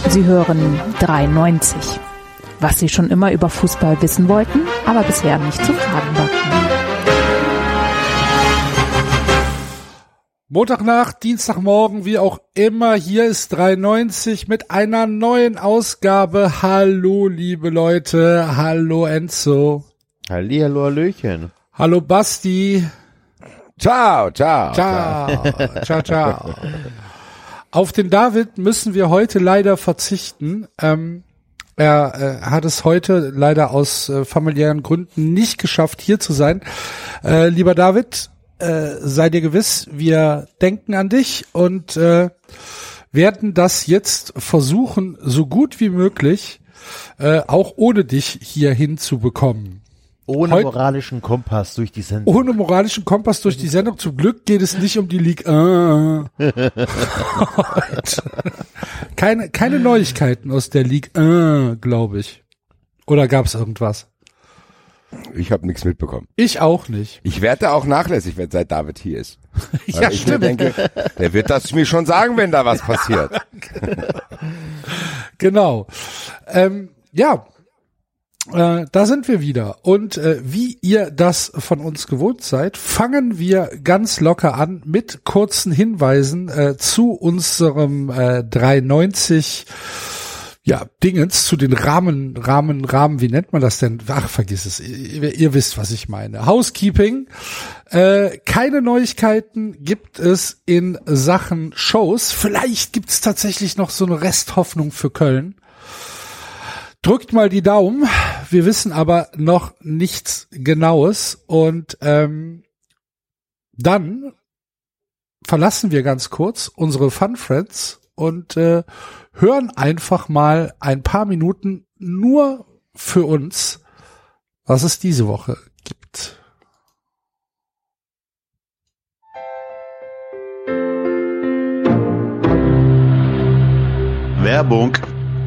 Sie hören 93. Was Sie schon immer über Fußball wissen wollten, aber bisher nicht zu fragen wagten. Montagnacht, Dienstagmorgen, wie auch immer, hier ist 93 mit einer neuen Ausgabe. Hallo, liebe Leute. Hallo, Enzo. Hallihallo, Hallöchen. Hallo, Basti. Ciao, ciao. Ciao, ciao, ciao. Auf den David müssen wir heute leider verzichten. Er hat es heute leider aus familiären Gründen nicht geschafft, hier zu sein. Lieber David, sei dir gewiss, wir denken an dich und werden das jetzt versuchen, so gut wie möglich, auch ohne dich hier hinzubekommen. Ohne moralischen Kompass durch die Sendung. Ohne moralischen Kompass durch die Sendung. Zum Glück geht es nicht um die Ligue 1. Keine Neuigkeiten aus der Ligue 1, glaube ich. Oder gab es irgendwas? Ich habe nichts mitbekommen. Ich auch nicht. Ich werde auch nachlässig, wenn seit David hier ist. Ja, ich stimmt. mir denke, der wird das mir schon sagen, wenn da was passiert. Genau. Da sind wir wieder. Und wie ihr das von uns gewohnt seid, fangen wir ganz locker an mit kurzen Hinweisen zu unserem 390 Dingens, zu den Rahmen, wie nennt man das denn? Ach, vergiss es. Ihr wisst, was ich meine. Housekeeping. Keine Neuigkeiten gibt es in Sachen Shows. Vielleicht gibt es tatsächlich noch so eine Resthoffnung für Köln. Drückt mal die Daumen. Wir wissen aber noch nichts Genaues. Und dann verlassen wir ganz kurz unsere Fun Friends und hören einfach mal ein paar Minuten nur für uns, was es diese Woche gibt. Werbung.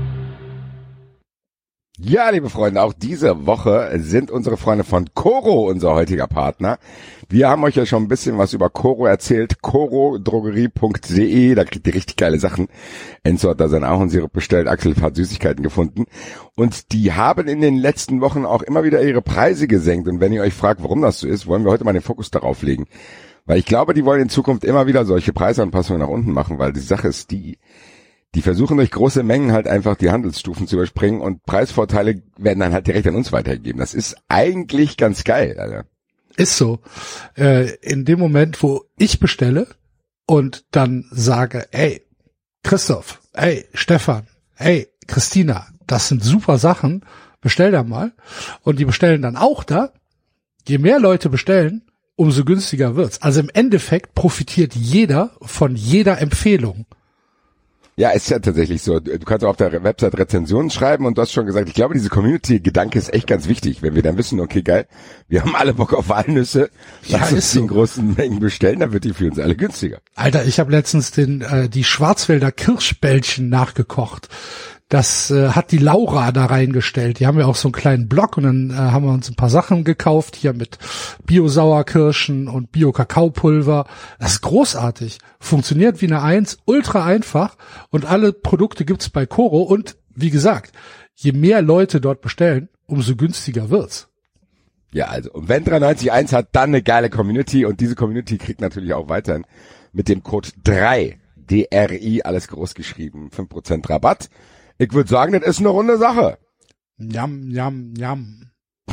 Ja, liebe Freunde, auch diese Woche sind unsere Freunde von Coro unser heutiger Partner. Wir haben euch ja schon ein bisschen was über Coro erzählt. corodrogerie.de, da kriegt ihr richtig geile Sachen. Enzo hat da seinen Ahornsirup bestellt, Axel hat Süßigkeiten gefunden. Und die haben in den letzten Wochen auch immer wieder ihre Preise gesenkt. Und wenn ihr euch fragt, warum das so ist, wollen wir heute mal den Fokus darauf legen. Weil ich glaube, die wollen in Zukunft immer wieder solche Preisanpassungen nach unten machen, weil die Sache ist die versuchen durch große Mengen halt einfach die Handelsstufen zu überspringen und Preisvorteile werden dann halt direkt an uns weitergegeben. Das ist eigentlich ganz geil, Alter. Ist so. In dem Moment, wo ich bestelle und dann sage, ey, Christoph, ey, Stefan, ey, Christina, das sind super Sachen, bestell da mal. Und die bestellen dann auch da. Je mehr Leute bestellen, umso günstiger wird's. Also im Endeffekt profitiert jeder von jeder Empfehlung. Ja, ist ja tatsächlich so. Du kannst auch auf der Website Rezensionen schreiben und du hast schon gesagt, ich glaube, diese Community-Gedanke ist echt ganz wichtig, wenn wir dann wissen, okay, geil, wir haben alle Bock auf Walnüsse, lass uns die in großen Mengen bestellen, dann wird die für uns alle günstiger. Alter, ich habe letztens die Schwarzwälder Kirschbällchen nachgekocht. Das hat die Laura da reingestellt. Die haben ja auch so einen kleinen Blog und dann haben wir uns ein paar Sachen gekauft, hier mit Bio-Sauerkirschen und Bio-Kakaopulver. Das ist großartig. Funktioniert wie eine Eins, ultra einfach und alle Produkte gibt's bei Coro und wie gesagt, je mehr Leute dort bestellen, umso günstiger wird's. Ja, also, und wenn 93.1 hat, dann eine geile Community und diese Community kriegt natürlich auch weiterhin mit dem Code 3, DRI, alles groß geschrieben, 5% Rabatt. Ich würde sagen, das ist eine runde Sache. Jam, jam, jam.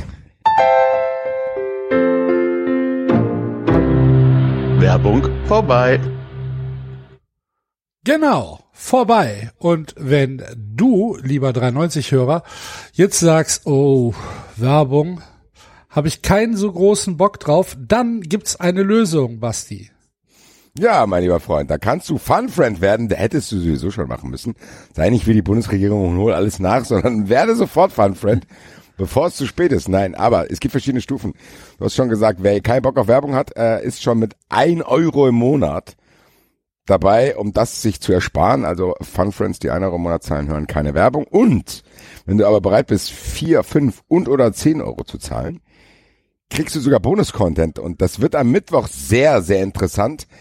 Werbung vorbei. Genau, vorbei. Und wenn du, lieber 93-Hörer, jetzt sagst, oh, Werbung, habe ich keinen so großen Bock drauf, dann gibt's eine Lösung, Basti. Ja, mein lieber Freund, da kannst du Fun-Friend werden, da hättest du sowieso schon machen müssen. Sei nicht wie die Bundesregierung und hol alles nach, sondern werde sofort Fun-Friend, bevor es zu spät ist. Nein, aber es gibt verschiedene Stufen. Du hast schon gesagt, wer keinen Bock auf Werbung hat, ist schon mit 1 Euro im Monat dabei, um das sich zu ersparen. Also Fun-Friends, die 1 Euro im Monat zahlen, hören keine Werbung. Und wenn du aber bereit bist, 4, 5 und oder 10 Euro zu zahlen, kriegst du sogar Bonus-Content. Und das wird am Mittwoch sehr, sehr interessant.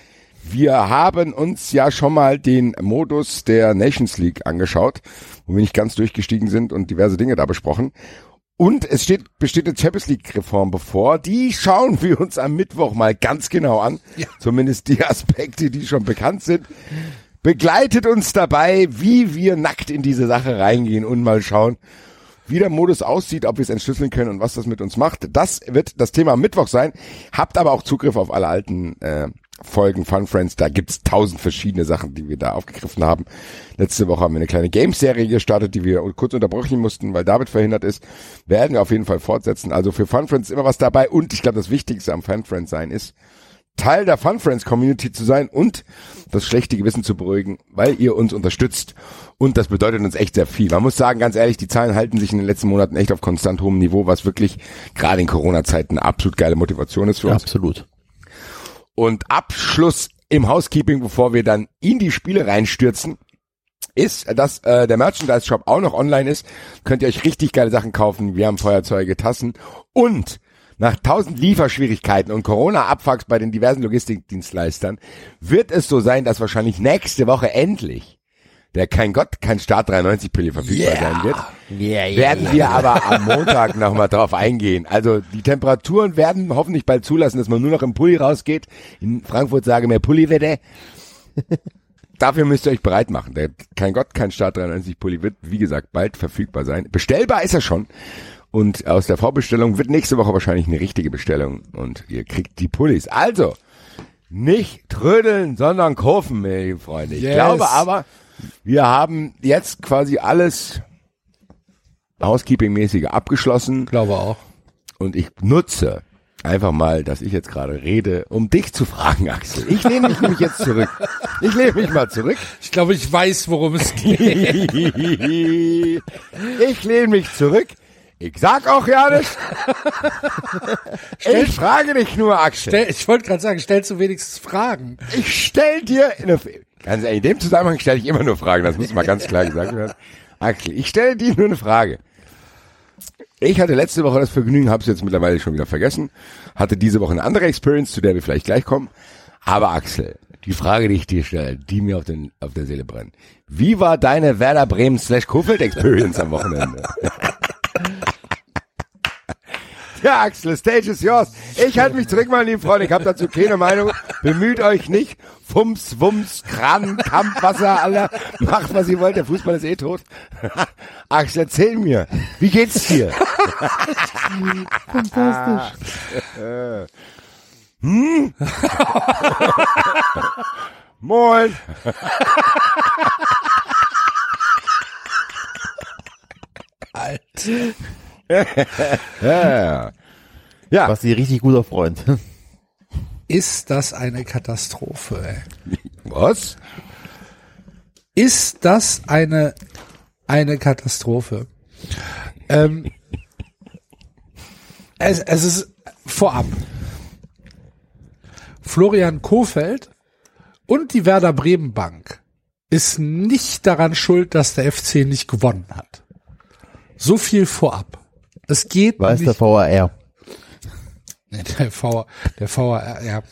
Wir haben uns ja schon mal den Modus der Nations League angeschaut, wo wir nicht ganz durchgestiegen sind und diverse Dinge da besprochen. Und es besteht eine Champions League Reform bevor. Die schauen wir uns am Mittwoch mal ganz genau an. Ja. Zumindest die Aspekte, die schon bekannt sind. Begleitet uns dabei, wie wir nackt in diese Sache reingehen und mal schauen, wie der Modus aussieht, ob wir es entschlüsseln können und was das mit uns macht. Das wird das Thema am Mittwoch sein. Habt aber auch Zugriff auf alle alten Folgen Fun Friends. Da gibt's 1000 verschiedene Sachen, die wir da aufgegriffen haben. Letzte Woche haben wir eine kleine Games-Serie gestartet, die wir kurz unterbrechen mussten, weil David verhindert ist. Werden wir auf jeden Fall fortsetzen. Also für Fun Friends immer was dabei. Und ich glaube, das Wichtigste am Fun Friends sein ist, Teil der Fun Friends Community zu sein und das schlechte Gewissen zu beruhigen, weil ihr uns unterstützt. Und das bedeutet uns echt sehr viel. Man muss sagen, ganz ehrlich, die Zahlen halten sich in den letzten Monaten echt auf konstant hohem Niveau, was wirklich gerade in Corona-Zeiten eine absolut geile Motivation ist für uns. Absolut. Und Abschluss im Housekeeping, bevor wir dann in die Spiele reinstürzen, ist, dass der Merchandise-Shop auch noch online ist. Könnt ihr euch richtig geile Sachen kaufen. Wir haben Feuerzeuge, Tassen und nach 1000 Lieferschwierigkeiten und Corona-Abfucks bei den diversen Logistikdienstleistern wird es so sein, dass wahrscheinlich nächste Woche endlich der Kein Start 93 Pulli verfügbar sein wird. Werden wir aber am Montag nochmal drauf eingehen. Also die Temperaturen werden hoffentlich bald zulassen, dass man nur noch im Pulli rausgeht. In Frankfurt sage mehr Pulliwetter. Dafür müsst ihr euch bereit machen. Der Kein Start 93 Pulli wird, wie gesagt, bald verfügbar sein. Bestellbar ist er schon. Und aus der Vorbestellung wird nächste Woche wahrscheinlich eine richtige Bestellung. Und ihr kriegt die Pullis. Also, nicht trödeln, sondern kaufen, meine lieben Freunde. Ich glaube aber, wir haben jetzt quasi alles Housekeeping-mäßige abgeschlossen. Glaube auch. Und ich nutze einfach mal, dass ich jetzt gerade rede, um dich zu fragen, Axel. Ich lehne mich nämlich jetzt zurück. Ich lehne mich mal zurück. Ich glaube, ich weiß, worum es geht. Ich lehne mich zurück. Ich sag auch ja nicht. Ich frage dich nur, Axel. Ich wollte gerade sagen, stellst du wenigstens Fragen? Ich stell dir ganz ehrlich, in dem Zusammenhang stelle ich immer nur Fragen, das muss mal ganz klar gesagt werden. Axel, ich stelle dir nur eine Frage. Ich hatte letzte Woche das Vergnügen, habe es jetzt mittlerweile schon wieder vergessen, hatte diese Woche eine andere Experience, zu der wir vielleicht gleich kommen. Aber Axel, die Frage, die ich dir stelle, die mir auf der Seele brennt. Wie war deine Werder Bremen /Kofeld Experience am Wochenende? Ja, Axel, stage is yours. Ich halte mich zurück, meine lieben Freunde. Ich habe dazu keine Meinung. Bemüht euch nicht. Fums, Wumms, Kran, Kampfwasser, Alter. Macht, was ihr wollt. Der Fußball ist eh tot. Axel, erzähl mir. Wie geht's dir? Fantastisch. Moin. Alter. Ja. Was ein richtig guter Freund. Ist das eine Katastrophe, ey? Was? Ist das eine Katastrophe? Es ist vorab. Florian Kofeld und die Werder Bremen Bank ist nicht daran schuld, dass der FC nicht gewonnen hat. So viel vorab. Es geht Weiß nicht. der VAR. Der VAR, ja.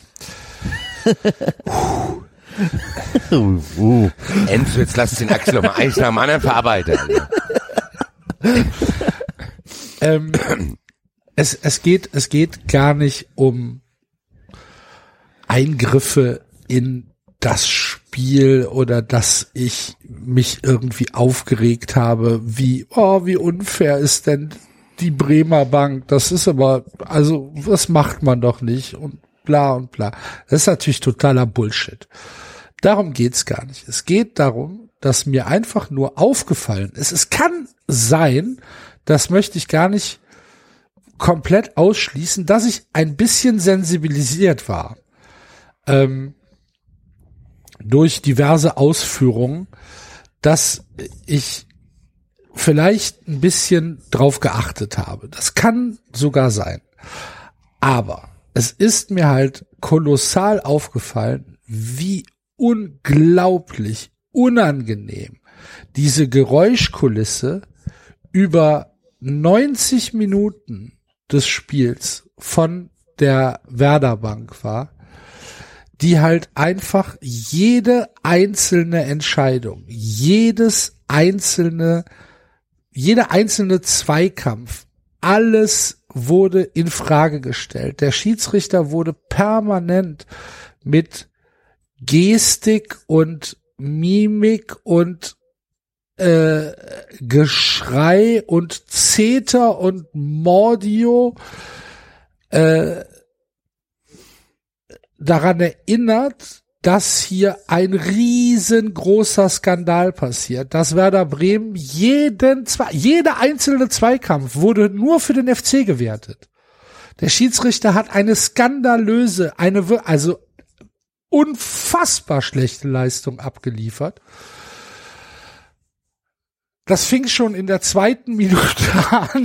Enzo, jetzt lass den Axel noch mal eins nach dem anderen verarbeiten. Es geht gar nicht um Eingriffe in das Spiel oder dass ich mich irgendwie aufgeregt habe, wie unfair ist denn die Bremer Bank? Das ist aber, also, das macht man doch nicht und bla und bla. Das ist natürlich totaler Bullshit. Darum geht's gar nicht. Es geht darum, dass mir einfach nur aufgefallen ist. Es kann sein, das möchte ich gar nicht komplett ausschließen, dass ich ein bisschen sensibilisiert war. Durch diverse Ausführungen, dass ich vielleicht ein bisschen drauf geachtet habe. Das kann sogar sein. Aber es ist mir halt kolossal aufgefallen, wie unglaublich unangenehm diese Geräuschkulisse über 90 Minuten des Spiels von der Werder Bank war, die halt einfach jede einzelne Entscheidung, jeder einzelne Zweikampf, alles wurde in Frage gestellt. Der Schiedsrichter wurde permanent mit Gestik und Mimik und Geschrei und Zeter und Mordio daran erinnert, dass hier ein riesengroßer Skandal passiert, dass Werder Bremen jeder einzelne Zweikampf wurde nur für den FC gewertet. Der Schiedsrichter hat eine skandalöse, also unfassbar schlechte Leistung abgeliefert. Das fing schon in der 2. Minute an.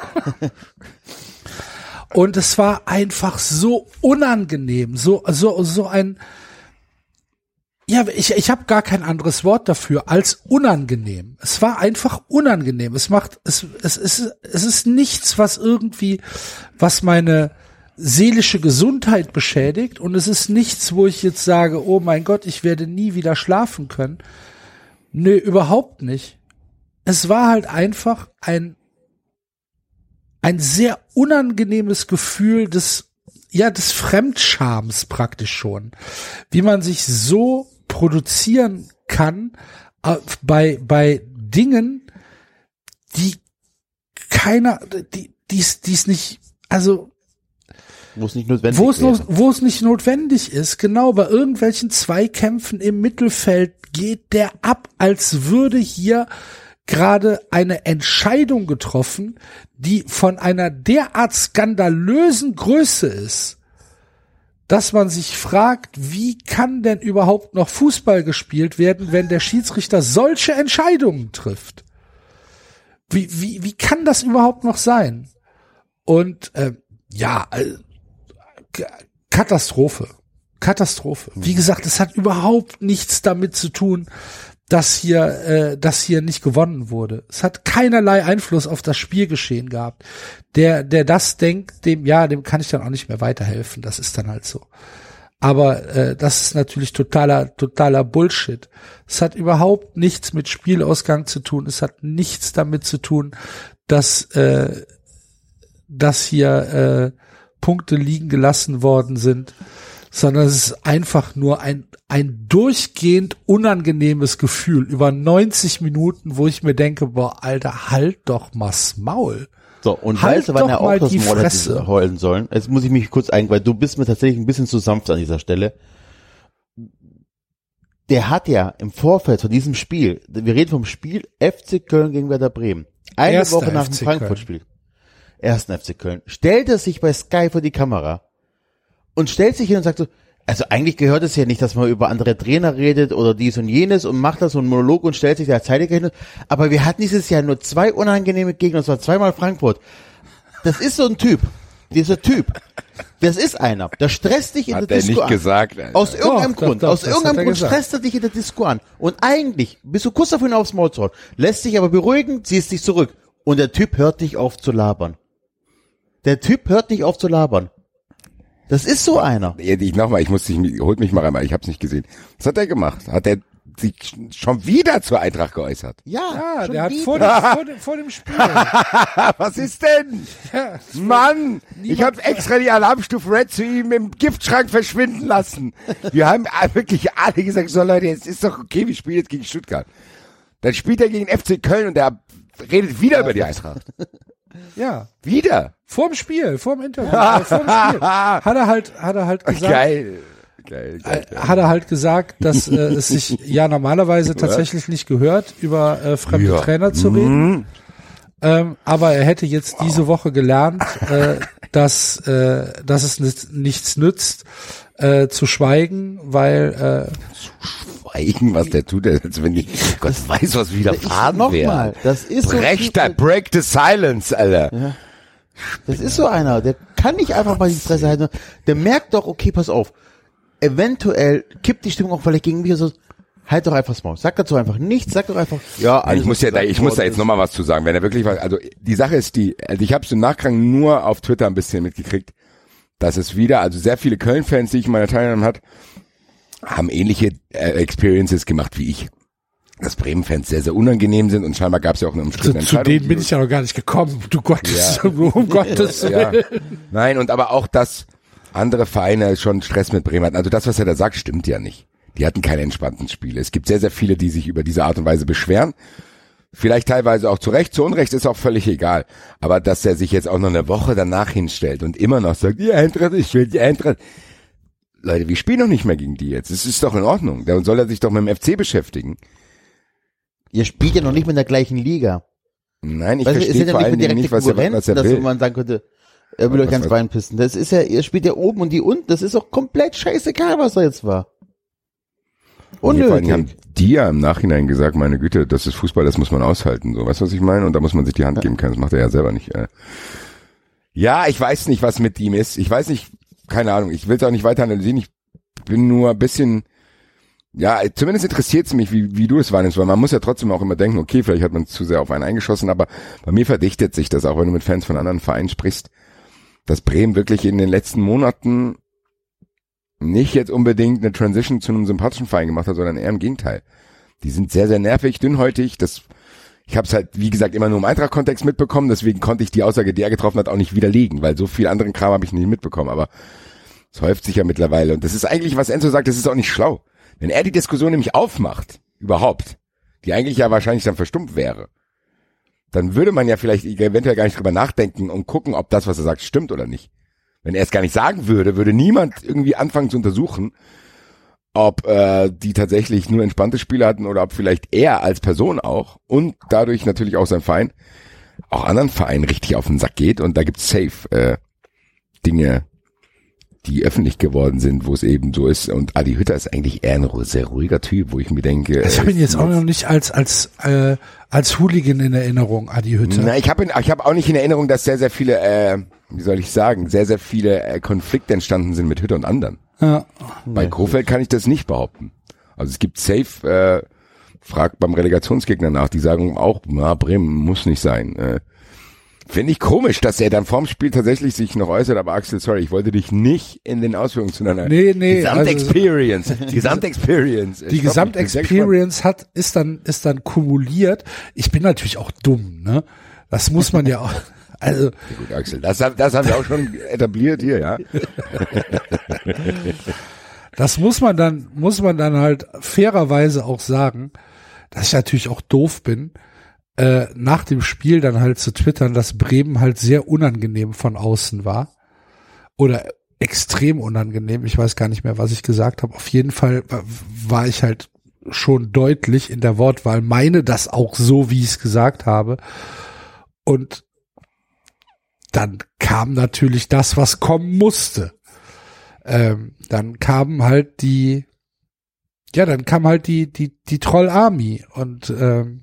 Und es war einfach so unangenehm, so ein, ja, ich habe gar kein anderes Wort dafür als unangenehm. Es war einfach unangenehm. Es ist nichts, was meine seelische Gesundheit beschädigt, und es ist nichts, wo ich jetzt sage, oh mein Gott, ich werde nie wieder schlafen können. Nö, überhaupt nicht. Es war halt einfach ein sehr unangenehmes Gefühl des Fremdschams praktisch schon. Wie man sich so produzieren kann bei Dingen, die es nicht, also wo es nicht notwendig wo es nicht notwendig ist, genau, bei irgendwelchen Zweikämpfen im Mittelfeld geht der ab, als würde hier gerade eine Entscheidung getroffen, die von einer derart skandalösen Größe ist, dass man sich fragt, wie kann denn überhaupt noch Fußball gespielt werden, wenn der Schiedsrichter solche Entscheidungen trifft? Wie kann das überhaupt noch sein? Und Katastrophe. Wie gesagt, es hat überhaupt nichts damit zu tun, dass hier nicht gewonnen wurde. Es hat keinerlei Einfluss auf das Spielgeschehen gehabt. Der das denkt, dem kann ich dann auch nicht mehr weiterhelfen. Das ist dann halt so. Aber das ist natürlich totaler Bullshit. Es hat überhaupt nichts mit Spielausgang zu tun. Es hat nichts damit zu tun, dass hier Punkte liegen gelassen worden sind, sondern es ist einfach nur ein durchgehend unangenehmes Gefühl über 90 Minuten, wo ich mir denke, boah, Alter, halt doch mal's Maul. So, und weißt du, wann er auch das Maul hätte heulen sollen? Jetzt muss ich mich kurz weil du bist mir tatsächlich ein bisschen zu sanft an dieser Stelle. Der hat ja im Vorfeld von diesem Spiel, wir reden vom Spiel FC Köln gegen Werder Bremen, eine Woche nach dem Frankfurt-Spiel, ersten FC Köln, stellt er sich bei Sky vor die Kamera und stellt sich hin und sagt so, also eigentlich gehört es ja nicht, dass man über andere Trainer redet oder dies und jenes und macht da so einen Monolog und stellt sich da als Heiliger hin. Aber wir hatten dieses Jahr nur 2 unangenehme Gegner, das war 2-mal Frankfurt. Das ist so ein Typ. Dieser Typ. Das ist einer. Der stresst dich in der Disco an. Hat er nicht gesagt. Alter. Aus irgendeinem Grund. Aus irgendeinem Grund stresst er dich in der Disco an. Und eigentlich bist du kurz davor, ihn aufs Maul zu hauen. Lässt dich aber beruhigen, ziehst dich zurück. Und der Typ hört nicht auf zu labern. Das ist so einer. Holt mich mal einmal, ich hab's nicht gesehen. Was hat er gemacht? Hat er sich schon wieder zur Eintracht geäußert? Ja, der hat vor dem Spiel. Was ist denn? Ja, Mann, ich habe extra die Alarmstufe Red zu ihm im Giftschrank verschwinden lassen. Wir haben wirklich alle gesagt, so Leute, es ist doch okay, wir spielen jetzt gegen Stuttgart. Dann spielt er gegen FC Köln und der redet wieder über die Eintracht. Ja. Wieder? Vorm Interview. Hat er halt gesagt. Geil. Hat er halt gesagt, dass es sich ja normalerweise tatsächlich nicht gehört, über fremde Trainer zu reden. Aber er hätte jetzt diese Woche gelernt, dass es nichts nützt, zu schweigen, weil was der tut, als wenn Gott weiß, was widerfahren wäre. Das ist break the silence, Alter. Ja. Das ist so einer, der kann nicht einfach mal die Fresse halten. Der merkt doch, okay, pass auf, eventuell kippt die Stimmung auch vielleicht gegen mich, also halt doch einfach das Maul. Sag dazu einfach nichts, sag doch einfach, ja, ich muss da jetzt nochmal was zu sagen, wenn er wirklich was, also die Sache ist ich habe es im Nachgang nur auf Twitter ein bisschen mitgekriegt, dass es wieder, also sehr viele Köln-Fans, die ich in meiner Teilnahme hatte, haben ähnliche Experiences gemacht wie ich. Dass Bremen-Fans sehr, sehr unangenehm sind und scheinbar gab es ja auch eine umstrittene Entscheidung. Zu denen bin ich ja noch gar nicht gekommen, du Gottes, um Gottes Willen. Ja. Nein, und aber auch, dass andere Vereine schon Stress mit Bremen hatten. Also das, was er da sagt, stimmt ja nicht. Die hatten keine entspannten Spiele. Es gibt sehr, sehr viele, die sich über diese Art und Weise beschweren. Vielleicht teilweise auch zu Recht, zu Unrecht ist auch völlig egal. Aber dass er sich jetzt auch noch eine Woche danach hinstellt und immer noch sagt, die Eintracht ist schuld, die Eintracht. Leute, wir spielen doch nicht mehr gegen die jetzt. Das ist doch in Ordnung. Dann soll er sich doch mit dem FC beschäftigen. Ihr spielt ja noch nicht mit der gleichen Liga. Nein, ich verstehe vor allen Dingen nicht, was er will. Dass man sagen könnte, er will euch ans Bein pissen. Das ist ja, ihr spielt ja oben und die unten. Das ist doch komplett scheißegal, was er jetzt war. Unnötig. Vor allem haben die ja im Nachhinein gesagt, meine Güte, das ist Fußball, das muss man aushalten. So, weißt du, was ich meine? Und da muss man sich die Hand geben können. Das macht er ja selber nicht. Ja, ich weiß nicht, was mit ihm ist. Ich weiß nicht, keine Ahnung. Ich will es auch nicht weiter analysieren. Ich bin nur ein bisschen, ja, zumindest interessiert es mich, wie du es wahrnimmst, weil man muss ja trotzdem auch immer denken, okay, vielleicht hat man zu sehr auf einen eingeschossen, aber bei mir verdichtet sich das auch, wenn du mit Fans von anderen Vereinen sprichst, dass Bremen wirklich in den letzten Monaten nicht jetzt unbedingt eine Transition zu einem sympathischen Verein gemacht hat, sondern eher im Gegenteil. Die sind sehr, sehr nervig, dünnhäutig, ich habe es halt, wie gesagt, immer nur im Eintracht-Kontext mitbekommen, deswegen konnte ich die Aussage, die er getroffen hat, auch nicht widerlegen, weil so viel anderen Kram habe ich nicht mitbekommen, aber es häuft sich ja mittlerweile und das ist eigentlich, was Enzo sagt, das ist auch nicht schlau. Wenn er die Diskussion nämlich aufmacht, überhaupt, die eigentlich ja wahrscheinlich dann verstummt wäre, dann würde man ja vielleicht eventuell gar nicht drüber nachdenken und gucken, ob das, was er sagt, stimmt oder nicht. Wenn er es gar nicht sagen würde, würde niemand irgendwie anfangen zu untersuchen, ob die tatsächlich nur entspannte Spiele hatten oder ob vielleicht er als Person auch und dadurch natürlich auch sein Verein auch anderen Vereinen richtig auf den Sack geht und da gibt's safe Dinge, die öffentlich geworden sind, wo es eben so ist. Und Adi Hütter ist eigentlich eher ein sehr ruhiger Typ, wo ich mir denke... Ich habe ihn jetzt auch noch nicht als Hooligan in Erinnerung, Adi Hütter. Na, ich hab auch nicht in Erinnerung, dass sehr, sehr viele, wie soll ich sagen, sehr, sehr viele Konflikte entstanden sind mit Hütter und anderen. Ja. Bei Krefeld kann ich das nicht behaupten. Also es gibt safe, fragt beim Relegationsgegner nach, die sagen auch, na, Bremen muss nicht sein. Finde ich komisch, dass er dann vorm Spiel tatsächlich sich noch äußert, aber Axel, sorry, ich wollte dich nicht in den Ausführungen zu einer Gesamtexperience. Die Gesamtexperience ist dann kumuliert. Ich bin natürlich auch dumm, ne? Das muss man ja auch, also. Ja, gut, Axel, das haben wir auch schon etabliert hier, ja. Das muss man dann halt fairerweise auch sagen, dass ich natürlich auch doof bin, nach dem Spiel dann halt zu twittern, dass Bremen halt sehr unangenehm von außen war. Oder extrem unangenehm. Ich weiß gar nicht mehr, was ich gesagt habe. Auf jeden Fall war ich halt schon deutlich in der Wortwahl, meine das auch so, wie ich es gesagt habe. Und dann kam natürlich das, was kommen musste. Dann kam halt die Troll-Army und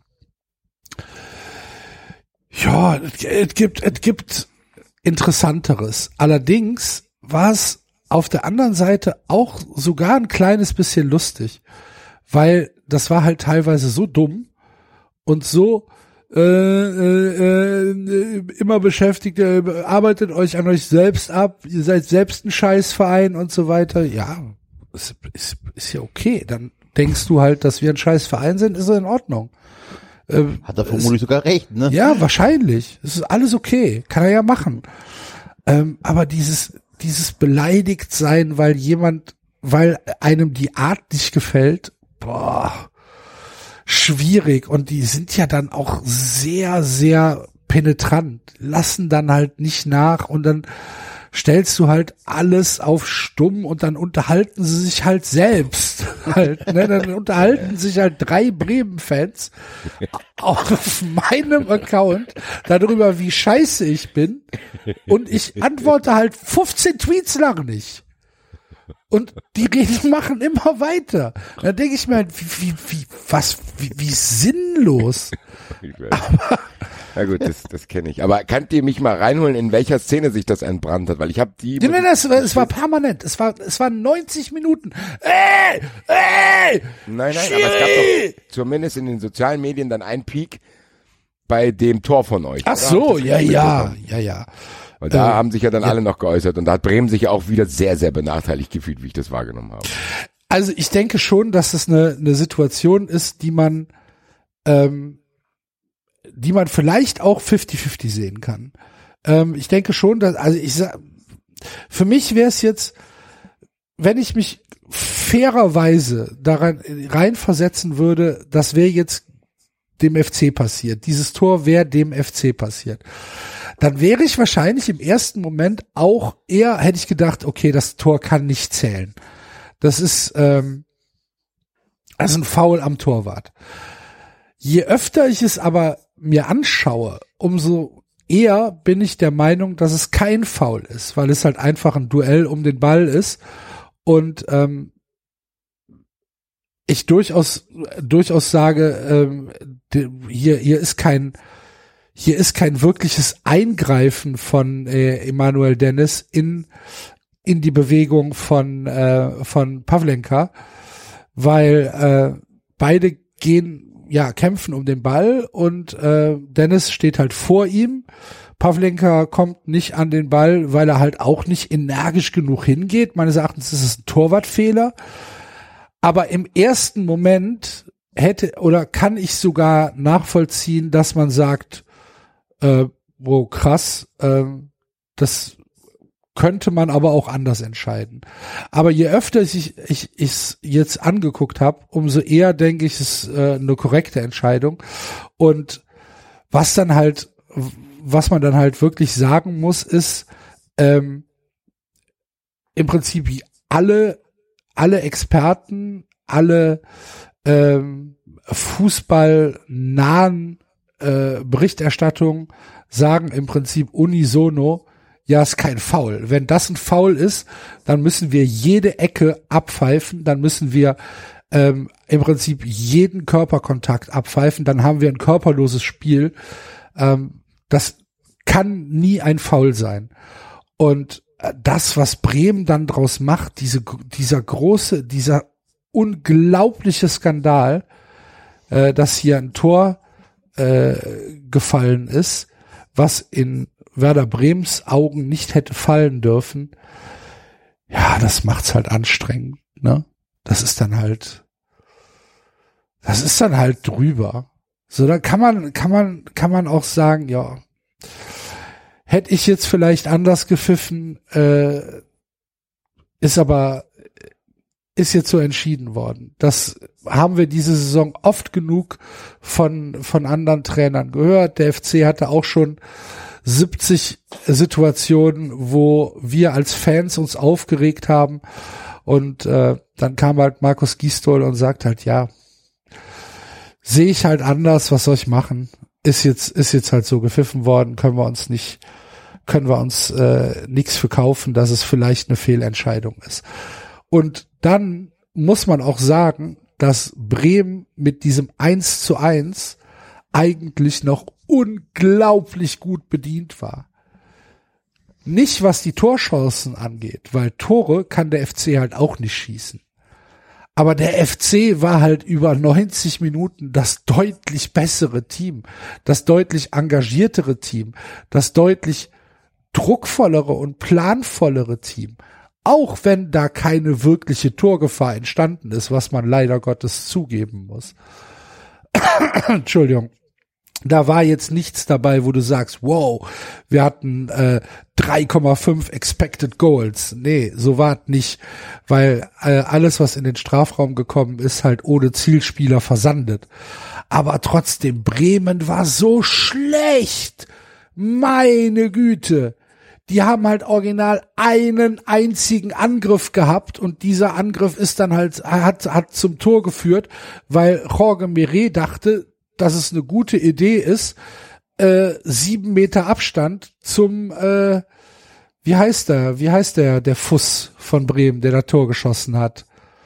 ja, es gibt Interessanteres. Allerdings war es auf der anderen Seite auch sogar ein kleines bisschen lustig, weil das war halt teilweise so dumm und so immer beschäftigt, arbeitet euch an euch selbst ab, ihr seid selbst ein Scheißverein und so weiter. Ja, ist ja okay. Dann denkst du halt, dass wir ein Scheißverein sind, ist ja in Ordnung. Hat er vermutlich sogar recht, ne? Ja, wahrscheinlich. Es ist alles okay. Kann er ja machen. Aber dieses beleidigt sein, weil einem die Art nicht gefällt, schwierig. Und die sind ja dann auch sehr, sehr penetrant. Lassen dann halt nicht nach und dann stellst du halt alles auf stumm und dann unterhalten sie sich halt selbst. Dann unterhalten sich halt 3 Bremen-Fans auf meinem Account darüber, wie scheiße ich bin. Und ich antworte halt 15 Tweets lang nicht. Und die machen immer weiter. Dann denke ich mir halt, wie sinnlos. Aber ja gut, das kenne ich. Aber könnt ihr mich mal reinholen, in welcher Szene sich das entbrannt hat? Weil ich habe die... Nein, es war permanent. Es war 90 Minuten. Nein, aber es gab doch zumindest in den sozialen Medien dann einen Peak bei dem Tor von euch. Ach so, ja. Weil da haben sich ja dann alle noch geäußert und da hat Bremen sich ja auch wieder sehr, sehr benachteiligt gefühlt, wie ich das wahrgenommen habe. Also ich denke schon, dass es eine Situation ist, die man vielleicht auch 50-50 sehen kann. Ich denke schon, dass, für mich wäre es jetzt, wenn ich mich fairerweise daran reinversetzen würde, das wäre jetzt dem FC passiert. Dieses Tor wäre dem FC passiert. Dann wäre ich wahrscheinlich im ersten Moment auch eher, hätte ich gedacht, okay, das Tor kann nicht zählen. Das ist ein Foul am Torwart. Je öfter ich es aber mir anschaue, umso eher bin ich der Meinung, dass es kein Foul ist, weil es halt einfach ein Duell um den Ball ist und ich durchaus sage, hier ist kein wirkliches Eingreifen von Emanuel Dennis in die Bewegung von Pavlenka, weil beide kämpfen um den Ball und Dennis steht halt vor ihm. Pavlenka kommt nicht an den Ball, weil er halt auch nicht energisch genug hingeht. Meines Erachtens ist es ein Torwartfehler. Aber im ersten Moment kann ich sogar nachvollziehen, dass man sagt, krass, das könnte man aber auch anders entscheiden. Aber je öfter ich es jetzt angeguckt habe, umso eher denke ich, es ist eine korrekte Entscheidung. Und was man dann halt wirklich sagen muss, ist im Prinzip alle Experten, alle fußballnahen Berichterstattungen sagen im Prinzip unisono, ja, ist kein Foul. Wenn das ein Foul ist, dann müssen wir jede Ecke abpfeifen, dann müssen wir im Prinzip jeden Körperkontakt abpfeifen, dann haben wir ein körperloses Spiel. Das kann nie ein Foul sein. Und das, was Bremen dann draus macht, dieser unglaubliche Skandal, dass hier ein Tor gefallen ist, was in Werder Bremens Augen nicht hätte fallen dürfen, ja, das macht's halt anstrengend, ne? Das ist dann halt drüber. So, da kann man auch sagen, ja, hätte ich jetzt vielleicht anders gepfiffen, ist jetzt so entschieden worden. Das haben wir diese Saison oft genug von anderen Trainern gehört. Der FC hatte auch schon 70 Situationen, wo wir als Fans uns aufgeregt haben und dann kam halt Markus Gisdol und sagt halt, ja, sehe ich halt anders, was soll ich machen? Ist jetzt halt so gepfiffen worden, können wir uns nichts für kaufen, dass es vielleicht eine Fehlentscheidung ist. Und dann muss man auch sagen, dass Bremen mit diesem 1:1 eigentlich noch unglaublich gut bedient war. Nicht was die Torchancen angeht, weil Tore kann der FC halt auch nicht schießen. Aber der FC war halt über 90 Minuten das deutlich bessere Team, das deutlich engagiertere Team, das deutlich druckvollere und planvollere Team. Auch wenn da keine wirkliche Torgefahr entstanden ist, was man leider Gottes zugeben muss. Entschuldigung. Da war jetzt nichts dabei, wo du sagst, wow, wir hatten 3,5 Expected Goals. Nee, so war es nicht, weil alles, was in den Strafraum gekommen ist, halt ohne Zielspieler versandet. Aber trotzdem, Bremen war so schlecht. Meine Güte. Die haben halt original einen einzigen Angriff gehabt und dieser Angriff ist dann halt, hat zum Tor geführt, weil Jorge Meret dachte, dass es eine gute Idee ist, 7 Meter Abstand zum, wie heißt der Fuss von Bremen, der da Tor geschossen hat?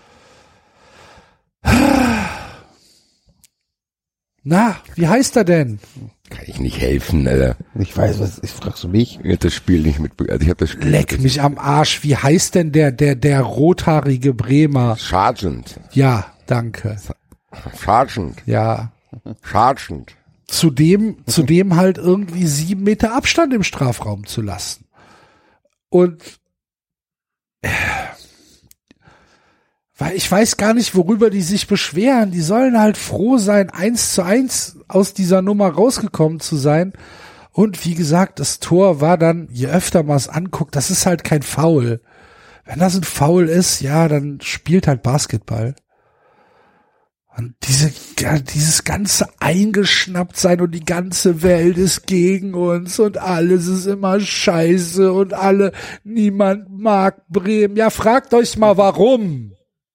Na, wie heißt er denn? Kann ich nicht helfen, Alter. Ich weiß, fragst du mich? Ich hab das Spiel nicht also ich hab das Spiel. Leck mich am Arsch. Wie heißt denn der rothaarige Bremer? Sargent. Ja, danke. Sargent. Ja. Sargent. Zudem halt irgendwie 7 Meter Abstand im Strafraum zu lassen. Und Weil ich weiß gar nicht, worüber die sich beschweren. Die sollen halt froh sein, 1:1 aus dieser Nummer rausgekommen zu sein. Und wie gesagt, das Tor war dann, je öfter man es anguckt, das ist halt kein Foul. Wenn das ein Foul ist, ja, dann spielt halt Basketball. Und dieses ganze Eingeschnapptsein und die ganze Welt ist gegen uns und alles ist immer scheiße und niemand mag Bremen. Ja, fragt euch mal, warum.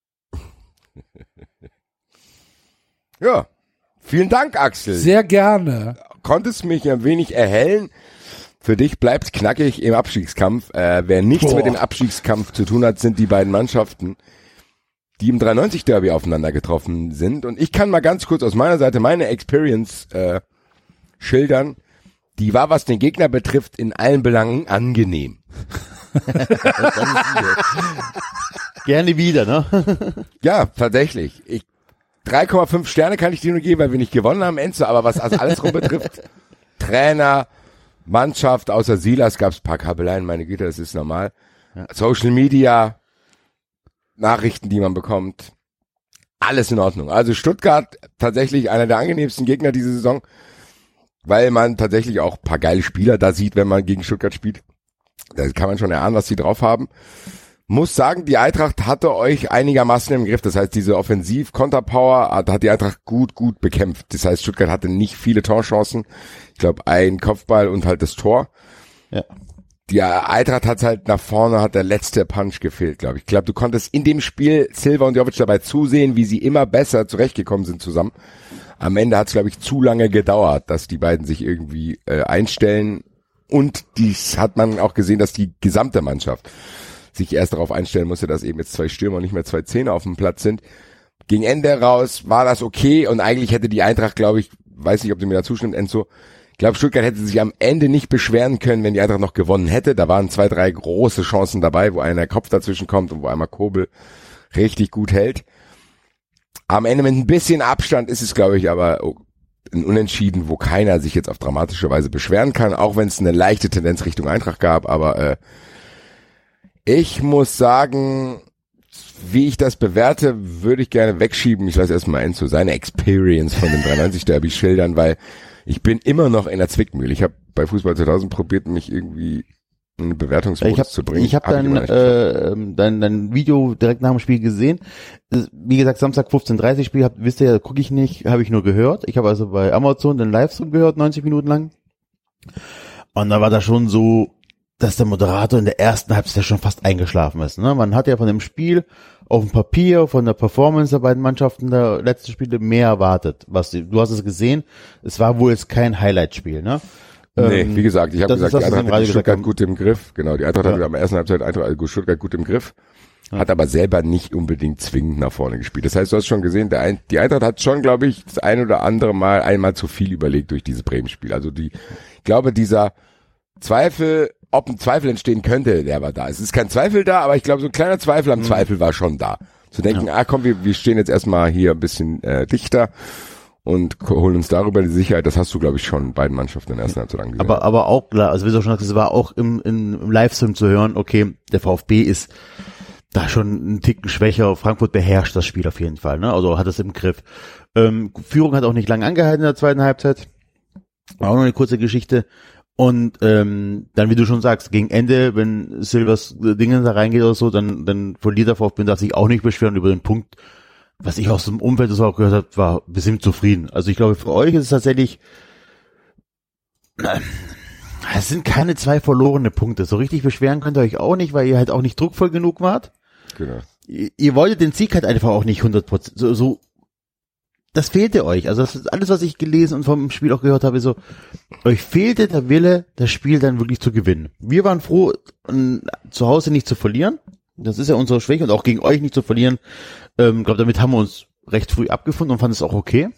Ja, vielen Dank, Axel. Sehr gerne. Konntest mich ein wenig erhellen. Für dich bleibt knackig im Abstiegskampf. Wer nichts mit dem Abstiegskampf zu tun hat, sind die beiden Mannschaften, die im 93-Derby aufeinander getroffen sind. Und ich kann mal ganz kurz aus meiner Seite meine Experience schildern. Die war, was den Gegner betrifft, in allen Belangen angenehm. Gerne wieder, ne? Ja, tatsächlich. 3,5 Sterne kann ich dir nur geben, weil wir nicht gewonnen haben, Enzo, aber was alles rum betrifft, Trainer, Mannschaft, außer Silas gab es ein paar Kabeleien, meine Güte, das ist normal. Ja. Social Media, Nachrichten, die man bekommt, alles in Ordnung. Also Stuttgart tatsächlich einer der angenehmsten Gegner diese Saison, weil man tatsächlich auch ein paar geile Spieler da sieht, wenn man gegen Stuttgart spielt. Da kann man schon erahnen, was sie drauf haben. Muss sagen, die Eintracht hatte euch einigermaßen im Griff. Das heißt, diese Offensiv-Konterpower hat die Eintracht gut bekämpft. Das heißt, Stuttgart hatte nicht viele Torchancen. Ich glaube, ein Kopfball und halt das Tor. Ja. Die Eintracht hat halt nach vorne, hat der letzte Punch gefehlt, glaube ich. Ich glaube, du konntest in dem Spiel Silva und Jovic dabei zusehen, wie sie immer besser zurechtgekommen sind zusammen. Am Ende hat es, glaube ich, zu lange gedauert, dass die beiden sich irgendwie einstellen. Und dies hat man auch gesehen, dass die gesamte Mannschaft sich erst darauf einstellen musste, dass eben jetzt 2 Stürmer und nicht mehr 2 Zehner auf dem Platz sind. Gegen Ende raus war das okay und eigentlich hätte die Eintracht, glaube ich, weiß nicht, ob du mir da zustimmst, Enzo, ich glaube, Stuttgart hätte sich am Ende nicht beschweren können, wenn die Eintracht noch gewonnen hätte. Da waren 2, 3 große Chancen dabei, wo einer Kopf dazwischen kommt und wo einmal Kobel richtig gut hält. Am Ende mit ein bisschen Abstand ist es, glaube ich, aber ein Unentschieden, wo keiner sich jetzt auf dramatische Weise beschweren kann, auch wenn es eine leichte Tendenz Richtung Eintracht gab, aber ich muss sagen, wie ich das bewerte, würde ich gerne wegschieben. Ich lasse erstmal Enzo seine Experience von dem 93-Derby schildern, weil ich bin immer noch in der Zwickmühle. Ich habe bei Fußball 2000 probiert, mich irgendwie in eine Bewertungsmodus zu bringen. Ich habe dein Video direkt nach dem Spiel gesehen. Wie gesagt, Samstag 15:30 Spiel, wisst ihr ja, gucke ich nicht, habe ich nur gehört. Ich habe also bei Amazon den Livestream gehört, 90 Minuten lang. Und da war das schon so, dass der Moderator in der ersten Halbzeit schon fast eingeschlafen ist. Ne? Man hat ja von dem Spiel auf dem Papier, von der Performance der beiden Mannschaften der letzten Spiele mehr erwartet. Du hast es gesehen, es war wohl jetzt kein Highlight-Spiel. Ne? Nee, wie gesagt, ich habe gesagt, die Eintracht hat Stuttgart gut im Griff. Genau, die Eintracht hat am ersten Halbzeit Stuttgart gut im Griff, hat aber selber nicht unbedingt zwingend nach vorne gespielt. Das heißt, du hast schon gesehen, die Eintracht hat schon, glaube ich, das ein oder andere Mal einmal zu viel überlegt durch dieses Bremen-Spiel. Also ich glaube, dieser Zweifel, ob ein Zweifel entstehen könnte, der war da. Es ist kein Zweifel da, aber ich glaube, so ein kleiner Zweifel am Zweifel war schon da. Zu denken, komm, wir stehen jetzt erstmal hier ein bisschen dichter und holen uns darüber die Sicherheit. Das hast du, glaube ich, schon beiden Mannschaften in der ersten Halbzeit angesehen. Aber auch klar, also wie du schon sagst, es war auch im Livestream zu hören, okay, der VfB ist da schon einen Ticken schwächer. Frankfurt beherrscht das Spiel auf jeden Fall, ne? Also hat es im Griff. Führung hat auch nicht lange angehalten in der zweiten Halbzeit. War auch noch eine kurze Geschichte. Und dann, wie du schon sagst, gegen Ende, wenn Silvers Dingen da reingeht oder so, dann verliert der VfB, darf sich auch nicht beschweren über den Punkt. Was ich aus dem Umfeld das auch gehört habe, war, wir sind zufrieden. Also ich glaube, für euch ist es tatsächlich, es sind keine 2 verlorene Punkte. So richtig beschweren könnt ihr euch auch nicht, weil ihr halt auch nicht druckvoll genug wart. Genau. Ihr wolltet den Sieg halt einfach auch nicht 100%. So das fehlte euch. Also das ist alles, was ich gelesen und vom Spiel auch gehört habe, so, euch fehlte der Wille, das Spiel dann wirklich zu gewinnen. Wir waren froh, zu Hause nicht zu verlieren. Das ist ja unsere Schwäche und auch gegen euch nicht zu verlieren. Ich glaube, damit haben wir uns recht früh abgefunden und fanden es auch okay.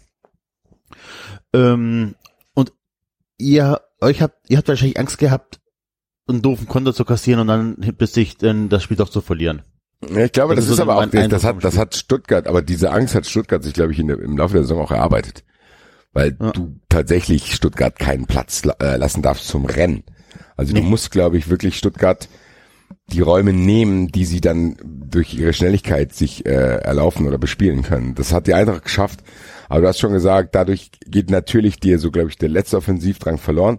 Und ihr habt wahrscheinlich Angst gehabt, einen doofen Konter zu kassieren und dann plötzlich das Spiel doch zu verlieren. Ja, ich glaube, das ist so aber auch, das hat Stuttgart, aber diese Angst hat Stuttgart sich, glaube ich, im Laufe der Saison auch erarbeitet. Weil du tatsächlich Stuttgart keinen Platz lassen darfst zum Rennen. Also du musst, glaube ich, wirklich Stuttgart die Räume nehmen, die sie dann durch ihre Schnelligkeit sich erlaufen oder bespielen können. Das hat die Eintracht geschafft. Aber du hast schon gesagt, dadurch geht natürlich dir so, glaube ich, der letzte Offensivdrang verloren.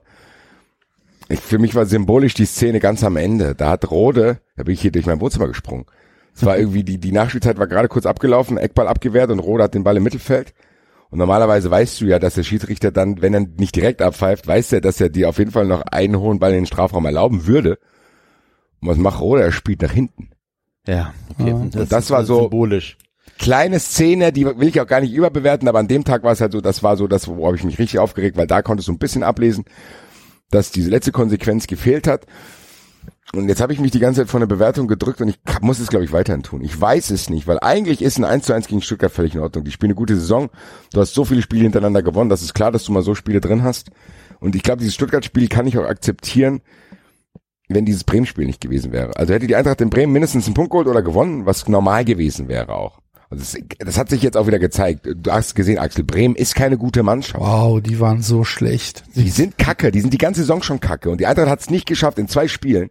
Für mich war symbolisch die Szene ganz am Ende. Da hat Rode, da bin ich hier durch mein Wohnzimmer gesprungen. Es war irgendwie, die Nachspielzeit war gerade kurz abgelaufen, Eckball abgewehrt und Rode hat den Ball im Mittelfeld. Und normalerweise weißt du ja, dass der Schiedsrichter dann, wenn er nicht direkt abpfeift, weiß er, dass er dir auf jeden Fall noch einen hohen Ball in den Strafraum erlauben würde. Und was macht Rode? Er spielt nach hinten. Ja, okay. Und das war so symbolisch. Kleine Szene, die will ich auch gar nicht überbewerten, aber an dem Tag war es halt so, das war so das, worauf ich mich richtig aufgeregt, weil da konntest du ein bisschen ablesen, dass diese letzte Konsequenz gefehlt hat. Und jetzt habe ich mich die ganze Zeit von der Bewertung gedrückt und ich muss es, glaube ich, weiterhin tun. Ich weiß es nicht, weil eigentlich ist ein 1:1 gegen Stuttgart völlig in Ordnung. Die spielen eine gute Saison. Du hast so viele Spiele hintereinander gewonnen, das ist klar, dass du mal so Spiele drin hast. Und ich glaube, dieses Stuttgart-Spiel kann ich auch akzeptieren, wenn dieses Bremen-Spiel nicht gewesen wäre. Also hätte die Eintracht in Bremen mindestens einen Punkt geholt oder gewonnen, was normal gewesen wäre auch. Also das hat sich jetzt auch wieder gezeigt. Du hast gesehen, Axel, Bremen ist keine gute Mannschaft. Wow, die waren so schlecht. Die sind kacke, die sind die ganze Saison schon kacke. Und die Eintracht hat es nicht geschafft, in 2 Spielen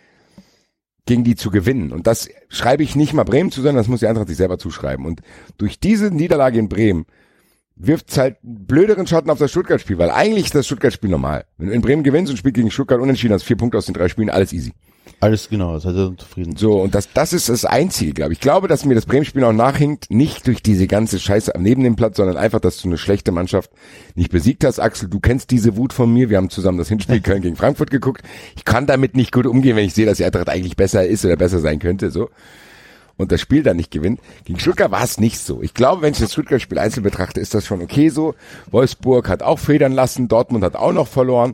gegen die zu gewinnen. Und das schreibe ich nicht mal Bremen zu, sondern das muss die Eintracht sich selber zuschreiben. Und durch diese Niederlage in Bremen wirft es halt einen blöderen Schatten auf das Stuttgart-Spiel, weil eigentlich ist das Stuttgart-Spiel normal. Wenn du in Bremen gewinnst und spielst gegen Stuttgart unentschieden, hast 4 Punkte aus den 3 Spielen, alles easy. Alles genau, das hat er zufrieden. So, und das ist das Einzige, glaube ich. Ich glaube, dass mir das Bremen-Spiel auch nachhinkt, nicht durch diese ganze Scheiße neben dem Platz, sondern einfach, dass du eine schlechte Mannschaft nicht besiegt hast. Axel, du kennst diese Wut von mir. Wir haben zusammen das Hinspiel Köln gegen Frankfurt geguckt. Ich kann damit nicht gut umgehen, wenn ich sehe, dass die Eintracht eigentlich besser ist oder besser sein könnte, so. Und das Spiel dann nicht gewinnt. Gegen Stuttgart war es nicht so. Ich glaube, wenn ich das Stuttgart-Spiel einzeln betrachte, ist das schon okay so. Wolfsburg hat auch federn lassen, Dortmund hat auch noch verloren.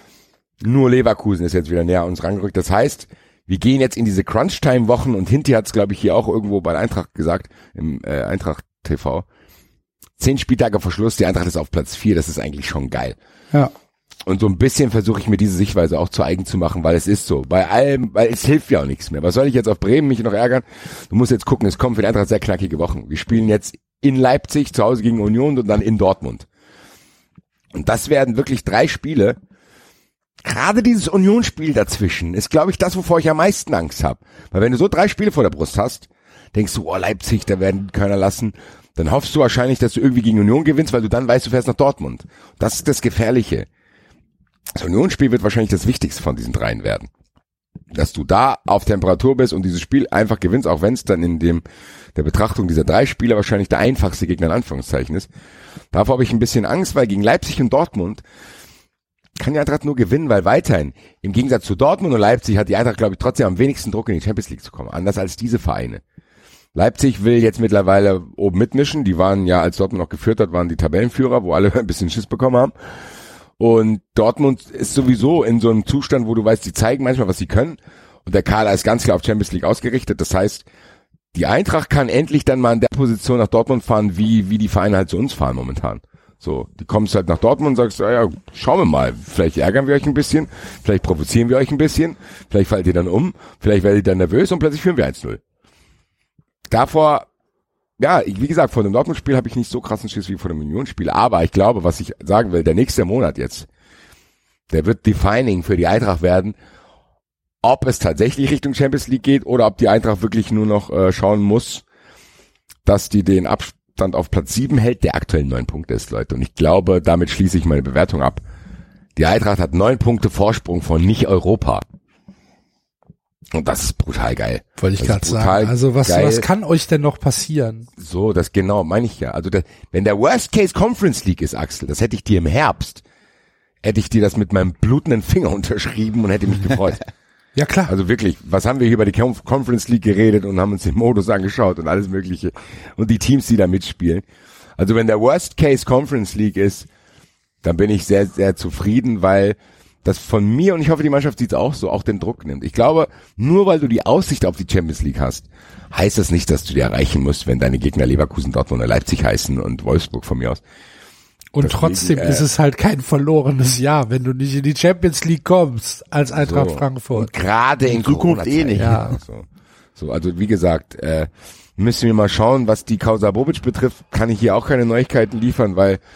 Nur Leverkusen ist jetzt wieder näher an uns rangerückt. Das heißt, wir gehen jetzt in diese Crunch-Time-Wochen und Hinti hat es, glaube ich, hier auch irgendwo bei der Eintracht gesagt, im Eintracht TV. 10 Spieltage vor Schluss, die Eintracht ist auf Platz 4, das ist eigentlich schon geil. Ja. Und so ein bisschen versuche ich mir diese Sichtweise auch zu eigen zu machen, weil es ist so. Bei allem, weil es hilft ja auch nichts mehr. Was soll ich jetzt auf Bremen mich noch ärgern? Du musst jetzt gucken, es kommen für die Eintracht sehr knackige Wochen. Wir spielen jetzt in Leipzig, zu Hause gegen Union und dann in Dortmund. Und das werden wirklich 3 Spiele. Gerade dieses Unionsspiel dazwischen ist, glaube ich, das, wovor ich am meisten Angst habe. Weil wenn du so 3 Spiele vor der Brust hast, denkst du, oh, Leipzig, da werden keiner lassen. Dann hoffst du wahrscheinlich, dass du irgendwie gegen Union gewinnst, weil du dann weißt, du fährst nach Dortmund. Das ist das Gefährliche. Das Unionsspiel wird wahrscheinlich das Wichtigste von diesen 3 werden. Dass du da auf Temperatur bist und dieses Spiel einfach gewinnst, auch wenn es dann in der Betrachtung dieser 3 Spieler wahrscheinlich der einfachste Gegner in Anführungszeichen ist. Davor habe ich ein bisschen Angst, weil gegen Leipzig und Dortmund kann die Eintracht nur gewinnen, weil weiterhin, im Gegensatz zu Dortmund und Leipzig, hat die Eintracht, glaube ich, trotzdem am wenigsten Druck in die Champions League zu kommen. Anders als diese Vereine. Leipzig will jetzt mittlerweile oben mitmischen. Die waren ja, als Dortmund noch geführt hat, waren die Tabellenführer, wo alle ein bisschen Schiss bekommen haben. Und Dortmund ist sowieso in so einem Zustand, wo du weißt, die zeigen manchmal, was sie können. Und der Kader ist ganz klar auf Champions League ausgerichtet. Das heißt, die Eintracht kann endlich dann mal in der Position nach Dortmund fahren, wie die Vereine halt zu uns fahren momentan. So, die kommst halt nach Dortmund und sagst, ja, schauen wir mal, vielleicht ärgern wir euch ein bisschen, vielleicht provozieren wir euch ein bisschen, vielleicht fallt ihr dann um, vielleicht werdet ihr dann nervös und plötzlich führen wir 1-0. Davor, ja, wie gesagt, vor dem Dortmund-Spiel habe ich nicht so krassen Schiss wie vor dem Union-Spiel, aber ich glaube, was ich sagen will, der nächste Monat jetzt, der wird defining für die Eintracht werden, ob es tatsächlich Richtung Champions League geht oder ob die Eintracht wirklich nur noch schauen muss, dass die den Abstand auf Platz 7 hält, der aktuell 9 Punkte ist, Leute. Und ich glaube, damit schließe ich meine Bewertung ab. Die Eintracht hat 9 Punkte Vorsprung von nicht-Europa. Und das ist brutal geil. Wollte ich gerade sagen. Also was kann euch denn noch passieren? So, das genau, meine ich ja. Also wenn der Worst Case Conference League ist, Axel, das hätte ich dir im Herbst, hätte ich dir das mit meinem blutenden Finger unterschrieben und hätte mich gefreut. Ja, klar. Also wirklich, was haben wir hier über die Conference League geredet und haben uns den Modus angeschaut und alles mögliche und die Teams, die da mitspielen. Also wenn der Worst Case Conference League ist, dann bin ich sehr, sehr zufrieden, weil das von mir, und ich hoffe, die Mannschaft sieht es auch so, auch den Druck nimmt. Ich glaube, nur weil du die Aussicht auf die Champions League hast, heißt das nicht, dass du die erreichen musst, wenn deine Gegner Leverkusen, Dortmund oder Leipzig heißen und Wolfsburg von mir aus. Und deswegen, trotzdem ist es halt kein verlorenes Jahr, wenn du nicht in die Champions League kommst, als Eintracht Frankfurt. Und gerade in Zukunft nicht. Ja. So, also wie gesagt, müssen wir mal schauen, was die Causa Bobic betrifft, kann ich hier auch keine Neuigkeiten liefern, weil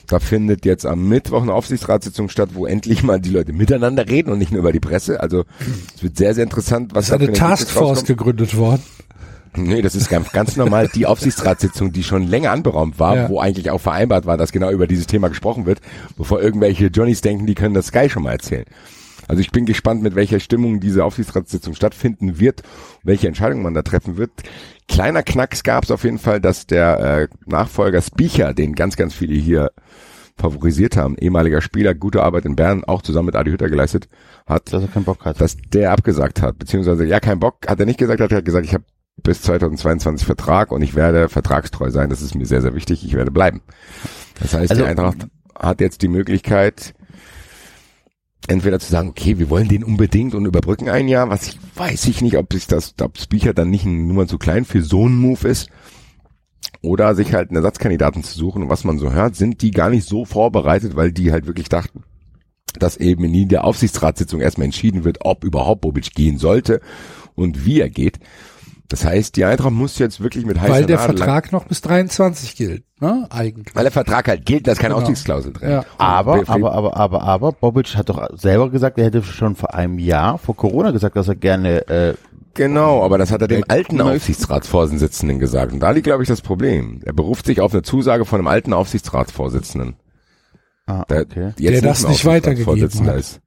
Da findet jetzt am Mittwoch eine Aufsichtsratssitzung statt, wo endlich mal die Leute miteinander reden und nicht nur über die Presse. Also es wird sehr, sehr interessant. Was ist eine Taskforce gegründet worden? Nee, das ist ganz normal die Aufsichtsratssitzung, die schon länger anberaumt war, wo eigentlich auch vereinbart war, dass genau über dieses Thema gesprochen wird, bevor irgendwelche Johnnies denken, die können das Sky schon mal erzählen. Also ich bin gespannt, mit welcher Stimmung diese Aufsichtsratssitzung stattfinden wird, welche Entscheidung man da treffen wird. Kleiner Knacks gab es auf jeden Fall, dass der Nachfolger Spiecher, den ganz, ganz viele hier favorisiert haben, ehemaliger Spieler, gute Arbeit in Bern, auch zusammen mit Adi Hütter geleistet hat, dass er keinen Bock hat. Dass der abgesagt hat, beziehungsweise keinen Bock, hat er nicht gesagt, er hat gesagt, ich habe bis 2022 Vertrag und ich werde vertragstreu sein, das ist mir sehr, sehr wichtig, ich werde bleiben. Das heißt, die Eintracht hat jetzt die Möglichkeit, entweder zu sagen, okay, wir wollen den unbedingt und überbrücken ein Jahr, weiß ich nicht, ob Spiecher dann nicht eine Nummer zu klein für so einen Move ist, oder sich halt einen Ersatzkandidaten zu suchen. Und was man so hört, sind die gar nicht so vorbereitet, weil die halt wirklich dachten, dass eben in der Aufsichtsratssitzung erstmal entschieden wird, ob überhaupt Bobic gehen sollte und wie er geht. Das heißt, die Eintracht muss jetzt wirklich mit heißer Nadel... Weil der Vertrag noch bis 23 gilt, ne, eigentlich. Weil der Vertrag halt gilt, da ist keine Ausstiegsklausel drin. Ja. Aber Bobic hat doch selber gesagt, er hätte schon vor einem Jahr, vor Corona gesagt, dass er gerne... Genau, aber das hat er dem alten Aufsichtsratsvorsitzenden gesagt. Und da liegt, glaube ich, das Problem. Er beruft sich auf eine Zusage von einem alten Aufsichtsratsvorsitzenden. Okay. Der das nicht weitergegeben hat. Ist.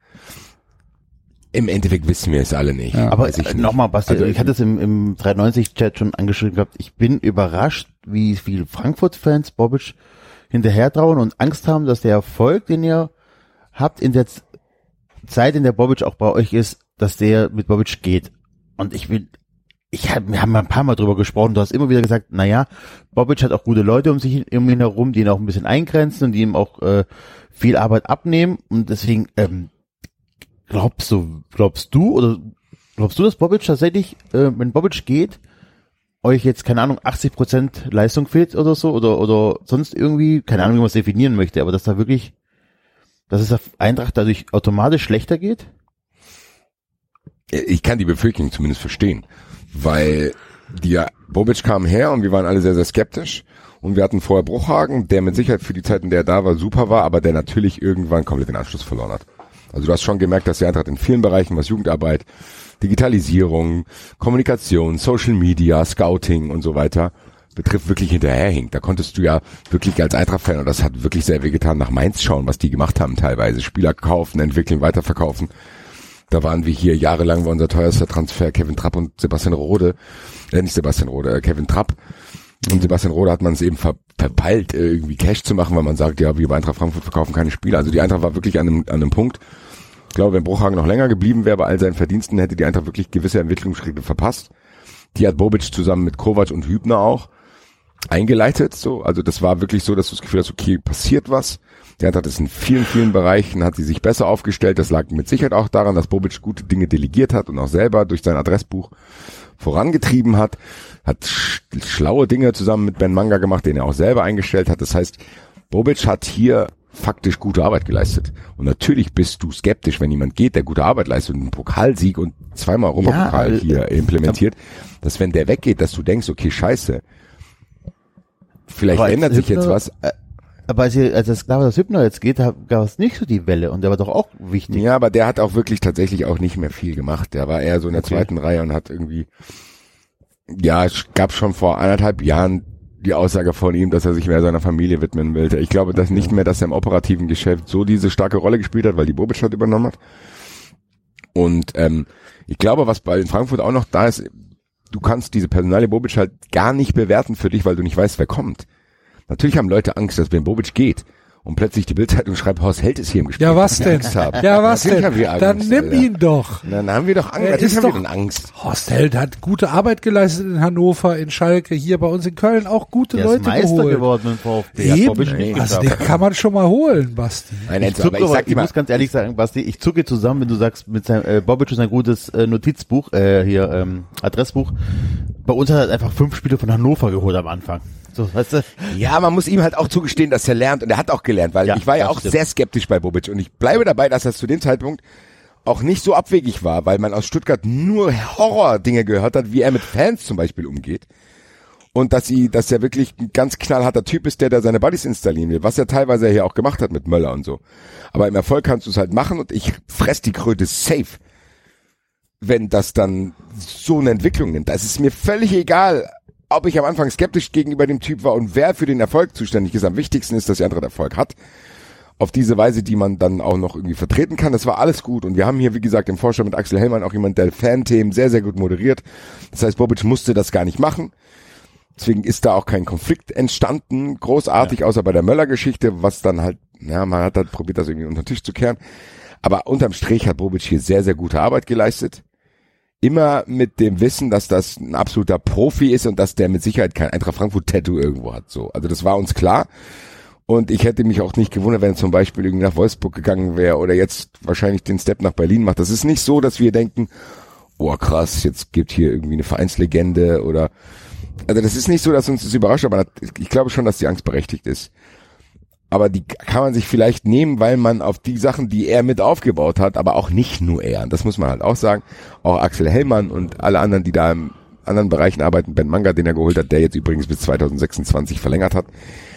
Im Endeffekt wissen wir es alle nicht. Ja. Aber nochmal, Basti, also ich hatte es im 93-Chat schon angeschrieben gehabt, ich bin überrascht, wie viele Frankfurt-Fans Bobic hinterher trauen und Angst haben, dass der Erfolg, den ihr habt in der Zeit, in der Bobic auch bei euch ist, dass der mit Bobic geht. Und wir haben ein paar Mal drüber gesprochen, du hast immer wieder gesagt, Bobic hat auch gute Leute um ihn herum, die ihn auch ein bisschen eingrenzen und die ihm auch viel Arbeit abnehmen und deswegen glaubst du, dass Bobic tatsächlich, wenn Bobic geht, euch jetzt, keine Ahnung, 80% Leistung fehlt oder so, oder sonst irgendwie, keine Ahnung, wie man es definieren möchte, aber dass es der Eintracht dadurch automatisch schlechter geht? Ich kann die Befürchtung zumindest verstehen, weil Bobic kam her und wir waren alle sehr, sehr skeptisch und wir hatten vorher Bruchhagen, der mit Sicherheit für die Zeit, in der er da war, super war, aber der natürlich irgendwann komplett den Anschluss verloren hat. Also du hast schon gemerkt, dass die Eintracht in vielen Bereichen, was Jugendarbeit, Digitalisierung, Kommunikation, Social Media, Scouting und so weiter betrifft, wirklich hinterherhinkt. Da konntest du ja wirklich als Eintracht-Fan, und das hat wirklich sehr wehgetan, nach Mainz schauen, was die gemacht haben teilweise. Spieler kaufen, entwickeln, weiterverkaufen. Da waren wir hier jahrelang, war unser teuerster Transfer Kevin Trapp und Kevin Trapp. Und Sebastian Rode hat man es eben verpeilt, irgendwie Cash zu machen, weil man sagt, ja, wir bei Eintracht Frankfurt verkaufen keine Spieler. Also die Eintracht war wirklich an einem Punkt. Ich glaube, wenn Bruchhagen noch länger geblieben wäre bei all seinen Verdiensten, hätte die Eintracht wirklich gewisse Entwicklungsschritte verpasst. Die hat Bobic zusammen mit Kovac und Hübner auch eingeleitet. So, also das war wirklich so, dass du das Gefühl hast, okay, passiert was. Die Eintracht ist in vielen, vielen Bereichen, hat sie sich besser aufgestellt. Das lag mit Sicherheit auch daran, dass Bobic gute Dinge delegiert hat und auch selber durch sein Adressbuch vorangetrieben hat schlaue Dinge zusammen mit Ben Manga gemacht, den er auch selber eingestellt hat. Das heißt, Bobic hat hier faktisch gute Arbeit geleistet. Und natürlich bist du skeptisch, wenn jemand geht, der gute Arbeit leistet und einen Pokalsieg und zweimal Europapokal hier implementiert, dass wenn der weggeht, dass du denkst, okay, scheiße, vielleicht ändert sich jetzt was. Aber als es klar war, dass Hübner jetzt geht, gab es nicht so die Welle und der war doch auch wichtig. Ja, aber der hat auch wirklich tatsächlich auch nicht mehr viel gemacht. Der war eher so in der zweiten Reihe und hat irgendwie, es gab schon vor 1,5 Jahren die Aussage von ihm, dass er sich mehr seiner Familie widmen wollte. Ich glaube, dass nicht mehr, dass er im operativen Geschäft so diese starke Rolle gespielt hat, weil die Bobic halt übernommen hat. Und ich glaube, was bei Frankfurt auch noch da ist, du kannst diese Personalie Bobic halt gar nicht bewerten für dich, weil du nicht weißt, wer kommt. Natürlich haben Leute Angst, dass wenn Bobic geht und plötzlich die Bildzeitung schreibt, Horst Held ist hier im Gespräch. Ja, was denn? Ja, was denn? Dann nimm ihn doch. Dann haben wir doch Angst. Natürlich haben wir denn Angst. Horst Held hat gute Arbeit geleistet in Hannover, in Schalke, hier bei uns in Köln auch gute Leute geholt. Der ist Meister geworden mit VfB. Eben, also den kann man schon mal holen, Basti. Ich muss ganz ehrlich sagen, Basti, ich zucke zusammen, wenn du sagst, mit seinem Bobic ist ein gutes Notizbuch, Adressbuch. Bei uns hat er einfach 5 Spiele von Hannover geholt am Anfang. So, weißt du? Ja, man muss ihm halt auch zugestehen, dass er lernt und er hat auch gelernt, weil ich war ja auch sehr skeptisch bei Bobic und ich bleibe dabei, dass das zu dem Zeitpunkt auch nicht so abwegig war, weil man aus Stuttgart nur Horror-Dinge gehört hat, wie er mit Fans zum Beispiel umgeht. Und dass er wirklich ein ganz knallharter Typ ist, der da seine Buddies installieren will, was er teilweise hier auch gemacht hat mit Möller und so. Aber im Erfolg kannst du es halt machen und ich fress die Kröte safe, wenn das dann so eine Entwicklung nimmt. Es ist mir völlig egal, ob ich am Anfang skeptisch gegenüber dem Typ war und wer für den Erfolg zuständig ist. Am wichtigsten ist, dass der andere Erfolg hat. Auf diese Weise, die man dann auch noch irgendwie vertreten kann. Das war alles gut. Und wir haben hier, wie gesagt, im Vorstand mit Axel Hellmann auch jemand, der Fan-Themen sehr, sehr gut moderiert. Das heißt, Bobic musste das gar nicht machen. Deswegen ist da auch kein Konflikt entstanden, großartig, außer bei der Möller-Geschichte, was dann halt, ja, man hat halt probiert, das irgendwie unter den Tisch zu kehren. Aber unterm Strich hat Bobic hier sehr, sehr gute Arbeit geleistet. Immer mit dem Wissen, dass das ein absoluter Profi ist und dass der mit Sicherheit kein Eintracht Frankfurt-Tattoo irgendwo hat. So, also das war uns klar. Und ich hätte mich auch nicht gewundert, wenn er zum Beispiel irgendwie nach Wolfsburg gegangen wäre oder jetzt wahrscheinlich den Step nach Berlin macht. Das ist nicht so, dass wir denken, oh krass, jetzt gibt hier irgendwie eine Vereinslegende oder, also das ist nicht so, dass uns das überrascht, aber ich glaube schon, dass die Angst berechtigt ist. Aber die kann man sich vielleicht nehmen, weil man auf die Sachen, die er mit aufgebaut hat, aber auch nicht nur er, das muss man halt auch sagen, auch Axel Hellmann und alle anderen, die da in anderen Bereichen arbeiten, Ben Manga, den er geholt hat, der jetzt übrigens bis 2026 verlängert hat,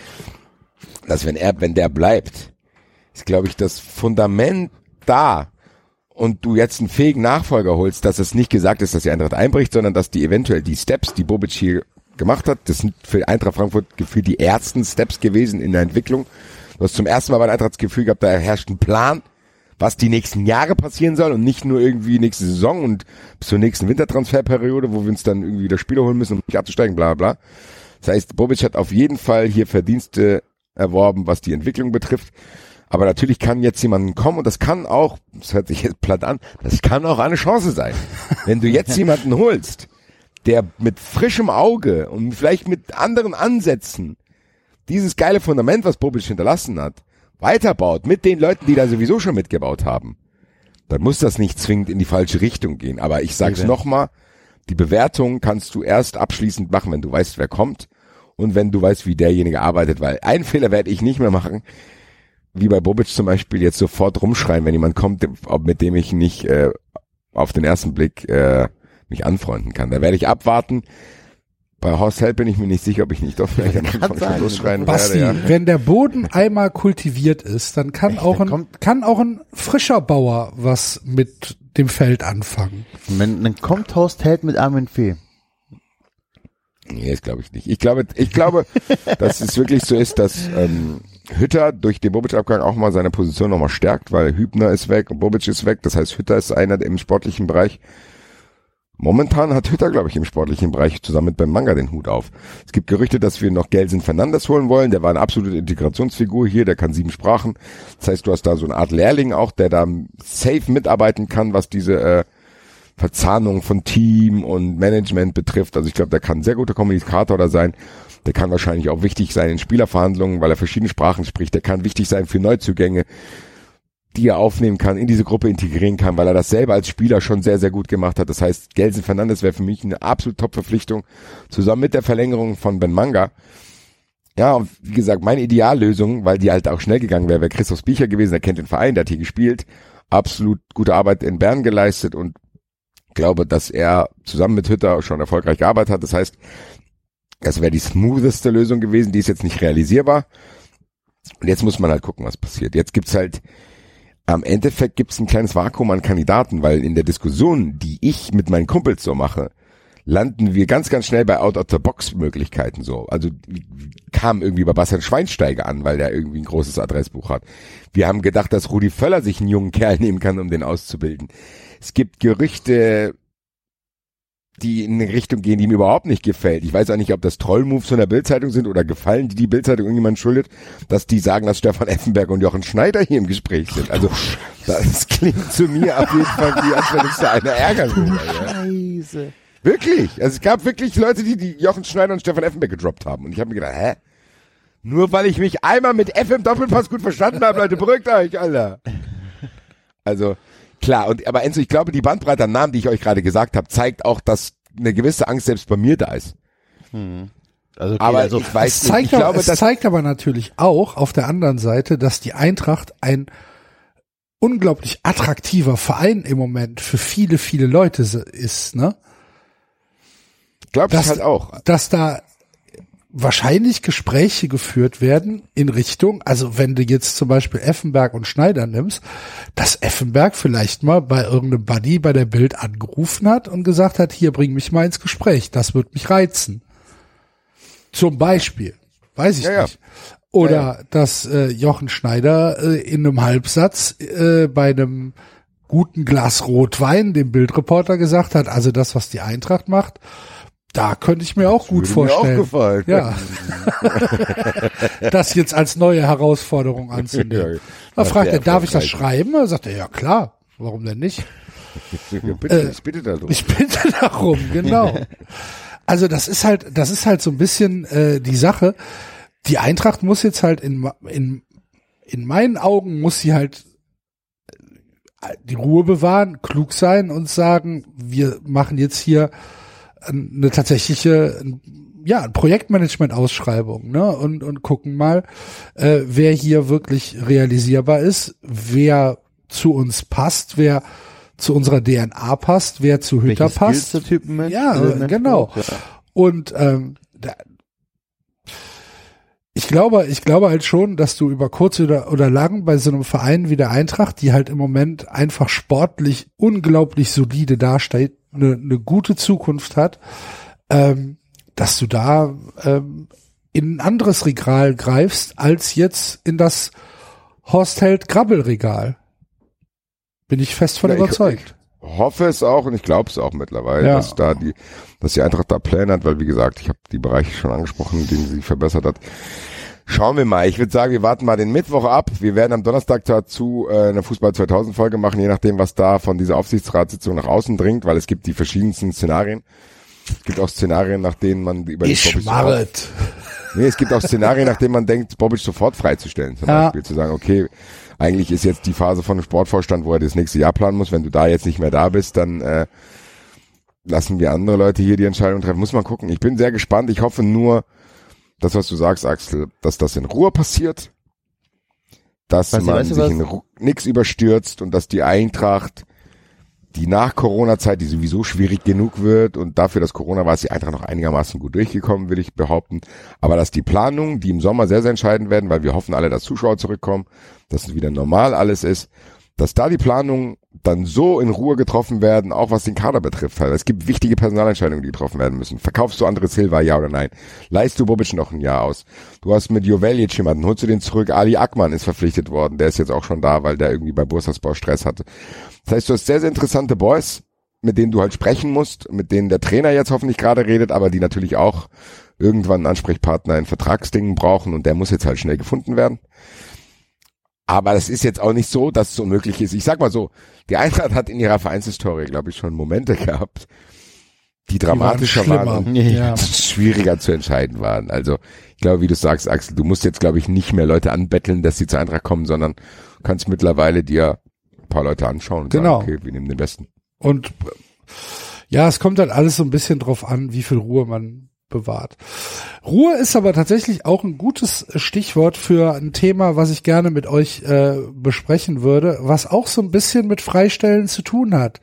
dass wenn der bleibt, ist, glaube ich, das Fundament da und du jetzt einen fähigen Nachfolger holst, dass es nicht gesagt ist, dass die Eintracht einbricht, sondern dass die eventuell die Steps, die Bobic hier gemacht hat, das sind für Eintracht Frankfurt gefühlt die ersten Steps gewesen in der Entwicklung. Du hast zum ersten Mal bei Eintracht das Gefühl gehabt, da herrscht ein Plan, was die nächsten Jahre passieren soll und nicht nur irgendwie nächste Saison und bis zur nächsten Wintertransferperiode, wo wir uns dann irgendwie wieder Spieler holen müssen, um nicht abzusteigen, bla bla. Das heißt, Bobic hat auf jeden Fall hier Verdienste erworben, was die Entwicklung betrifft. Aber natürlich kann jetzt jemand kommen und das kann auch, das hört sich jetzt platt an, das kann auch eine Chance sein. Wenn du jetzt jemanden holst, der mit frischem Auge und vielleicht mit anderen Ansätzen dieses geile Fundament, was Bobic hinterlassen hat, weiterbaut mit den Leuten, die da sowieso schon mitgebaut haben, dann muss das nicht zwingend in die falsche Richtung gehen. Aber ich sag's nochmal, die Bewertung kannst du erst abschließend machen, wenn du weißt, wer kommt und wenn du weißt, wie derjenige arbeitet, weil einen Fehler werde ich nicht mehr machen, wie bei Bobic zum Beispiel, jetzt sofort rumschreien, wenn jemand kommt, mit dem ich nicht auf den ersten Blick mich anfreunden kann. Da werde ich abwarten. Bei Horst Held bin ich mir nicht sicher, ob ich nicht doch vielleicht am Anfang schon losschreien Basti, werde. Ja. Wenn der Boden einmal kultiviert ist, dann kann auch ein frischer Bauer was mit dem Feld anfangen. Dann kommt Horst Held mit Armin Fee. Nee, das glaube ich nicht. Ich glaube, dass es wirklich so ist, dass Hütter durch den Bobic-Abgang auch mal seine Position nochmal stärkt, weil Hübner ist weg und Bobic ist weg. Das heißt, Hütter ist einer im sportlichen Bereich. Momentan hat Hütter, glaube ich, im sportlichen Bereich zusammen mit Ben Manga den Hut auf. Es gibt Gerüchte, dass wir noch Gelson Fernandes holen wollen. Der war eine absolute Integrationsfigur hier, der kann 7 Sprachen. Das heißt, du hast da so eine Art Lehrling auch, der da safe mitarbeiten kann, was diese Verzahnung von Team und Management betrifft. Also ich glaube, der kann ein sehr guter Kommunikator da sein. Der kann wahrscheinlich auch wichtig sein in Spielerverhandlungen, weil er verschiedene Sprachen spricht. Der kann wichtig sein für Neuzugänge, die er aufnehmen kann, in diese Gruppe integrieren kann, weil er das selber als Spieler schon sehr, sehr gut gemacht hat. Das heißt, Gelson Fernandes wäre für mich eine absolute Top-Verpflichtung, zusammen mit der Verlängerung von Ben Manga. Ja, und wie gesagt, meine Ideallösung, weil die halt auch schnell gegangen wäre Christoph Spiecher gewesen, der kennt den Verein, der hat hier gespielt, absolut gute Arbeit in Bern geleistet und glaube, dass er zusammen mit Hütter schon erfolgreich gearbeitet hat. Das heißt, das wäre die smootheste Lösung gewesen, die ist jetzt nicht realisierbar. Und jetzt muss man halt gucken, was passiert. Jetzt gibt's halt, am Endeffekt gibt's ein kleines Vakuum an Kandidaten, weil in der Diskussion, die ich mit meinen Kumpels so mache, landen wir ganz, ganz schnell bei Out-of-the-Box-Möglichkeiten so. Also kam irgendwie bei Bastian Schweinsteiger an, weil der irgendwie ein großes Adressbuch hat. Wir haben gedacht, dass Rudi Völler sich einen jungen Kerl nehmen kann, um den auszubilden. Es gibt Gerüchte, die in eine Richtung gehen, die mir überhaupt nicht gefällt. Ich weiß auch nicht, ob das Trollmoves von der Bild-Zeitung sind oder Gefallen, die Bild-Zeitung irgendjemand schuldet, dass die sagen, dass Stefan Effenberg und Jochen Schneider hier im Gespräch sind. Also das klingt zu mir auf jeden Fall wie, als wenn es da einer ärgern würde. Scheiße. Wirklich. Also es gab wirklich Leute, die Jochen Schneider und Stefan Effenberg gedroppt haben. Und ich habe mir gedacht, nur weil ich mich einmal mit F im Doppelpass gut verstanden habe, Leute, beruhigt euch, Alter. Also klar, aber Enzo, ich glaube, die Bandbreite an Namen, die ich euch gerade gesagt habe, zeigt auch, dass eine gewisse Angst selbst bei mir da ist. Also, okay, aber ich weiß nicht. Es zeigt aber natürlich auch auf der anderen Seite, dass die Eintracht ein unglaublich attraktiver Verein im Moment für viele, viele Leute ist, ne? Glaube ich halt auch. Dass da wahrscheinlich Gespräche geführt werden in Richtung, also wenn du jetzt zum Beispiel Effenberg und Schneider nimmst, dass Effenberg vielleicht mal bei irgendeinem Buddy bei der Bild angerufen hat und gesagt hat, hier, bring mich mal ins Gespräch, das wird mich reizen. Zum Beispiel, weiß ich nicht. Oder dass Jochen Schneider in einem Halbsatz bei einem guten Glas Rotwein dem Bildreporter gesagt hat, also das, was die Eintracht macht, da könnte ich mir auch gut vorstellen. Mir auch gefallen. Ja. Das jetzt als neue Herausforderung anzunehmen. Da fragt er, darf ich das schreiben? Da sagt er, ja klar, warum denn nicht? Ich bitte darum. Ich bitte darum, genau. Also das ist halt so ein bisschen die Sache. Die Eintracht muss jetzt halt in meinen Augen muss sie halt die Ruhe bewahren, klug sein und sagen, wir machen jetzt hier eine tatsächliche, Projektmanagement-Ausschreibung, ne, und gucken mal, wer hier wirklich realisierbar ist, wer zu uns passt, wer zu unserer DNA passt, wer zu Hütter passt. Ja, genau. Und ich glaube halt schon, dass du über kurz oder lang bei so einem Verein wie der Eintracht, die halt im Moment einfach sportlich unglaublich solide dasteht, eine gute Zukunft hat, dass du da in ein anderes Regal greifst, als jetzt in das Horst Held-Grabbel-Regal. Bin ich fest von überzeugt. Ich hoffe es auch und ich glaube es auch mittlerweile, dass die Eintracht da Pläne hat, weil wie gesagt, ich habe die Bereiche schon angesprochen, in denen sie sich verbessert hat. Schauen wir mal. Ich würde sagen, wir warten mal den Mittwoch ab. Wir werden am Donnerstag dazu eine Fußball 2000 Folge machen, je nachdem, was da von dieser Aufsichtsratssitzung nach außen dringt, weil es gibt die verschiedensten Szenarien. Es gibt auch Szenarien, nach denen man über es gibt auch Szenarien, nach denen man denkt, Bobic sofort freizustellen. Zum Beispiel zu sagen, okay, eigentlich ist jetzt die Phase von dem Sportvorstand, wo er das nächste Jahr planen muss. Wenn du da jetzt nicht mehr da bist, dann lassen wir andere Leute hier die Entscheidung treffen. Muss man gucken. Ich bin sehr gespannt. Ich hoffe nur, das, was du sagst, Axel, dass das in Ruhe passiert, dass man sich in nichts überstürzt und dass die Eintracht, die nach Corona-Zeit, die sowieso schwierig genug wird und dafür, dass Corona war, ist die Eintracht noch einigermaßen gut durchgekommen, will ich behaupten, aber dass die Planungen, die im Sommer sehr, sehr entscheidend werden, weil wir hoffen alle, dass Zuschauer zurückkommen, dass es wieder normal alles ist, dass da die Planungen dann so in Ruhe getroffen werden, auch was den Kader betrifft. Halt. Es gibt wichtige Personalentscheidungen, die getroffen werden müssen. Verkaufst du André Silva, ja oder nein? Leihst du Bobic noch ein Jahr aus? Du hast mit Joveljic jemanden, holst du den zurück? Ali Akman ist verpflichtet worden, der ist jetzt auch schon da, weil der irgendwie bei Bursaspor Stress hatte. Das heißt, du hast sehr, sehr interessante Boys, mit denen du halt sprechen musst, mit denen der Trainer jetzt hoffentlich gerade redet, aber die natürlich auch irgendwann einen Ansprechpartner in Vertragsdingen brauchen und der muss jetzt halt schnell gefunden werden. Aber das ist jetzt auch nicht so, dass es unmöglich ist. Ich sag mal so, die Eintracht hat in ihrer Vereinshistorie, glaube ich, schon Momente gehabt, die dramatischer waren und schwieriger zu entscheiden waren. Also ich glaube, wie du sagst, Axel, du musst jetzt, glaube ich, nicht mehr Leute anbetteln, dass sie zur Eintracht kommen, sondern kannst mittlerweile dir ein paar Leute anschauen und sagen, okay, wir nehmen den Besten. Und ja, es kommt halt alles so ein bisschen drauf an, wie viel Ruhe man bewahrt. Ruhe ist aber tatsächlich auch ein gutes Stichwort für ein Thema, was ich gerne mit euch besprechen würde, was auch so ein bisschen mit Freistellen zu tun hat.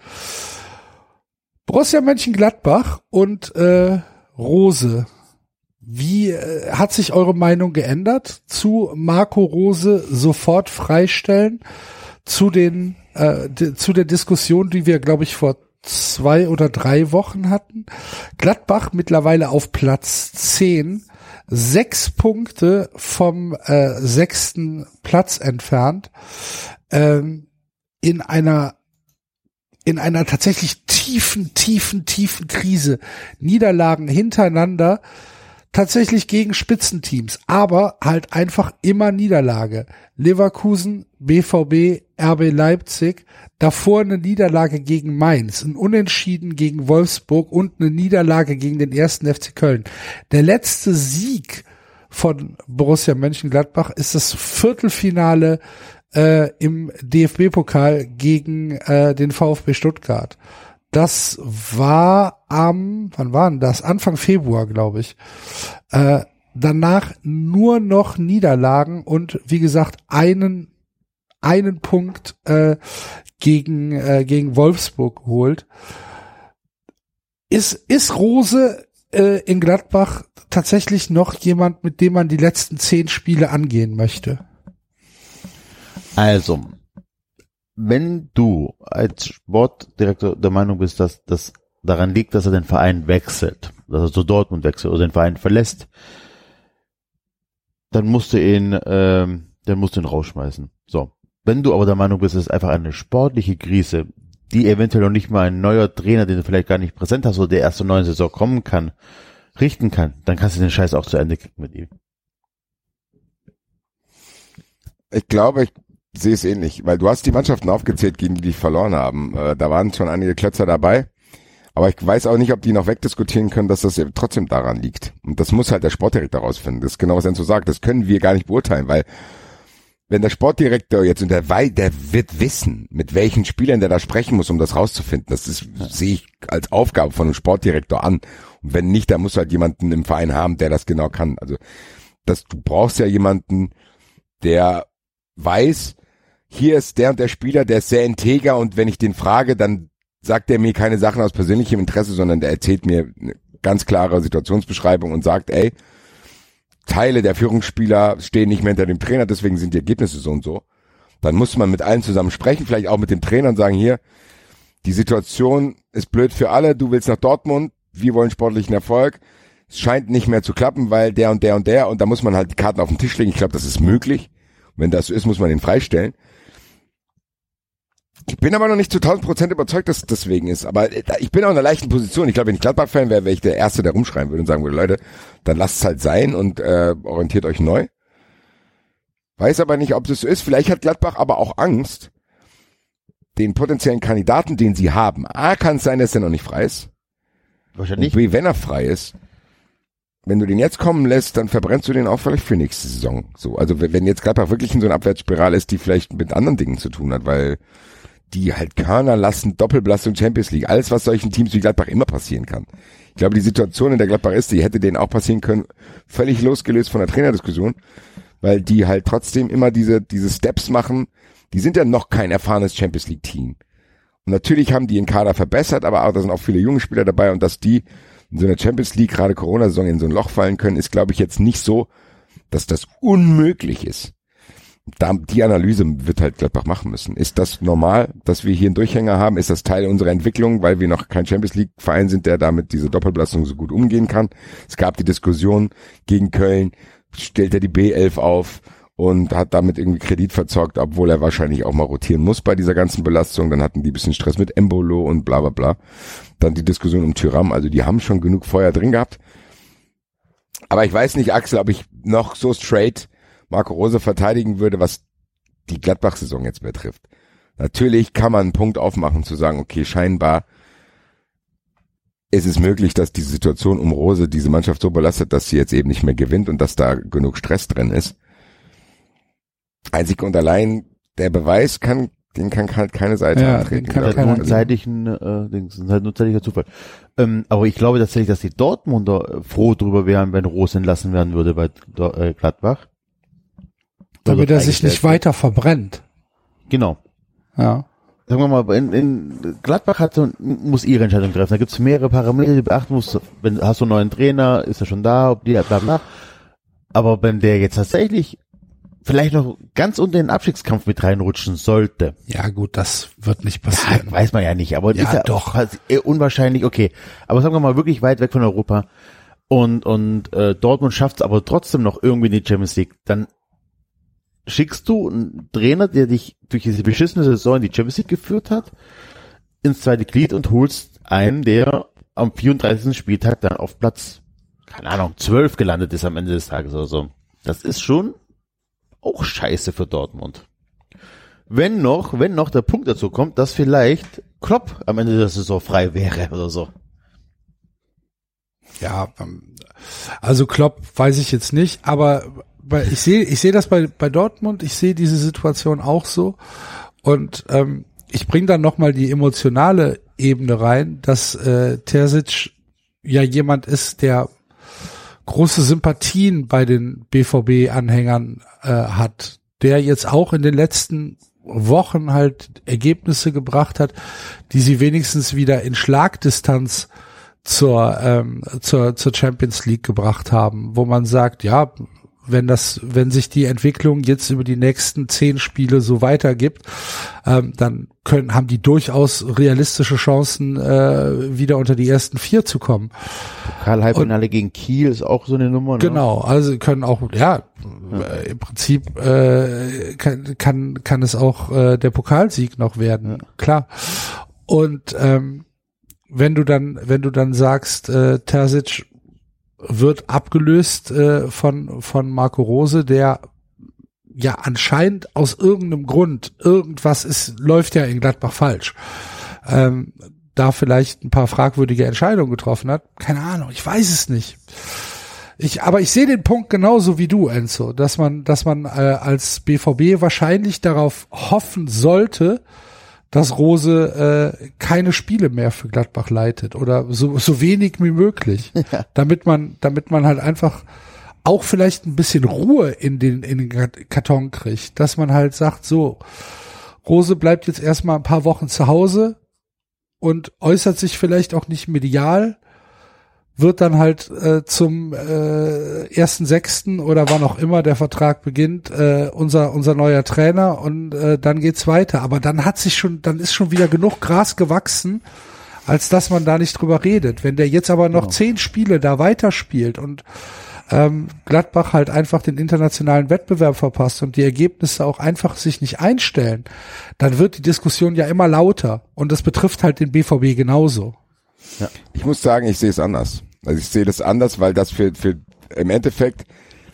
Borussia Mönchengladbach und Rose. Wie hat sich eure Meinung geändert zu Marco Rose sofort freistellen? Zu der Diskussion, die wir, glaube ich, vor 2 oder 3 Wochen hatten. Gladbach mittlerweile auf Platz 10, 6 Punkte vom 6. Platz entfernt, in einer tatsächlich tiefen Krise. Niederlagen hintereinander, tatsächlich gegen Spitzenteams, aber halt einfach immer Niederlage. Leverkusen, BVB, RB Leipzig, davor eine Niederlage gegen Mainz, ein Unentschieden gegen Wolfsburg und eine Niederlage gegen den 1. FC Köln. Der letzte Sieg von Borussia Mönchengladbach ist das Viertelfinale im DFB-Pokal gegen den VfB Stuttgart. Das war wann war denn das? Anfang Februar, glaube ich. Danach nur noch Niederlagen und wie gesagt einen Punkt gegen Wolfsburg geholt. Ist Rose in Gladbach tatsächlich noch jemand, mit dem man die letzten 10 Spiele angehen möchte? Also, wenn du als Sportdirektor der Meinung bist, dass das daran liegt, dass er den Verein wechselt, dass er zu Dortmund wechselt oder den Verein verlässt, dann musst du ihn rausschmeißen. So. Wenn du aber der Meinung bist, es ist einfach eine sportliche Krise, die eventuell noch nicht mal ein neuer Trainer, den du vielleicht gar nicht präsent hast oder der erst zur neuen Saison kommen kann, richten kann, dann kannst du den Scheiß auch zu Ende kriegen mit ihm. Ich glaube, ich sehe es ähnlich, weil du hast die Mannschaften aufgezählt, gegen die verloren haben. Da waren schon einige Klötzer dabei, aber ich weiß auch nicht, ob die noch wegdiskutieren können, dass das trotzdem daran liegt. Und das muss halt der Sportdirektor rausfinden. Das ist genau, was Enzo sagt. Das können wir gar nicht beurteilen, weil wenn der Sportdirektor jetzt, und der wird wissen, mit welchen Spielern der da sprechen muss, um das rauszufinden. Das sehe ich als Aufgabe von einem Sportdirektor an. Und wenn nicht, dann muss halt jemanden im Verein haben, der das genau kann. Also du brauchst ja jemanden, der weiß, hier ist der und der Spieler, der ist sehr integer und wenn ich den frage, dann sagt er mir keine Sachen aus persönlichem Interesse, sondern der erzählt mir eine ganz klare Situationsbeschreibung und sagt, ey, Teile der Führungsspieler stehen nicht mehr hinter dem Trainer, deswegen sind die Ergebnisse so und so. Dann muss man mit allen zusammen sprechen, vielleicht auch mit dem Trainer und sagen, hier, die Situation ist blöd für alle, du willst nach Dortmund, wir wollen sportlichen Erfolg, es scheint nicht mehr zu klappen, weil der und der und der, und da muss man halt die Karten auf den Tisch legen, ich glaube, das ist möglich. Wenn das so ist, muss man den freistellen. Ich bin aber noch nicht zu 1000% überzeugt, dass es deswegen ist. Aber ich bin auch in einer leichten Position. Ich glaube, wenn ich Gladbach-Fan wäre, wäre ich der Erste, der rumschreien würde und sagen würde, Leute, dann lasst es halt sein und orientiert euch neu. Weiß aber nicht, ob es so ist. Vielleicht hat Gladbach aber auch Angst, den potenziellen Kandidaten, den sie haben. A, kann es sein, dass er noch nicht frei ist. Wahrscheinlich. Und B, wenn er frei ist, wenn du den jetzt kommen lässt, dann verbrennst du den auch vielleicht für nächste Saison. So, also wenn jetzt Gladbach wirklich in so einer Abwärtsspirale ist, die vielleicht mit anderen Dingen zu tun hat, weil die halt Körner lassen, Doppelbelastung Champions League, alles, was solchen Teams wie Gladbach immer passieren kann. Ich glaube, die Situation, in der Gladbach ist, die hätte denen auch passieren können, völlig losgelöst von der Trainerdiskussion, weil die halt trotzdem immer diese Steps machen. Die sind ja noch kein erfahrenes Champions League Team. Und natürlich haben die ihren Kader verbessert, aber auch, da sind auch viele junge Spieler dabei und dass die in so einer Champions League, gerade Corona-Saison, in so ein Loch fallen können, ist, glaube ich, jetzt nicht so, dass das unmöglich ist. Die Analyse wird halt Gladbach machen müssen. Ist das normal, dass wir hier einen Durchhänger haben? Ist das Teil unserer Entwicklung, weil wir noch kein Champions League-Verein sind, der damit diese Doppelbelastung so gut umgehen kann? Es gab die Diskussion gegen Köln, stellt er die B11 auf und hat damit irgendwie Kredit verzockt, obwohl er wahrscheinlich auch mal rotieren muss bei dieser ganzen Belastung. Dann hatten die ein bisschen Stress mit Embolo und bla bla bla. Dann die Diskussion um Thuram, also die haben schon genug Feuer drin gehabt. Aber ich weiß nicht, Axel, ob ich noch so straight Marco Rose verteidigen würde, was die Gladbach-Saison jetzt betrifft. Natürlich kann man einen Punkt aufmachen, zu sagen, okay, scheinbar ist es möglich, dass diese Situation um Rose diese Mannschaft so belastet, dass sie jetzt eben nicht mehr gewinnt und dass da genug Stress drin ist. Einzig und allein der Beweis den kann halt keine Seite antreten. Das ist halt nur zeitlicher Zufall. Aber ich glaube tatsächlich, dass die Dortmunder froh drüber wären, wenn Rose entlassen werden würde bei Gladbach. Damit er sich nicht weiter verbrennt. Genau. Ja. Sagen wir mal, in Gladbach muss ihre Entscheidung treffen. Da gibt es mehrere Parameter, die du beachten musst. Hast du einen neuen Trainer, ist er schon da, bla bla. Aber wenn der jetzt tatsächlich vielleicht noch ganz unter den Abstiegskampf mit reinrutschen sollte. Ja gut, das wird nicht passieren. Ja, weiß man ja nicht, aber ja, ist ja doch eher unwahrscheinlich, okay. Aber sagen wir mal wirklich weit weg von Europa und Dortmund schafft es aber trotzdem noch irgendwie in die Champions League, dann schickst du einen Trainer, der dich durch diese beschissene Saison in die Champions League geführt hat, ins zweite Glied und holst einen, der am 34. Spieltag dann auf Platz, keine Ahnung, 12 gelandet ist am Ende des Tages oder so. Das ist schon auch scheiße für Dortmund. Wenn noch der Punkt dazu kommt, dass vielleicht Klopp am Ende der Saison frei wäre oder so. Ja, also Klopp weiß ich jetzt nicht, aber ich sehe das bei Dortmund, ich sehe diese Situation auch so und ich bringe dann nochmal die emotionale Ebene rein, dass Terzic ja jemand ist, der große Sympathien bei den BVB-Anhängern hat, der jetzt auch in den letzten Wochen halt Ergebnisse gebracht hat, die sie wenigstens wieder in Schlagdistanz zur Champions League gebracht haben, wo man sagt, ja, wenn sich die Entwicklung jetzt über die nächsten 10 Spiele so weitergibt, dann haben die durchaus realistische Chancen, wieder unter die ersten 4 zu kommen. Pokal-Halbfinale gegen Kiel ist auch so eine Nummer, ne? Genau, also können auch, im Prinzip kann es auch der Pokalsieg noch werden, klar. Und wenn du dann sagst, Terzic wird abgelöst von Marco Rose, der ja anscheinend aus irgendeinem Grund, läuft ja in Gladbach falsch, da vielleicht ein paar fragwürdige Entscheidungen getroffen hat. Keine Ahnung, ich weiß es nicht. Aber ich sehe den Punkt genauso wie du, Enzo, dass man als BVB wahrscheinlich darauf hoffen sollte, dass Rose keine Spiele mehr für Gladbach leitet oder so wenig wie möglich, damit man halt einfach auch vielleicht ein bisschen Ruhe in den Karton kriegt, dass man halt sagt, so, Rose bleibt jetzt erstmal ein paar Wochen zu Hause und äußert sich vielleicht auch nicht medial, wird dann halt zum 1.6. oder wann auch immer der Vertrag beginnt, unser neuer Trainer und dann geht's weiter. Aber dann ist schon wieder genug Gras gewachsen, als dass man da nicht drüber redet. Wenn der jetzt aber noch 10 Spiele da weiterspielt und Gladbach halt einfach den internationalen Wettbewerb verpasst und die Ergebnisse auch einfach sich nicht einstellen, dann wird die Diskussion ja immer lauter und das betrifft halt den BVB genauso. Ja. Ich muss sagen, ich sehe es anders. Also ich sehe das anders, weil das für im Endeffekt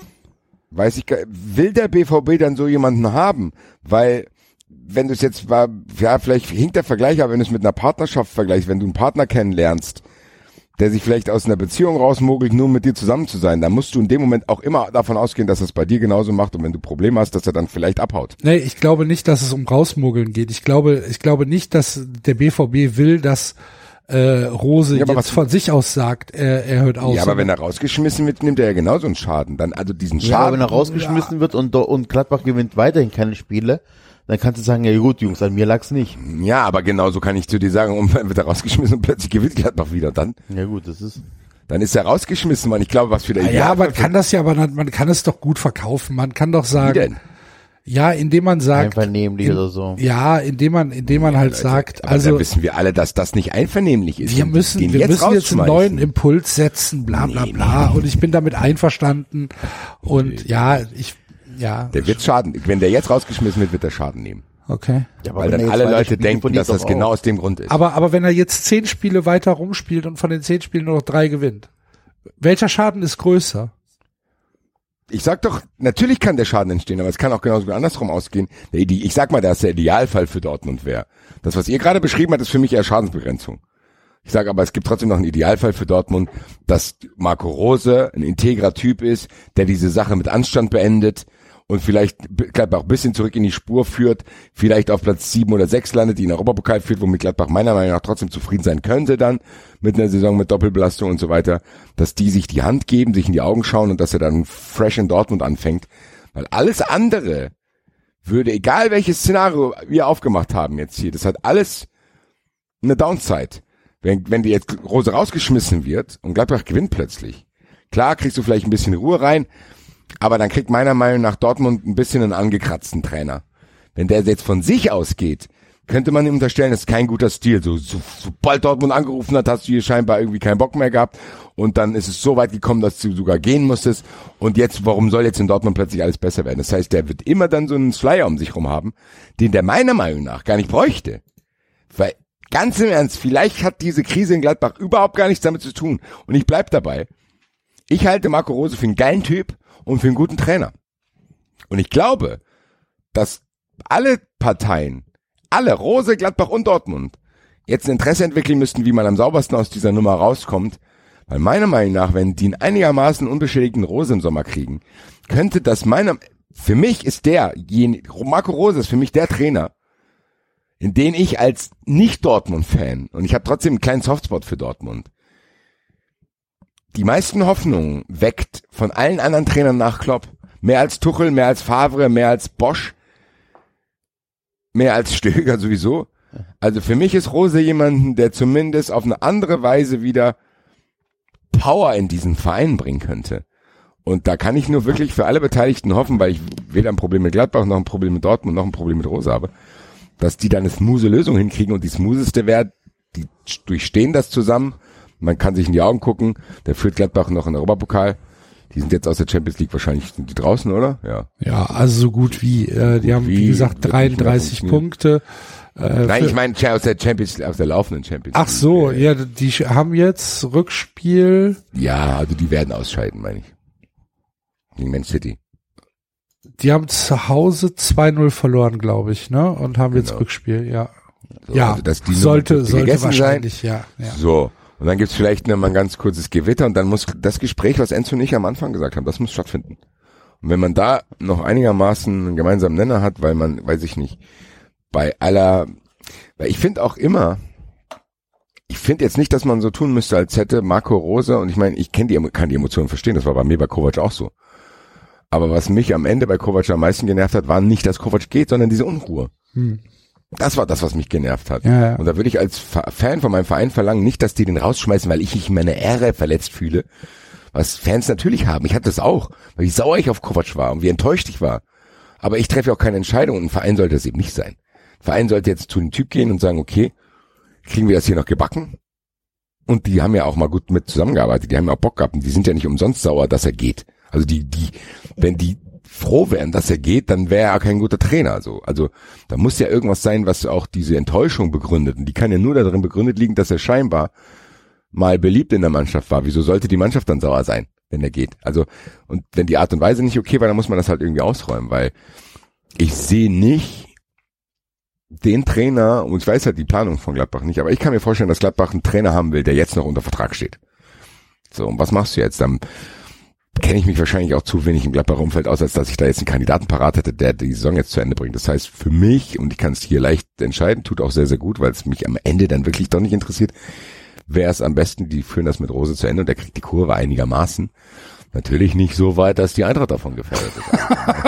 will der BVB dann so jemanden haben, weil wenn du es jetzt vielleicht hinkt der Vergleich, aber wenn du es mit einer Partnerschaft vergleichst, wenn du einen Partner kennenlernst, der sich vielleicht aus einer Beziehung rausmogelt, nur mit dir zusammen zu sein, dann musst du in dem Moment auch immer davon ausgehen, dass er es bei dir genauso macht und wenn du Probleme hast, dass er dann vielleicht abhaut. Nee, ich glaube nicht, dass es um Rausmogeln geht. Ich glaube nicht, dass der BVB will, dass Rose jetzt von sich aus sagt, er hört auf. Ja, aber wenn er rausgeschmissen wird, nimmt er ja genauso einen Schaden. Dann, also diesen Schaden. Ja, wenn er rausgeschmissen wird und Gladbach gewinnt weiterhin keine Spiele, dann kannst du sagen, ja gut, Jungs, an mir lag's nicht. Ja, aber genauso kann ich zu dir sagen, und dann wird er rausgeschmissen und plötzlich gewinnt Gladbach wieder. Dann? Ja gut, dann ist er rausgeschmissen, man. Ich glaube, was für der Ja, man kann es doch gut verkaufen. Man kann doch sagen. Wie denn? Ja, indem man sagt. Einvernehmlich oder so. Ja, indem man halt sagt, aber also. Da wissen wir alle, dass das nicht einvernehmlich ist. Wir müssen jetzt einen neuen Impuls setzen, bla, bla, bla. Und ich bin damit einverstanden. Und der wird Schaden. Wenn der jetzt rausgeschmissen wird der Schaden nehmen. Okay. Ja, weil dann alle Leute denken, dass das genau aus dem Grund ist. Aber wenn er jetzt 10 Spiele weiter rumspielt und von den 10 Spielen nur noch 3 gewinnt, welcher Schaden ist größer? Ich sag doch, natürlich kann der Schaden entstehen, aber es kann auch genauso andersrum ausgehen. Ich sag mal, dass der Idealfall für Dortmund wäre. Das, was ihr gerade beschrieben habt, ist für mich eher Schadensbegrenzung. Ich sage aber, es gibt trotzdem noch einen Idealfall für Dortmund, dass Marco Rose ein integrer Typ ist, der diese Sache mit Anstand beendet und vielleicht Gladbach ein bisschen zurück in die Spur führt, vielleicht auf Platz 7 oder 6 landet, die in den Europapokal führt, womit Gladbach meiner Meinung nach trotzdem zufrieden sein könnte dann mit einer Saison mit Doppelbelastung und so weiter, dass die sich die Hand geben, sich in die Augen schauen und dass er dann fresh in Dortmund anfängt, weil alles andere würde, egal welches Szenario wir aufgemacht haben jetzt hier, das hat alles eine Downside. Wenn die jetzt Rose rausgeschmissen wird und Gladbach gewinnt plötzlich, klar kriegst du vielleicht ein bisschen Ruhe rein, aber dann kriegt meiner Meinung nach Dortmund ein bisschen einen angekratzten Trainer. Wenn der jetzt von sich ausgeht, könnte man ihm unterstellen, das ist kein guter Stil. Sobald Dortmund angerufen hat, hast du hier scheinbar irgendwie keinen Bock mehr gehabt und dann ist es so weit gekommen, dass du sogar gehen musstest und jetzt, warum soll jetzt in Dortmund plötzlich alles besser werden? Das heißt, der wird immer dann so einen Flyer um sich rum haben, den der meiner Meinung nach gar nicht bräuchte. Weil, ganz im Ernst, vielleicht hat diese Krise in Gladbach überhaupt gar nichts damit zu tun und ich bleib dabei. Ich halte Marco Rose für einen geilen Typ und für einen guten Trainer. Und ich glaube, dass alle Parteien, Rose, Gladbach und Dortmund, jetzt ein Interesse entwickeln müssten, wie man am saubersten aus dieser Nummer rauskommt. Weil meiner Meinung nach, wenn die einen einigermaßen unbeschädigten Rose im Sommer kriegen, könnte das für mich ist Marco Rose ist für mich der Trainer, in den ich als Nicht-Dortmund-Fan, und ich habe trotzdem einen kleinen Softspot für Dortmund, die meisten Hoffnungen weckt von allen anderen Trainern nach Klopp. Mehr als Tuchel, mehr als Favre, mehr als Bosch, mehr als Stöger sowieso. Also für mich ist Rose jemanden, der zumindest auf eine andere Weise wieder Power in diesen Verein bringen könnte. Und da kann ich nur wirklich für alle Beteiligten hoffen, weil ich weder ein Problem mit Gladbach, noch ein Problem mit Dortmund, noch ein Problem mit Rose habe, dass die dann eine smooth Lösung hinkriegen und die smootheste wäre, die durchstehen das zusammen, man kann sich in die Augen gucken, der führt Gladbach noch in den Europapokal, die sind jetzt aus der Champions League, wahrscheinlich sind die draußen, oder? Ja, also so gut wie, die haben wie gesagt 33 Punkte. Nein, ich meine aus der laufenden Champions League. Ach so, ja, die haben jetzt Rückspiel. Ja, also die werden ausscheiden, meine ich. Gegen Man City. Die haben zu Hause 2-0 verloren, glaube ich, ne? Und haben jetzt Rückspiel, ja. So, ja, also, dass die sollte wahrscheinlich sein. Ja. So. Und dann gibt's vielleicht noch mal ein ganz kurzes Gewitter und dann muss das Gespräch, was Enzo und ich am Anfang gesagt haben, das muss stattfinden. Und wenn man da noch einigermaßen einen gemeinsamen Nenner hat, weil man, weiß ich nicht, weil ich finde auch immer, ich finde jetzt nicht, dass man so tun müsste, als hätte Marco Rose, und ich meine, kann die Emotionen verstehen, das war bei mir bei Kovac auch so. Aber was mich am Ende bei Kovac am meisten genervt hat, war nicht, dass Kovac geht, sondern diese Unruhe. Das war das, was mich genervt hat. Ja. Und da würde ich als Fan von meinem Verein verlangen, nicht, dass die den rausschmeißen, weil ich mich in meiner Ehre verletzt fühle. Was Fans natürlich haben. Ich hatte das auch, weil wie sauer ich auf Kovac war und wie enttäuscht ich war. Aber ich treffe auch keine Entscheidung und ein Verein sollte das eben nicht sein. Ein Verein sollte jetzt zu dem Typ gehen und sagen, okay, kriegen wir das hier noch gebacken? Und die haben ja auch mal gut mit zusammengearbeitet, die haben ja auch Bock gehabt und die sind ja nicht umsonst sauer, dass er geht. Also wenn die froh wären, dass er geht, dann wäre er kein guter Trainer. Also da muss ja irgendwas sein, was auch diese Enttäuschung begründet. Und die kann ja nur darin begründet liegen, dass er scheinbar mal beliebt in der Mannschaft war. Wieso sollte die Mannschaft dann sauer sein, wenn er geht? Also, und wenn die Art und Weise nicht okay war, dann muss man das halt irgendwie ausräumen, weil ich sehe nicht den Trainer, und ich weiß halt die Planung von Gladbach nicht, aber ich kann mir vorstellen, dass Gladbach einen Trainer haben will, der jetzt noch unter Vertrag steht. So, und was machst du jetzt? Dann kenne ich mich wahrscheinlich auch zu wenig im Gladbacher Umfeld aus, als dass ich da jetzt einen Kandidaten parat hätte, der die Saison jetzt zu Ende bringt. Das heißt, für mich, und ich kann es hier leicht entscheiden, tut auch sehr, sehr gut, weil es mich am Ende dann wirklich doch nicht interessiert, wäre es am besten, die führen das mit Rose zu Ende und der kriegt die Kurve einigermaßen. Natürlich nicht so weit, dass die Eintracht davon gefährdet ist.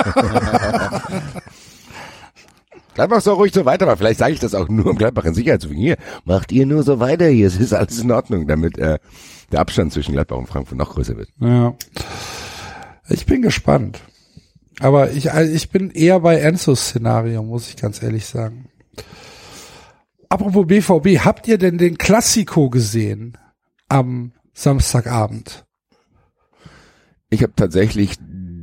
Gladbach soll ruhig so weiter, aber vielleicht sage ich das auch nur, um Gladbach in Sicherheit zu bringen. Hier, macht ihr nur so weiter hier, es ist alles in Ordnung, damit der Abstand zwischen Gladbach und Frankfurt noch größer wird. Ja, ich bin gespannt. Aber ich bin eher bei Enzos Szenario, muss ich ganz ehrlich sagen. Apropos BVB, habt ihr denn den Klassiko gesehen am Samstagabend? Ich habe tatsächlich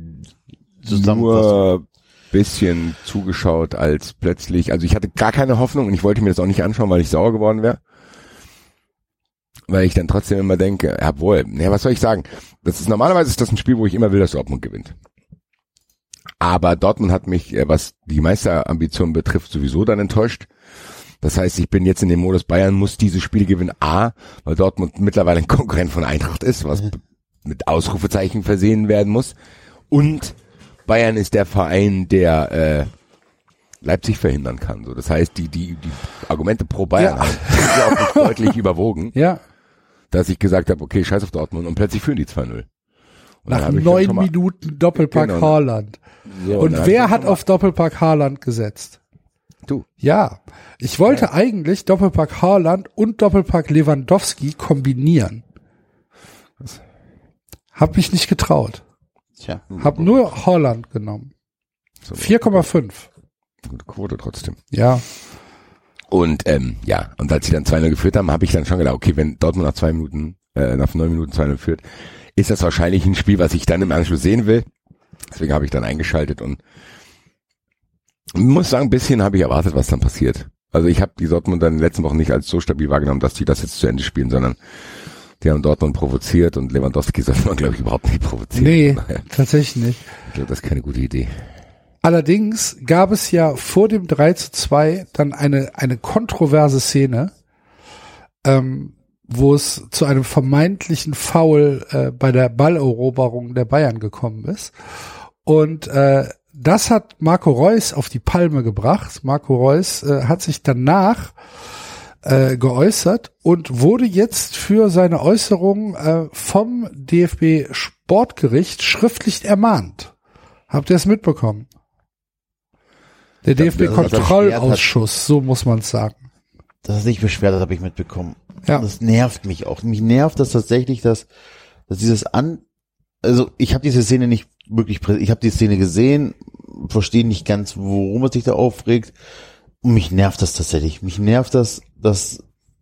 nur bisschen zugeschaut, als plötzlich, also ich hatte gar keine Hoffnung und ich wollte mir das auch nicht anschauen, weil ich sauer geworden wäre. Weil ich dann trotzdem immer denke, jawohl, was soll ich sagen? Normalerweise ist das ein Spiel, wo ich immer will, dass Dortmund gewinnt. Aber Dortmund hat mich, was die Meisterambition betrifft, sowieso dann enttäuscht. Das heißt, ich bin jetzt in dem Modus, Bayern muss dieses Spiel gewinnen. A, weil Dortmund mittlerweile ein Konkurrent von Eintracht ist, was mit Ausrufezeichen versehen werden muss. Und Bayern ist der Verein, der Leipzig verhindern kann. So, das heißt, die Argumente pro Bayern haben auch nicht deutlich überwogen. Ja. Dass ich gesagt habe, okay, scheiß auf Dortmund und plötzlich führen die 2-0. Nach 9 Minuten Doppelpack Haaland. So, und wer hat auf Doppelpack Haaland gesetzt? Du. Ja. Ich wollte eigentlich Doppelpack Haaland und Doppelpack Lewandowski kombinieren. Was? Hab mich nicht getraut. Tja. Hab nur Haaland genommen. 4,5. Gute Quote trotzdem. Ja. Und und als sie dann 2-0 geführt haben, habe ich dann schon gedacht, okay, wenn Dortmund nach 9 Minuten 2-0 führt, ist das wahrscheinlich ein Spiel, was ich dann im Anschluss sehen will. Deswegen habe ich dann eingeschaltet und muss sagen, ein bisschen habe ich erwartet, was dann passiert. Also ich habe die Dortmund dann in den letzten Wochen nicht als so stabil wahrgenommen, dass die das jetzt zu Ende spielen, sondern die haben Dortmund provoziert und Lewandowski sollte man, glaube ich, überhaupt nicht provozieren. Nee, tatsächlich nicht. Ich glaube, das ist keine gute Idee. Allerdings gab es ja vor dem 3:2 dann eine kontroverse Szene, wo es zu einem vermeintlichen Foul bei der Balleroberung der Bayern gekommen ist. Und das hat Marco Reus auf die Palme gebracht. Marco Reus hat sich danach geäußert und wurde jetzt für seine Äußerung vom DFB Sportgericht schriftlich ermahnt. Habt ihr es mitbekommen? Der DFB-Kontrollausschuss, so muss man es sagen. dass er sich beschwert hat, habe ich mitbekommen. Ja. Das nervt mich auch. Mich nervt das tatsächlich, dass dieses also ich habe diese Szene nicht wirklich, ich habe die Szene gesehen, verstehe nicht ganz, worum er sich da aufregt. Und mich nervt das tatsächlich. Mich nervt das, dass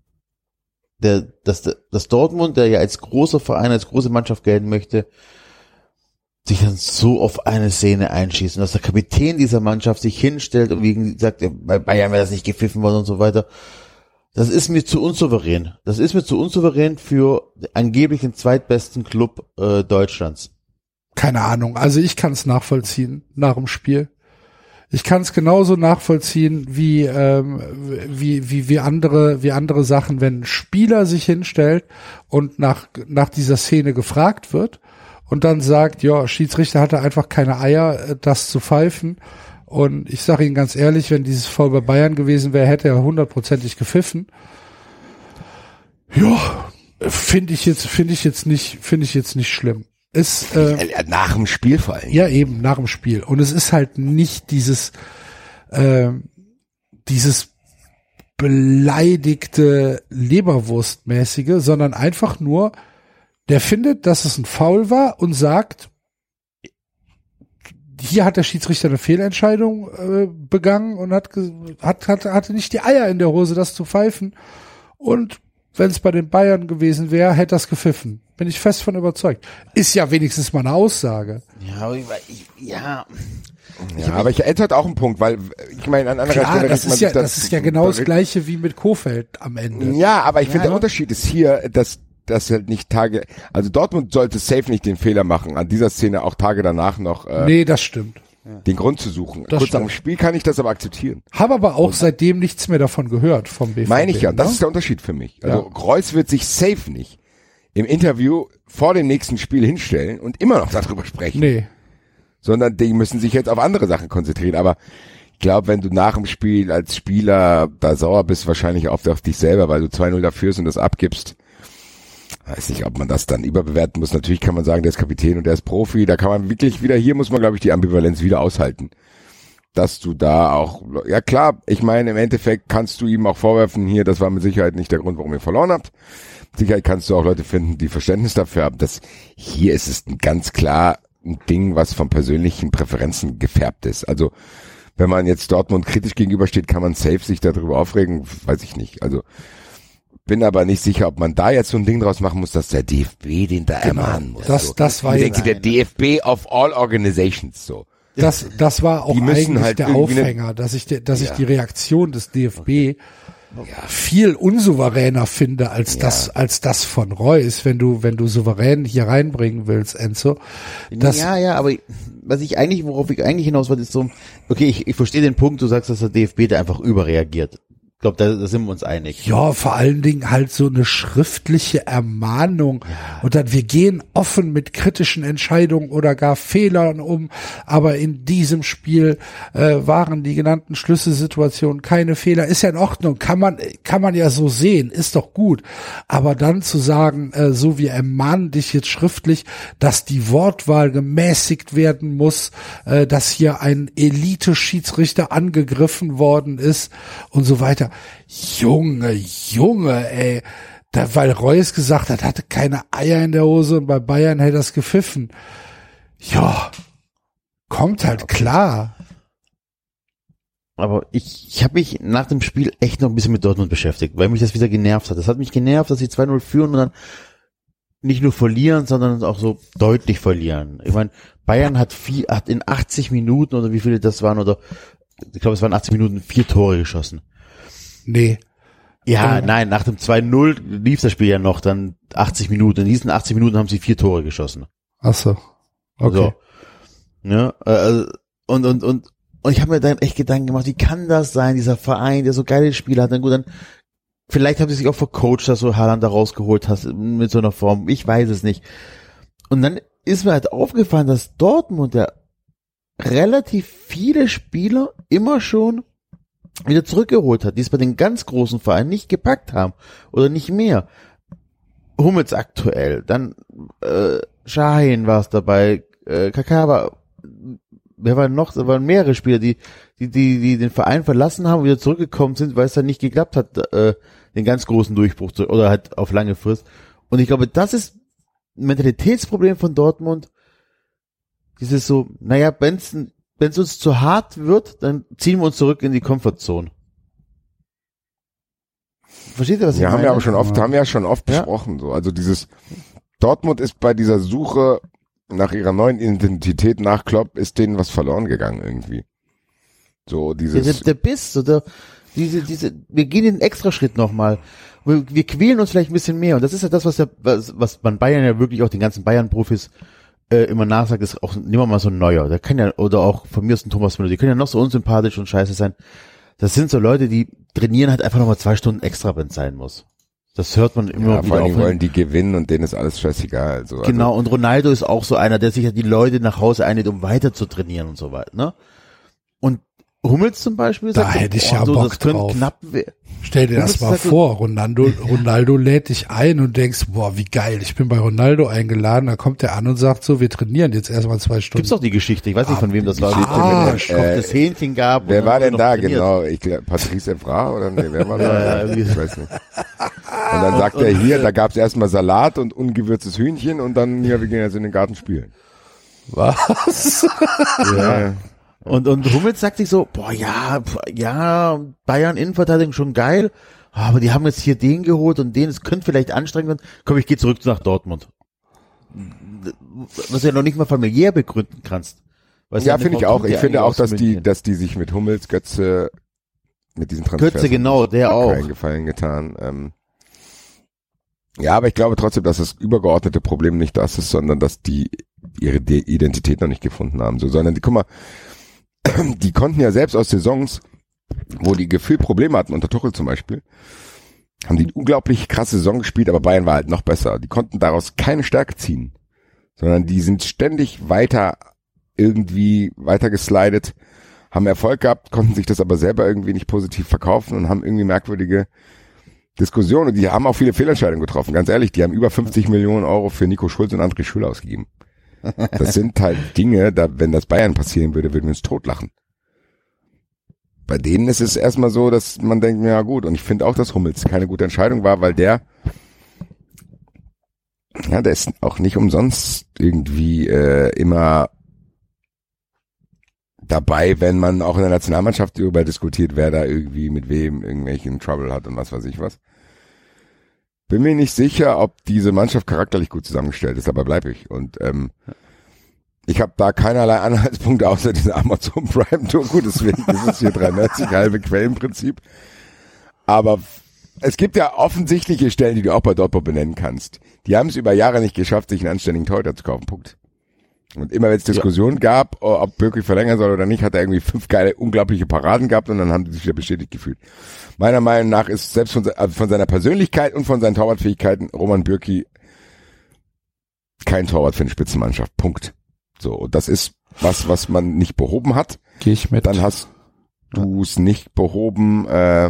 Dortmund, der ja als großer Verein, als große Mannschaft gelten möchte, sich dann so auf eine Szene einschießt und dass der Kapitän dieser Mannschaft sich hinstellt und wie sagt, bei Bayern wäre das nicht gepfiffen worden und so weiter. Das ist mir zu unsouverän. Das ist mir zu unsouverän für angeblich den zweitbesten Club Deutschlands. Keine Ahnung. Also ich kann es nachvollziehen nach dem Spiel. Ich kann es genauso nachvollziehen wie andere Sachen, wenn ein Spieler sich hinstellt und nach dieser Szene gefragt wird und dann sagt, ja, Schiedsrichter hatte einfach keine Eier, das zu pfeifen. Und ich sage Ihnen ganz ehrlich, wenn dieses Foul bei Bayern gewesen wäre, hätte er 100%ig gepfiffen. Ja, finde ich jetzt nicht schlimm. Nach dem Spiel vor allem. Ja, eben, nach dem Spiel. Und es ist halt nicht dieses beleidigte Leberwurstmäßige, sondern einfach nur, der findet, dass es ein Foul war und sagt, hier hat der Schiedsrichter eine Fehlentscheidung begangen und hatte nicht die Eier in der Hose, das zu pfeifen. Und wenn es bei den Bayern gewesen wäre, hätte das gepfiffen. Bin ich fest von überzeugt. Ist ja wenigstens mal eine Aussage. Ja, aber ich hätte halt auch einen Punkt, weil ich meine, an anderer Stelle... Das ist ja genau das Gleiche wie mit Kofeld am Ende. Ja, aber ich finde, der Unterschied ist hier, dass halt nicht also Dortmund sollte safe nicht den Fehler machen, an dieser Szene auch Tage danach noch nee, das stimmt. Den Grund zu suchen. Das Kurz stimmt. nach dem Spiel kann ich das aber akzeptieren. Habe aber auch seitdem nichts mehr davon gehört vom BVB. Meine ich ja, das ist der Unterschied für mich. Also Reus wird sich safe nicht im Interview vor dem nächsten Spiel hinstellen und immer noch darüber sprechen. Nee. Sondern die müssen sich jetzt auf andere Sachen konzentrieren. Aber ich glaube, wenn du nach dem Spiel als Spieler da sauer bist, wahrscheinlich auf dich selber, weil du 2-0 da führst und das abgibst, weiß nicht, ob man das dann überbewerten muss. Natürlich kann man sagen, der ist Kapitän und der ist Profi. Da kann man wirklich wieder, hier muss man, glaube ich, die Ambivalenz wieder aushalten. Dass du da auch, ja klar, ich meine, im Endeffekt kannst du ihm auch vorwerfen, hier, das war mit Sicherheit nicht der Grund, warum ihr verloren habt. Mit Sicherheit kannst du auch Leute finden, die Verständnis dafür haben. Hier ist es ganz klar ein Ding, was von persönlichen Präferenzen gefärbt ist. Also, wenn man jetzt Dortmund kritisch gegenübersteht, kann man safe sich darüber aufregen, weiß ich nicht. Also, bin aber nicht sicher, ob man da jetzt so ein Ding draus machen muss, dass der DFB den da ermahnen muss. Das war ich denke, der DFB of all organizations so. Das war auch eigentlich halt der Aufhänger, dass ich die Reaktion des DFB viel unsouveräner finde als das von Reus, wenn du souverän hier reinbringen willst, Enzo. Aber worauf ich eigentlich hinaus wollte, ist so, okay, ich verstehe den Punkt, du sagst, dass der DFB da einfach überreagiert. Ich glaube, da sind wir uns einig. Ja, vor allen Dingen halt so eine schriftliche Ermahnung. Ja. Und dann, wir gehen offen mit kritischen Entscheidungen oder gar Fehlern um. Aber in diesem Spiel waren die genannten Schlüsselsituationen keine Fehler. Ist ja in Ordnung. Kann man ja so sehen. Ist doch gut. Aber dann zu sagen, so wir ermahnen dich jetzt schriftlich, dass die Wortwahl gemäßigt werden muss, dass hier ein Elite-Schiedsrichter angegriffen worden ist und so weiter. Junge, ey. Weil Reus gesagt hat, hatte keine Eier in der Hose und bei Bayern hätte das gepfiffen. Ja, kommt halt klar. Aber ich habe mich nach dem Spiel echt noch ein bisschen mit Dortmund beschäftigt, weil mich das wieder genervt hat. Das hat mich genervt, dass sie 2-0 führen und dann nicht nur verlieren, sondern auch so deutlich verlieren. Ich meine, Bayern hat in 80 Minuten oder wie viele das waren, oder ich glaube, es waren 80 Minuten 4 Tore geschossen. Nee. Ja, nein, nach dem 2-0 lief das Spiel ja noch dann 80 Minuten. In diesen 80 Minuten haben sie 4 Tore geschossen. Ach so. Okay. So. Ja, und ich habe mir dann echt Gedanken gemacht, wie kann das sein, dieser Verein, der so geile Spiele hat, dann gut, dann vielleicht haben sie sich auch vercoacht, dass du Haaland da rausgeholt hast mit so einer Form, ich weiß es nicht. Und dann ist mir halt aufgefallen, dass Dortmund ja relativ viele Spieler immer schon wieder zurückgeholt hat, die es bei den ganz großen Vereinen nicht gepackt haben oder nicht mehr. Hummels aktuell, dann Şahin war es dabei, Kaká war wer war noch? Da waren mehrere Spieler, die den Verein verlassen haben und wieder zurückgekommen sind, weil es dann nicht geklappt hat, den ganz großen Durchbruch oder halt auf lange Frist. Und ich glaube, das ist ein Mentalitätsproblem von Dortmund. Dieses so, naja, wenn es uns zu hart wird, dann ziehen wir uns zurück in die Comfortzone. Versteht ihr, was ich meine? Haben wir ja schon oft besprochen, so. Also Dortmund ist bei dieser Suche nach ihrer neuen Identität nach Klopp, ist denen was verloren gegangen irgendwie. So dieses. Der Biss, oder wir gehen den Extraschritt nochmal. Wir quälen uns vielleicht ein bisschen mehr. Und das ist ja das, was man Bayern ja wirklich auch den ganzen Bayern-Profis immer nachsagt, ist auch, nehmen wir mal so ein Neuer. Der kann ja, oder auch von mir ist ein Thomas Müller, die können ja noch so unsympathisch und scheiße sein. Das sind so Leute, die trainieren halt einfach nochmal 2 Stunden extra, wenn es sein muss. Das hört man immer wieder. Vor allem wollen die gewinnen und denen ist alles scheißegal. Also, genau, und Ronaldo ist auch so einer, der sich ja die Leute nach Hause einlädt, um weiter zu trainieren und so weiter, ne? Und Hummels zum Beispiel sagt, da hätte ich ja Bock das könnte drauf. Knapp Stell dir das mal vor, Ronaldo lädt dich ein und denkst, boah, wie geil, ich bin bei Ronaldo eingeladen, da kommt der an und sagt so, wir trainieren jetzt erstmal 2 Stunden. Gibt's doch die Geschichte, ich weiß nicht, von wem das war, das Hähnchen gab. Wer war denn da, genau? Ich glaube, Patrice Evra oder nee, wer war da? Ich weiß nicht. Und dann sagt er hier, da gab's erstmal Salat und ungewürztes Hühnchen und dann, ja, wir gehen jetzt in den Garten spielen. Was? Ja. Und Hummels sagt sich so, boah, ja, Bayern Innenverteidigung schon geil, aber die haben jetzt hier den geholt und den, es könnte vielleicht anstrengend werden. Komm, ich gehe zurück nach Dortmund. Was du ja noch nicht mal familiär begründen kannst. Ja, finde ich auch. Ich finde auch, dass die sich mit Hummels, Götze, mit diesen Transfers Götze, genau, der auch keinen Gefallen getan. Ja, aber ich glaube trotzdem, dass das übergeordnete Problem nicht das ist, sondern dass die ihre Identität noch nicht gefunden haben. So, sondern guck mal, die konnten ja selbst aus Saisons, wo die gefühlt Probleme hatten, unter Tuchel zum Beispiel, haben die unglaublich krasse Saison gespielt, aber Bayern war halt noch besser. Die konnten daraus keine Stärke ziehen, sondern die sind ständig weiter geslidet, haben Erfolg gehabt, konnten sich das aber selber irgendwie nicht positiv verkaufen und haben irgendwie merkwürdige Diskussionen. Und die haben auch viele Fehlentscheidungen getroffen. Ganz ehrlich, die haben über 50 Millionen Euro für Nico Schulz und André Schüller ausgegeben. Das sind halt Dinge, wenn das Bayern passieren würde, würden wir uns totlachen. Bei denen ist es erstmal so, dass man denkt, ja gut, und ich finde auch, dass Hummels keine gute Entscheidung war, weil der ist auch nicht umsonst irgendwie immer dabei, wenn man auch in der Nationalmannschaft darüber diskutiert, wer da irgendwie mit wem irgendwelchen Trouble hat und was weiß ich was. Bin mir nicht sicher, ob diese Mannschaft charakterlich gut zusammengestellt ist, aber bleibe ich. Und ich habe da keinerlei Anhaltspunkte außer dieser Amazon Prime Doku, deswegen ist es hier 93 halbe Quellenprinzip. Aber es gibt ja offensichtliche Stellen, die du auch bei Dortmund benennen kannst. Die haben es über Jahre nicht geschafft, sich einen anständigen Torhüter zu kaufen. Punkt. Und immer wenn es Diskussionen gab, ob Birki verlängern soll oder nicht, hat er irgendwie 5 geile, unglaubliche Paraden gehabt und dann haben die sich wieder bestätigt gefühlt. Meiner Meinung nach ist selbst von seiner Persönlichkeit und von seinen Torwartfähigkeiten Roman Bürki kein Torwart für eine Spitzenmannschaft. Punkt. So, und das ist was man nicht behoben hat. Geh ich mit. Dann hast du es nicht behoben,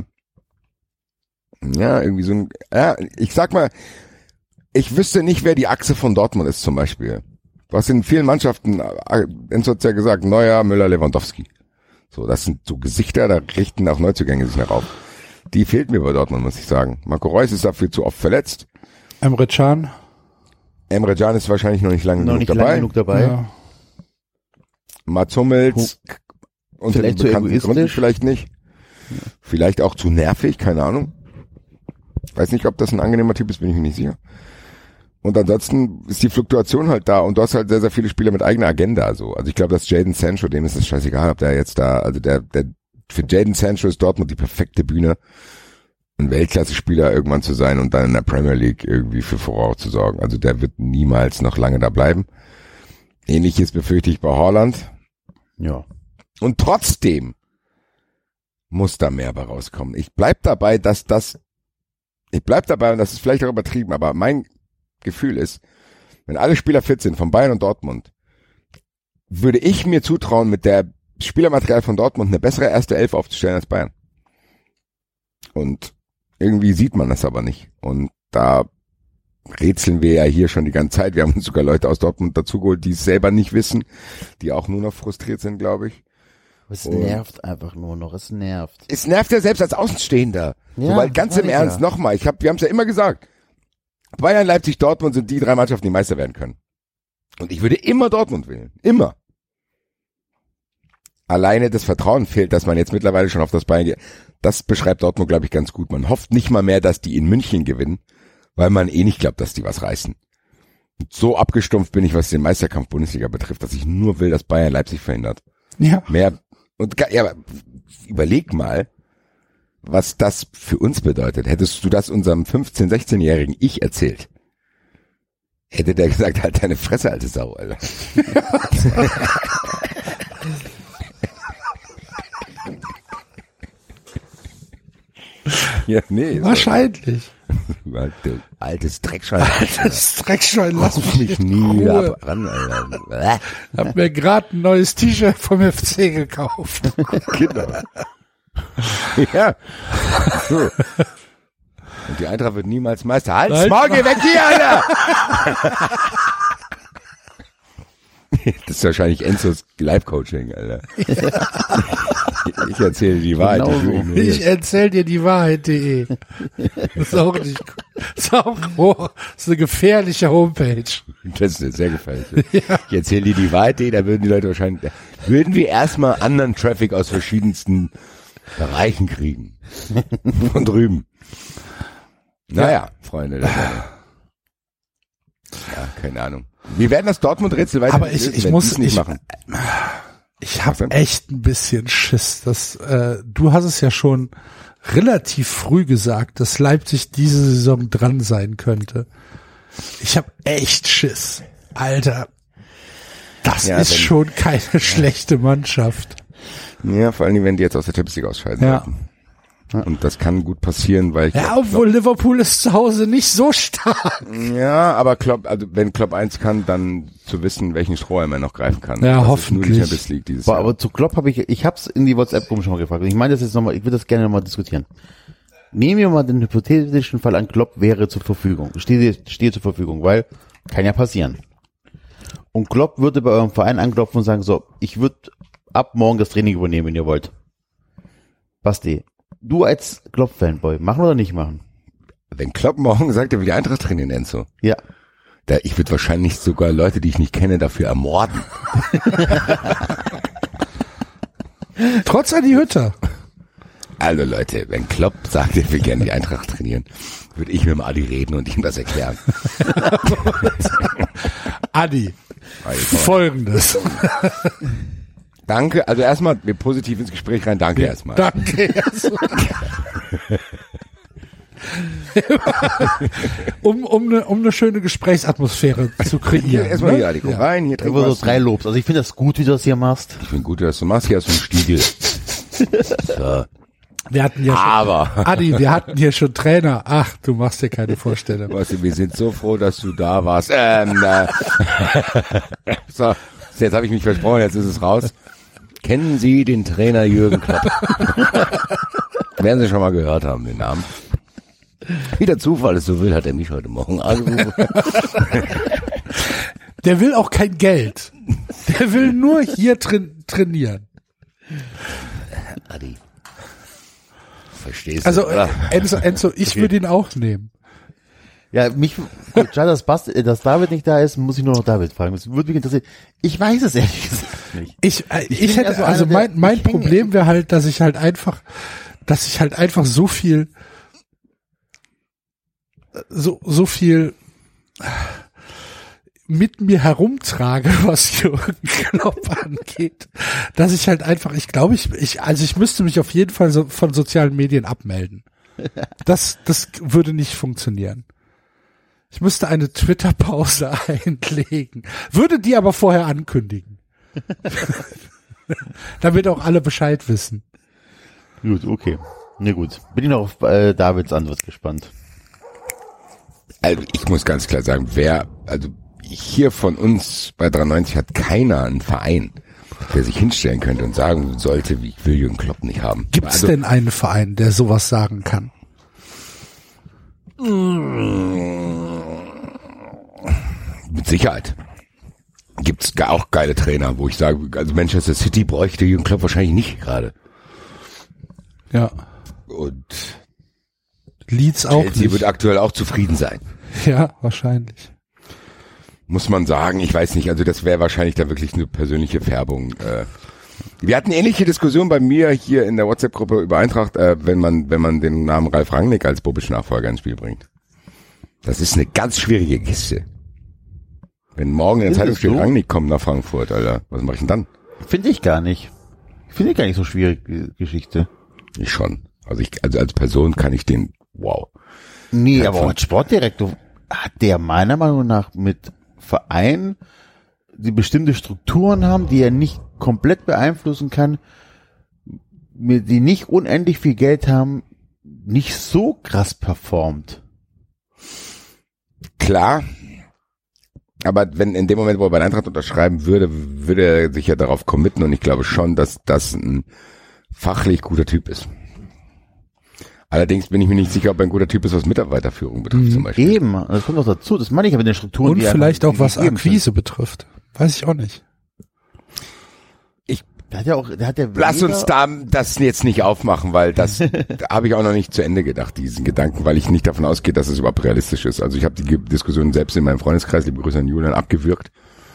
irgendwie so ein, ich sag mal, ich wüsste nicht, wer die Achse von Dortmund ist zum Beispiel. Du hast in vielen Mannschaften, Enzo hat's ja gesagt, Neuer, Müller, Lewandowski. So, das sind so Gesichter, da richten auch Neuzugänge sich nach auf. Die fehlt mir bei Dortmund, muss ich sagen. Marco Reus ist dafür zu oft verletzt. Emre Can ist wahrscheinlich noch nicht lange genug dabei. Ja. Mats Hummels, unter den bekannten Gründen vielleicht nicht. Ja. Vielleicht auch zu nervig, keine Ahnung. Weiß nicht, ob das ein angenehmer Typ ist, bin ich mir nicht sicher. Und ansonsten ist die Fluktuation halt da und du hast halt sehr, sehr viele Spieler mit eigener Agenda, so. Also ich glaube, dass Jadon Sancho, dem ist es scheißegal, ob der jetzt da, also für Jadon Sancho ist Dortmund die perfekte Bühne, ein Weltklasse-Spieler irgendwann zu sein und dann in der Premier League irgendwie für Furore zu sorgen. Also der wird niemals noch lange da bleiben. Ähnliches befürchte ich bei Haaland. Ja. Und trotzdem muss da mehr bei rauskommen. Ich bleib dabei, und das ist vielleicht auch übertrieben, aber mein Gefühl ist, wenn alle Spieler fit sind von Bayern und Dortmund, würde ich mir zutrauen, mit der Spielermaterial von Dortmund eine bessere erste Elf aufzustellen als Bayern. Und irgendwie sieht man das aber nicht. Und da rätseln wir ja hier schon die ganze Zeit. Wir haben uns sogar Leute aus Dortmund dazugeholt, die es selber nicht wissen, die auch nur noch frustriert sind, glaube ich. Es nervt einfach nur noch, es nervt. Es nervt ja selbst als Außenstehender. Ja, so, weil ganz im Ernst, nochmal, wir haben es ja immer gesagt, Bayern, Leipzig, Dortmund sind die 3 Mannschaften, die Meister werden können. Und ich würde immer Dortmund wählen. Immer. Alleine das Vertrauen fehlt, dass man jetzt mittlerweile schon auf das Bayern geht. Das beschreibt Dortmund, glaube ich, ganz gut. Man hofft nicht mal mehr, dass die in München gewinnen, weil man nicht glaubt, dass die was reißen. Und so abgestumpft bin ich, was den Meisterkampf Bundesliga betrifft, dass ich nur will, dass Bayern Leipzig verhindert. Ja. Mehr. Und ja, überleg mal, was das für uns bedeutet. Hättest du das unserem 15-, 16-jährigen Ich erzählt, hätte der gesagt, halt deine Fresse, alte Sau, Alter. Ja, nee. Wahrscheinlich. Du altes Dreckschwein. Altes Dreckschwein, lass mich nie ran, Alter. Hab mir gerade ein neues T-Shirt vom FC gekauft. Genau. Ja. So. Und die Eintracht wird niemals Meister. Halt's Maul, geh weg hier, Alter! Das ist wahrscheinlich Enzos Live-Coaching, Alter. Ich erzähle die Wahrheit. Genau. Ich erzähle dir die Wahrheit.de. Das ist auch nicht gut. Das ist eine gefährliche Homepage. Das ist eine sehr gefährliche. Ja. Ich erzähle dir die Wahrheit.de, da würden die Leute wahrscheinlich, würden wir erstmal anderen Traffic aus verschiedensten Bereichen kriegen. Von drüben. Naja, Freunde. Ja, keine Ahnung. Wir werden das Dortmund-Rätsel weiter aber ich muss nicht machen. Ich habe echt ein bisschen Schiss. Du hast es ja schon relativ früh gesagt, dass Leipzig diese Saison dran sein könnte. Ich habe echt Schiss. Alter, das ist schon keine schlechte Mannschaft. Ja, vor allem, wenn die jetzt aus der Champions League ausscheiden sollten. Und das kann gut passieren, weil obwohl Liverpool ist zu Hause nicht so stark. Ja, aber wenn Klopp 1 kann, dann zu wissen, welchen Strohhalm er noch greifen kann. Ja, das hoffentlich. Ist nur die Champions League dieses Jahr. Aber zu Klopp ich hab's in die WhatsApp-Gruppe schon mal gefragt. Ich meine das jetzt nochmal, ich würde das gerne nochmal diskutieren. Nehmen wir mal den hypothetischen Fall an, Klopp wäre zur Verfügung, steht zur Verfügung, weil kann ja passieren. Und Klopp würde bei eurem Verein anklopfen und sagen, so, ich würde ab morgen das Training übernehmen, wenn ihr wollt. Basti, du als Klopp-Fanboy, machen oder nicht machen? Wenn Klopp morgen sagt, er will die Eintracht trainieren, Enzo. Ja. Ich würde wahrscheinlich sogar Leute, die ich nicht kenne, dafür ermorden. Trotz Adi Hütter. Also Leute, wenn Klopp sagt, er will gerne die Eintracht trainieren, würde ich mit dem Adi reden und ihm das erklären. Adi, Folgendes. Danke, also erstmal wir positiv ins Gespräch rein, danke erstmal. Danke erstmal. um eine schöne Gesprächsatmosphäre zu kreieren. Erstmal hier, Adi, komm rein, hier trinken wir so 3 Lobs. Also ich finde das gut, wie du das hier machst. Ich finde gut, wie du das machst, hier hast du einen Stiegel. So. Wir hatten hier Adi, wir hatten hier schon Trainer. Ach, du machst dir keine Vorstellung. Weißt du, wir sind so froh, dass du da warst. So, jetzt habe ich mich versprochen, jetzt ist es raus. Kennen Sie den Trainer Jürgen Klopp? Werden Sie schon mal gehört haben, den Namen. Wie der Zufall es so will, hat er mich heute Morgen angerufen. Der will auch kein Geld. Der will nur hier trainieren. Adi. Verstehst du? Also Enzo, ich würde ihn auch nehmen. Ja, gut, schade, dass David nicht da ist, muss ich nur noch David fragen. Das würde mich interessieren. Ich weiß es ehrlich gesagt nicht. Ich hätte, also mein Problem wäre halt, dass ich halt einfach so viel mit mir herumtrage, was Jürgen Klopp angeht, dass ich halt einfach, ich müsste mich auf jeden Fall von sozialen Medien abmelden. Das würde nicht funktionieren. Ich müsste eine Twitter-Pause einlegen, würde die aber vorher ankündigen. Damit auch alle Bescheid wissen. Gut, okay. Na gut. Bin ich noch auf Davids Antwort gespannt. Also ich muss ganz klar sagen, hier von uns bei 93 hat keiner einen Verein, der sich hinstellen könnte und sagen sollte, ich will Jürgen Klopp nicht haben. Gibt es denn einen Verein, der sowas sagen kann? Sicherheit. Gibt's auch geile Trainer, wo ich sage, also Manchester City bräuchte Jürgen Klopp wahrscheinlich nicht gerade. Ja. Und Leeds auch Chelsea nicht. wird aktuell auch zufrieden sein. Ja, wahrscheinlich. Muss man sagen, ich weiß nicht, also das wäre wahrscheinlich dann wirklich eine persönliche Färbung. Wir hatten ähnliche Diskussionen bei mir hier in der WhatsApp-Gruppe über Eintracht, wenn man den Namen Ralf Rangnick als Bobic-Nachfolger ins Spiel bringt. Das ist eine ganz schwierige Kiste. Wenn morgen in der Zeitung steht, Rangnick kommt nach Frankfurt, Alter, was mache ich denn dann? Finde ich gar nicht. Finde ich gar nicht so schwierige Geschichte. Ich schon. Also als Person kann ich den, wow. Nee, Ja, aber als Sportdirektor hat der meiner Meinung nach mit Vereinen, die bestimmte Strukturen haben, die er nicht komplett beeinflussen kann, die nicht unendlich viel Geld haben, nicht so krass performt. Klar, aber wenn in dem Moment, wo er bei der Eintracht unterschreiben würde er sich ja darauf committen und ich glaube schon, dass das ein fachlich guter Typ ist. Allerdings bin ich mir nicht sicher, ob er ein guter Typ ist, was Mitarbeiterführung betrifft zum Beispiel. Eben, das kommt auch dazu, das meine ich aber in den Strukturen. Und die vielleicht auch was Akquise betrifft. Weiß ich auch nicht. Lass uns das jetzt nicht aufmachen, weil das habe ich auch noch nicht zu Ende gedacht, diesen Gedanken, weil ich nicht davon ausgehe, dass es überhaupt realistisch ist. Also ich habe die Diskussion selbst in meinem Freundeskreis, liebe Grüße an Julian, abgewürgt.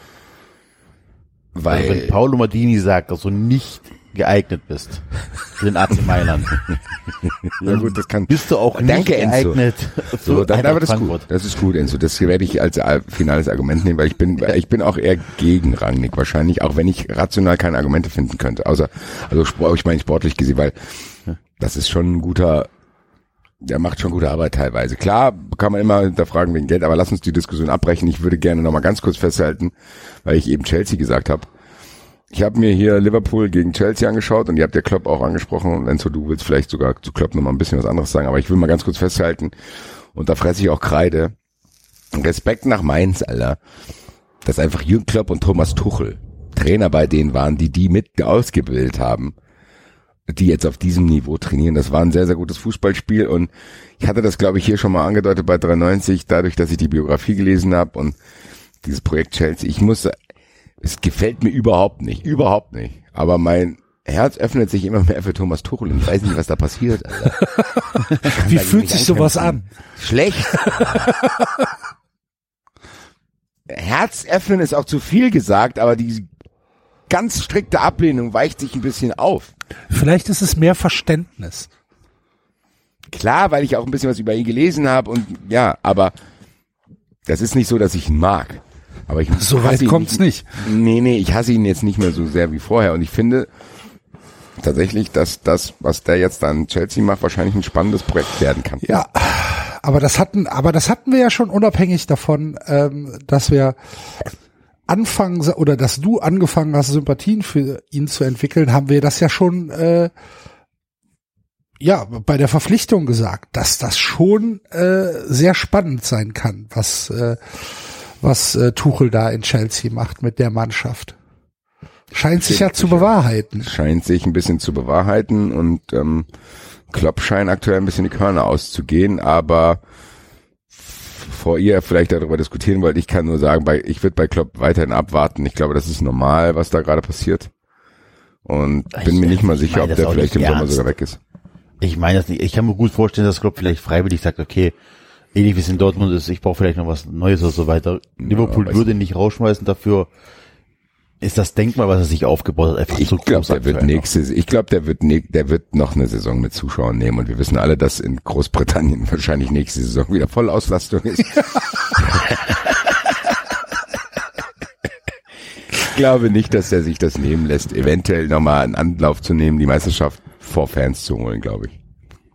Weil wenn Paolo Maldini sagt, dass du nicht geeignet bist für den AC Mailand, ja gut, das kann. bist du auch nicht geeignet für aber das ist gut. Das ist gut, Enzo. Das werde ich als finales Argument nehmen, weil ich bin auch eher gegen Rangnick wahrscheinlich, auch wenn ich rational keine Argumente finden könnte, ich meine sportlich gesehen, weil das ist schon ein guter, der macht schon gute Arbeit teilweise. Klar, kann man immer hinterfragen wegen Geld, aber lass uns die Diskussion abbrechen. Ich würde gerne noch mal ganz kurz festhalten, weil ich eben Chelsea gesagt habe. Ich habe mir hier Liverpool gegen Chelsea angeschaut und ihr habt ja Klopp auch angesprochen und Enzo, du willst vielleicht sogar zu Klopp noch mal ein bisschen was anderes sagen, aber ich will mal ganz kurz festhalten und da fresse ich auch Kreide. Respekt nach Mainz, Alter, dass einfach Jürgen Klopp und Thomas Tuchel Trainer bei denen waren, die mit ausgebildet haben, die jetzt auf diesem Niveau trainieren. Das war ein sehr, sehr gutes Fußballspiel und ich hatte das, glaube ich, hier schon mal angedeutet bei 93, dadurch, dass ich die Biografie gelesen habe und dieses Projekt Chelsea. Es gefällt mir überhaupt nicht, aber mein Herz öffnet sich immer mehr für Thomas Tuchel und ich weiß nicht, was da passiert, Alter. Wie fühlt sich sowas an? Schlecht. Herz öffnen ist auch zu viel gesagt, aber die ganz strikte Ablehnung weicht sich ein bisschen auf. Vielleicht ist es mehr Verständnis. Klar, weil ich auch ein bisschen was über ihn gelesen habe und ja, aber das ist nicht so, dass ich ihn mag. Aber so weit kommt's nicht. Nee, ich hasse ihn jetzt nicht mehr so sehr wie vorher und ich finde tatsächlich, dass das, was der jetzt an Chelsea macht, wahrscheinlich ein spannendes Projekt werden kann. Ja, aber das hatten wir ja schon unabhängig davon, dass wir anfangen oder dass du angefangen hast, Sympathien für ihn zu entwickeln, haben wir das ja schon bei der Verpflichtung gesagt, dass das schon sehr spannend sein kann, was Tuchel da in Chelsea macht mit der Mannschaft. Scheint sich ja zu bewahrheiten. Scheint sich ein bisschen zu bewahrheiten und Klopp scheint aktuell ein bisschen die Körner auszugehen, aber bevor ihr vielleicht darüber diskutieren wollt, ich kann nur sagen, ich würde bei Klopp weiterhin abwarten. Ich glaube, das ist normal, was da gerade passiert und bin mir nicht mal sicher, ob der vielleicht im Sommer sogar weg ist. Ich meine das nicht. Ich kann mir gut vorstellen, dass Klopp vielleicht freiwillig sagt, okay, ähnlich wie es in Dortmund ist, ich brauche vielleicht noch was Neues oder so weiter. Liverpool würde ihn nicht rausschmeißen, dafür ist das Denkmal, was er sich aufgebaut hat, einfach zu groß. Ich glaube, der wird noch eine Saison mit Zuschauern nehmen und wir wissen alle, dass in Großbritannien wahrscheinlich nächste Saison wieder Vollauslastung ist. Ich glaube nicht, dass er sich das nehmen lässt, eventuell nochmal einen Anlauf zu nehmen, die Meisterschaft vor Fans zu holen, glaube ich.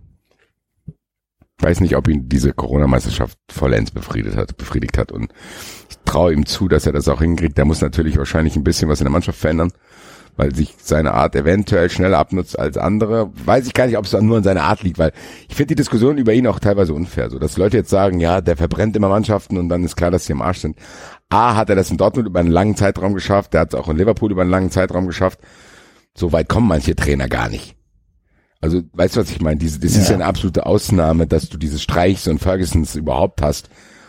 Ich weiß nicht, ob ihn diese Corona-Meisterschaft vollends befriedigt hat und ich traue ihm zu, dass er das auch hinkriegt. Der muss natürlich wahrscheinlich ein bisschen was in der Mannschaft verändern, weil sich seine Art eventuell schneller abnutzt als andere. Weiß ich gar nicht, ob es nur an seiner Art liegt, weil ich finde die Diskussion über ihn auch teilweise unfair, so dass Leute jetzt sagen, ja, der verbrennt immer Mannschaften und dann ist klar, dass sie am Arsch sind. Hat er das in Dortmund über einen langen Zeitraum geschafft, der hat es auch in Liverpool über einen langen Zeitraum geschafft. So weit kommen manche Trainer gar nicht. Also, weißt du, was ich meine? Das ist ja eine absolute Ausnahme, dass du diese Streichs und Fergusons überhaupt hast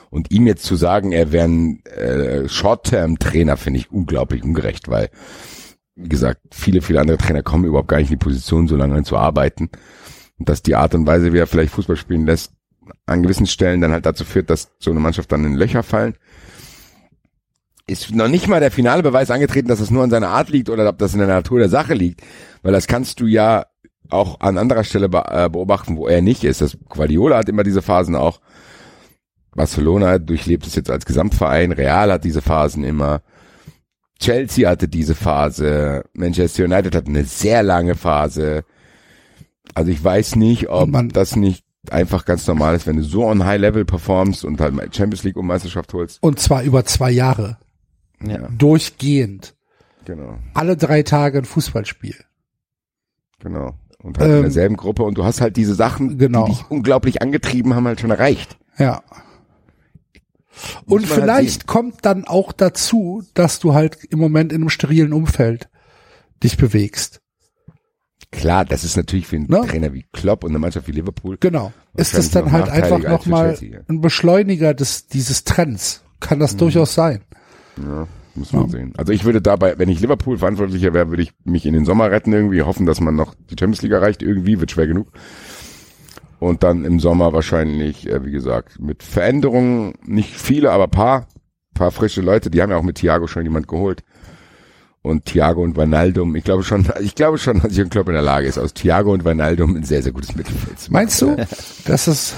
Und ihm jetzt zu sagen, er wäre ein Short-Term-Trainer, finde ich unglaublich ungerecht, weil, wie gesagt, viele andere Trainer kommen überhaupt gar nicht in die Position, so lange zu arbeiten. Und dass die Art und Weise, wie er vielleicht Fußball spielen lässt, an gewissen Stellen dann halt dazu führt, dass so eine Mannschaft dann in Löcher fallen. Ist noch nicht mal der finale Beweis angetreten, dass es nur an seiner Art liegt oder ob das in der Natur der Sache liegt, weil das kannst du ja auch an anderer Stelle beobachten, wo er nicht ist. Das Guardiola hat immer diese Phasen auch. Barcelona durchlebt es jetzt als Gesamtverein. Real hat diese Phasen immer. Chelsea hatte diese Phase. Manchester United hat eine sehr lange Phase. Also ich weiß nicht, ob das nicht einfach ganz normal ist, wenn du so on High Level performst und halt Champions League Meisterschaft holst. Und zwar über 2 Jahre. Ja. Durchgehend. Genau. Alle 3 Tage ein Fußballspiel. Genau. Und halt in derselben Gruppe. Und du hast halt diese Sachen, die dich unglaublich angetrieben haben, halt schon erreicht. Ja. Und vielleicht kommt dann auch dazu, dass du halt im Moment in einem sterilen Umfeld dich bewegst. Klar, das ist natürlich für einen Trainer wie Klopp und eine Mannschaft wie Liverpool. Genau. Ist das dann halt einfach nochmal ein Beschleuniger dieses Trends? Kann das durchaus sein. Ja, muss man sehen. Also ich würde dabei, wenn ich Liverpool Verantwortlicher wäre, würde ich mich in den Sommer retten irgendwie, hoffen, dass man noch die Champions League erreicht. Irgendwie wird schwer genug. Und dann im Sommer wahrscheinlich, wie gesagt, mit Veränderungen, nicht viele, aber paar frische Leute. Die haben ja auch mit Thiago schon jemand geholt. Und Thiago und Wijnaldum, ich glaube schon, dass Jürgen Klopp in der Lage ist, aus Thiago und Wijnaldum ein sehr, sehr gutes Mittelfeld zu machen. Meinst du, dass es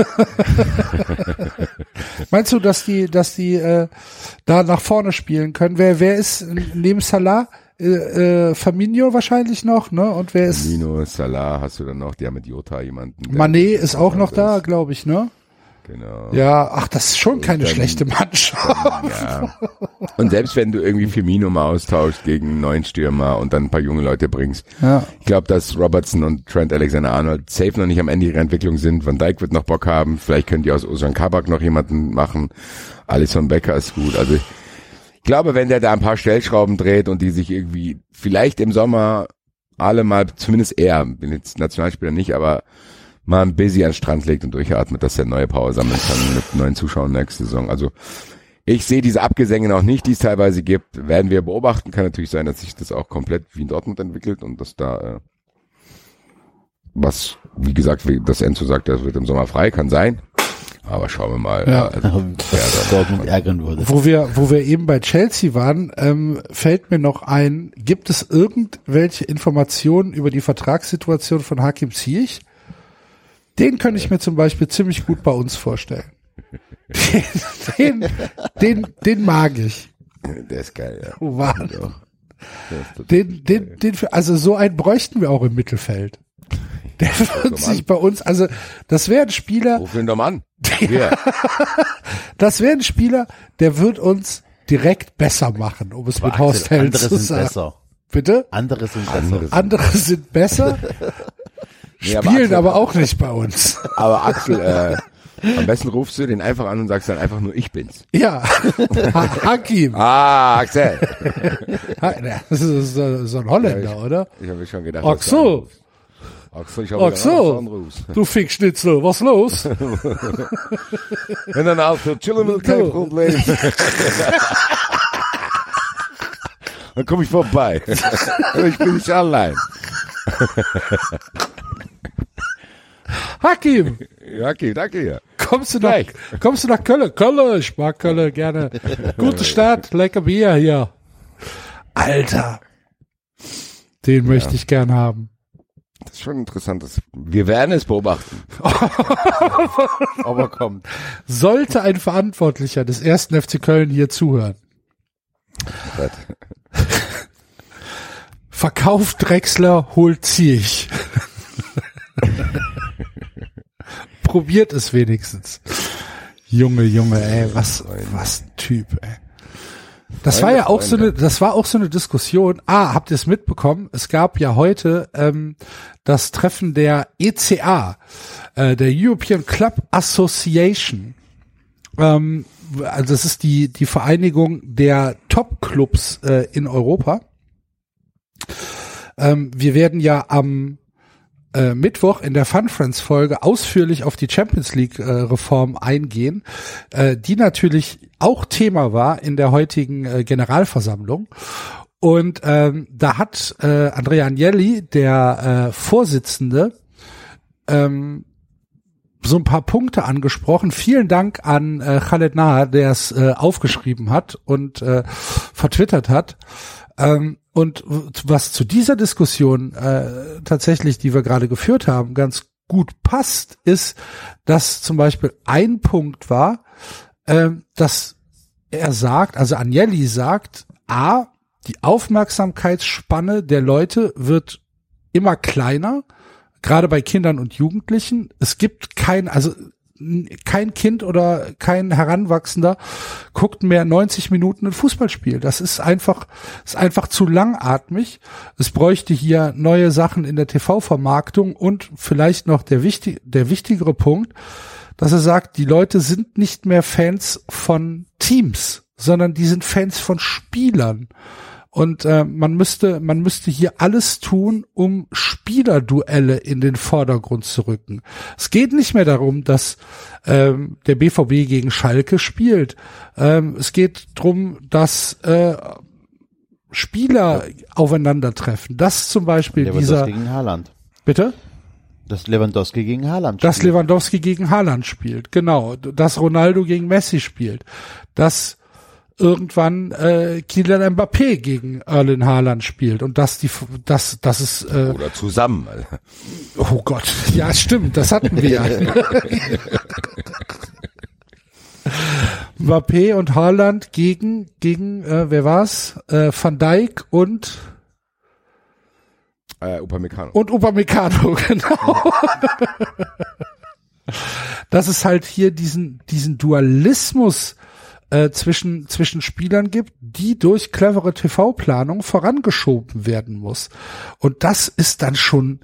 meinst du, dass die da nach vorne spielen können? Wer ist neben Salah? Firmino wahrscheinlich noch, ne? Und wer ist? Firmino, Salah hast du dann noch, die haben mit Jota jemanden. Mané ist auch noch da, glaube ich, ne? Genau. Ja, ach, das ist schon keine schlechte Mannschaft. Ja. Und selbst wenn du irgendwie Firmino mal austauschst gegen einen neuen Stürmer und dann ein paar junge Leute bringst. Ja. Ich glaube, dass Robertson und Trent Alexander-Arnold safe noch nicht am Ende ihrer Entwicklung sind. Van Dijk wird noch Bock haben. Vielleicht könnt ihr aus Ozan Kabak noch jemanden machen. Alisson Becker ist gut. Also ich glaube, wenn der da ein paar Stellschrauben dreht und die sich irgendwie vielleicht im Sommer alle mal, zumindest er, bin jetzt Nationalspieler nicht, aber mal ein Busy an den Strand legt und durchatmet, dass er neue Power sammeln kann mit neuen Zuschauern nächste Saison. Also ich sehe diese Abgesänge noch nicht, die es teilweise gibt. Werden wir beobachten. Kann natürlich sein, dass sich das auch komplett wie in Dortmund entwickelt und dass da was, wie gesagt, wie das Enzo sagt, das wird im Sommer frei, kann sein. Aber schauen wir mal, was Dortmund ärgern würde. Wo wir eben bei Chelsea waren, fällt mir noch ein, gibt es irgendwelche Informationen über die Vertragssituation von Hakim Ziyech? Den könnte ich mir zum Beispiel ziemlich gut bei uns vorstellen. Den mag ich. Der ist geil, ja. Oh, Mann. Also so einen bräuchten wir auch im Mittelfeld. Der wird sich bei uns, also das wäre ein Spieler. Ruf ihn doch mal an. Das wäre ein Spieler, der wird uns direkt besser machen, um es mit Horst Held zu sagen. Besser. Bitte? Andere sind besser. Andere sind besser. Spielen aber auch nicht bei uns. Aber Axel, am besten rufst du den einfach an und sagst dann einfach nur, ich bin's. Ja, Hakim. Axel. Das ist so ein Holländer, oder? Ich habe mir schon gedacht. Axel, ich habe Axel, du Fickschnitzel, was los? Wenn dann Auto chillen will, kein Problem. Dann komme ich vorbei. Ich bin nicht allein. Hakim, danke ja. Kommst du nach Köln? Köln, ich mag Köln gerne. Gute Stadt, lecker Bier hier. Alter, den möchte ich gern haben. Das ist schon interessant. Wir werden es beobachten. Aber kommt. Sollte ein Verantwortlicher des 1. FC Köln hier zuhören. Verkauft Drexler, holt Ziyech. Probiert es wenigstens. Junge, ey, was ein Typ, ey. Das war ja auch so eine Diskussion. Habt ihr es mitbekommen? Es gab ja heute das Treffen der ECA, der European Club Association. Also das ist die Vereinigung der Top-Clubs in Europa. Wir werden ja am Mittwoch in der Fun Friends Folge ausführlich auf die Champions League Reform eingehen, die natürlich auch Thema war in der heutigen Generalversammlung. Und da hat Andrea Agnelli, der Vorsitzende, so ein paar Punkte angesprochen. Vielen Dank an Khaled Naher, der es aufgeschrieben hat und vertwittert hat. Und was zu dieser Diskussion tatsächlich, die wir gerade geführt haben, ganz gut passt, ist, dass zum Beispiel ein Punkt war, dass er sagt, also Agnelli sagt, die Aufmerksamkeitsspanne der Leute wird immer kleiner, gerade bei Kindern und Jugendlichen. Es gibt kein Kind oder kein Heranwachsender guckt mehr 90 Minuten ein Fußballspiel. Das ist einfach zu langatmig. Es bräuchte hier neue Sachen in der TV-Vermarktung und vielleicht noch der wichtigere Punkt, dass er sagt, die Leute sind nicht mehr Fans von Teams, sondern die sind Fans von Spielern. Und man müsste hier alles tun, um Spielerduelle in den Vordergrund zu rücken. Es geht nicht mehr darum, dass der BVB gegen Schalke spielt. Es geht darum, dass Spieler aufeinandertreffen. Das zum Beispiel Lewandowski gegen Haaland. Bitte? Dass Lewandowski gegen Haaland spielt. Dass Lewandowski gegen Haaland spielt, genau. Dass Ronaldo gegen Messi spielt. Dass irgendwann Kylian Mbappé gegen Erling Haaland spielt und dass es oder zusammen. Oh Gott, ja stimmt, das hatten wir ja. Mbappé und Haaland gegen wer war's? Van Dijk und Upamecano. Und Upamecano, genau. Dass es halt hier diesen Dualismus zwischen Spielern gibt, die durch clevere TV-Planung vorangeschoben werden muss. Und das ist dann schon,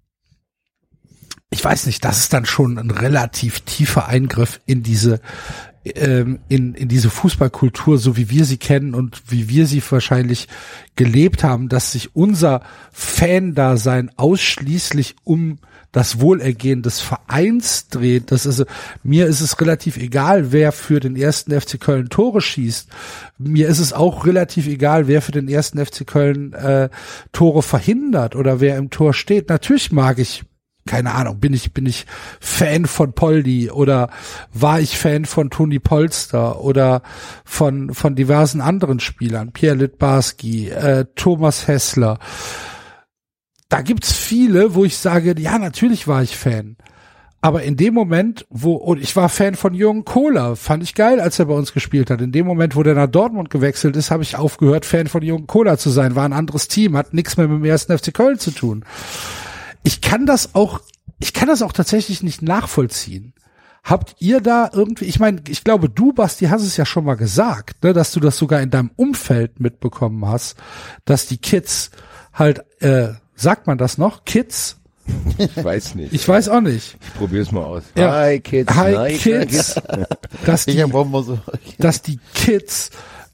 ich weiß nicht, das ist dann schon ein relativ tiefer Eingriff in diese in diese Fußballkultur, so wie wir sie kennen und wie wir sie wahrscheinlich gelebt haben, dass sich unser Fan-Dasein ausschließlich um das Wohlergehen des Vereins dreht. Mir ist es relativ egal, wer für den 1. FC Köln Tore schießt. Mir ist es auch relativ egal, wer für den 1. FC Köln Tore verhindert oder wer im Tor steht. Natürlich mag ich, keine Ahnung, bin ich Fan von Poldi oder war ich Fan von Toni Polster oder von diversen anderen Spielern, Pierre Littbarski, Thomas Hessler. Da gibt's viele, wo ich sage, ja, natürlich war ich Fan. Aber in dem Moment, und ich war Fan von Jürgen Kohler, fand ich geil, als er bei uns gespielt hat. In dem Moment, wo der nach Dortmund gewechselt ist, habe ich aufgehört, Fan von Jürgen Kohler zu sein. War ein anderes Team, hat nichts mehr mit dem 1. FC Köln zu tun. Ich kann das auch tatsächlich nicht nachvollziehen. Habt ihr da irgendwie, ich meine, ich glaube, du, Basti, hast es ja schon mal gesagt, ne, dass du das sogar in deinem Umfeld mitbekommen hast, dass die Kids halt, sagt man das noch? Kids? Ich weiß nicht. Ich weiß auch nicht. Ich probier's mal aus. Ja. Hi Kids. Hi Kids. Dass die Kids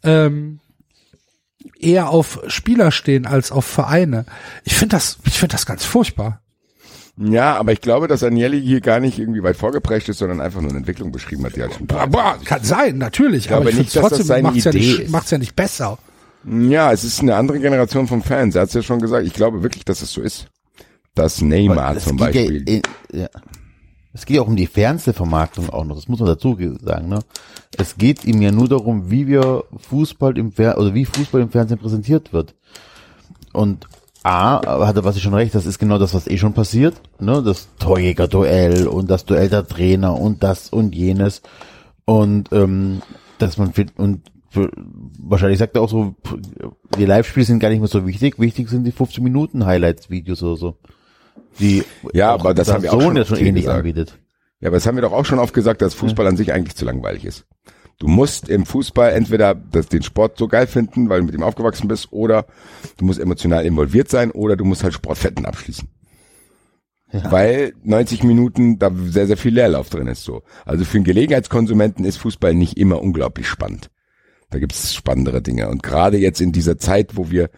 eher auf Spieler stehen als auf Vereine. Ich finde das ganz furchtbar. Ja, aber ich glaube, dass Agnelli hier gar nicht irgendwie weit vorgeprescht ist, sondern einfach nur eine Entwicklung beschrieben hat, die halt schon kann sein, natürlich. Aber ich nicht, dass das seine Idee ist. Macht's ja nicht besser. Ja, es ist eine andere Generation von Fans. Er hat's ja schon gesagt. Ich glaube wirklich, dass es so ist. Dass Neymar zum Beispiel. Es geht auch um die Fernsehvermarktung auch noch. Das muss man dazu sagen, ne? Es geht ihm ja nur darum, wie Fußball im Fernsehen präsentiert wird. Und hatte was ich schon recht, das ist genau das, was schon passiert, ne? Das Torjäger-Duell und das Duell der Trainer und das und jenes. Und dass man wahrscheinlich sagt er auch so, die Live-Spiele sind gar nicht mehr so wichtig. Wichtig sind die 15 Minuten Highlights-Videos oder so. Aber das haben wir auch schon ja schon ähnlich anbietet. Ja, aber das haben wir doch auch schon oft gesagt, dass Fußball an sich eigentlich zu langweilig ist. Du musst im Fußball entweder den Sport so geil finden, weil du mit ihm aufgewachsen bist, oder du musst emotional involviert sein, oder du musst halt Sportwetten abschließen. Ja. Weil 90 Minuten da sehr, sehr viel Leerlauf drin ist so. Also für einen Gelegenheitskonsumenten ist Fußball nicht immer unglaublich spannend. Da gibt es spannendere Dinge. Und gerade jetzt in dieser Zeit, wo wir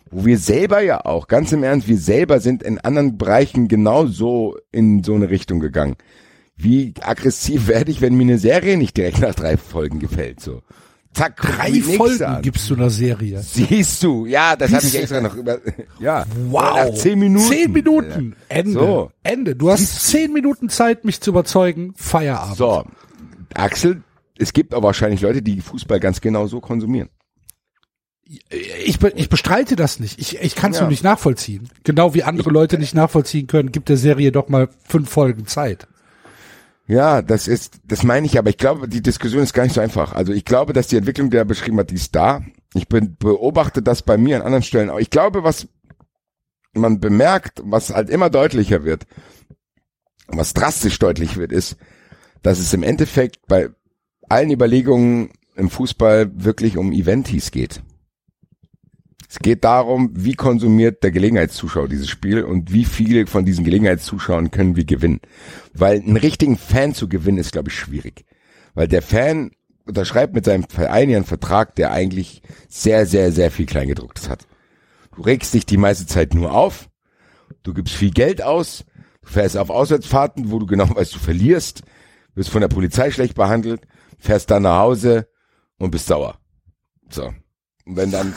wo wir selber ja auch, ganz im Ernst, wir selber sind in anderen Bereichen genauso in so eine Richtung gegangen. Wie aggressiv werde ich, wenn mir eine Serie nicht direkt nach 3 Folgen gefällt, so. Zack, 3 Folgen gibst du einer Serie. Siehst du, ja, das habe ich extra noch über, ja. Wow. Nach 10 Minuten. 10 Minuten. Ende. So. Ende. Du hast 10 Minuten Zeit, mich zu überzeugen. Feierabend. So. Axel, es gibt aber wahrscheinlich Leute, die Fußball ganz genau so konsumieren. Ich bestreite das nicht. Ich kann es nur nicht nachvollziehen. Genau wie andere Leute nicht nachvollziehen können, gibt der Serie doch mal 5 Folgen Zeit. Ja, das meine ich, aber ich glaube, die Diskussion ist gar nicht so einfach. Also ich glaube, dass die Entwicklung, die er beschrieben hat, die ist da. Ich beobachte das bei mir an anderen Stellen. Aber ich glaube, was man bemerkt, was halt immer deutlicher wird, was drastisch deutlich wird, ist, dass es im Endeffekt bei allen Überlegungen im Fußball wirklich um Eventis geht. Es geht darum, wie konsumiert der Gelegenheitszuschauer dieses Spiel und wie viele von diesen Gelegenheitszuschauern können wir gewinnen. Weil einen richtigen Fan zu gewinnen ist, glaube ich, schwierig. Weil der Fan unterschreibt mit seinem Verein einen Vertrag, der eigentlich sehr, sehr, sehr viel Kleingedrucktes hat. Du regst dich die meiste Zeit nur auf, du gibst viel Geld aus, du fährst auf Auswärtsfahrten, wo du genau weißt, du verlierst, wirst von der Polizei schlecht behandelt, fährst dann nach Hause und bist sauer. So. Und wenn dein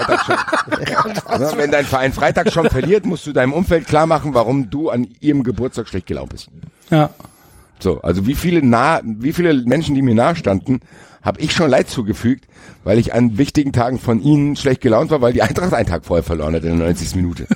Verein Freitag schon verliert, musst du deinem Umfeld klar machen, warum du an ihrem Geburtstag schlecht gelaunt bist. Ja. So, also wie viele Menschen, die mir nahestanden, habe ich schon Leid zugefügt, weil ich an wichtigen Tagen von ihnen schlecht gelaunt war, weil die Eintracht einen Tag vorher verloren hat in der 90. Minute.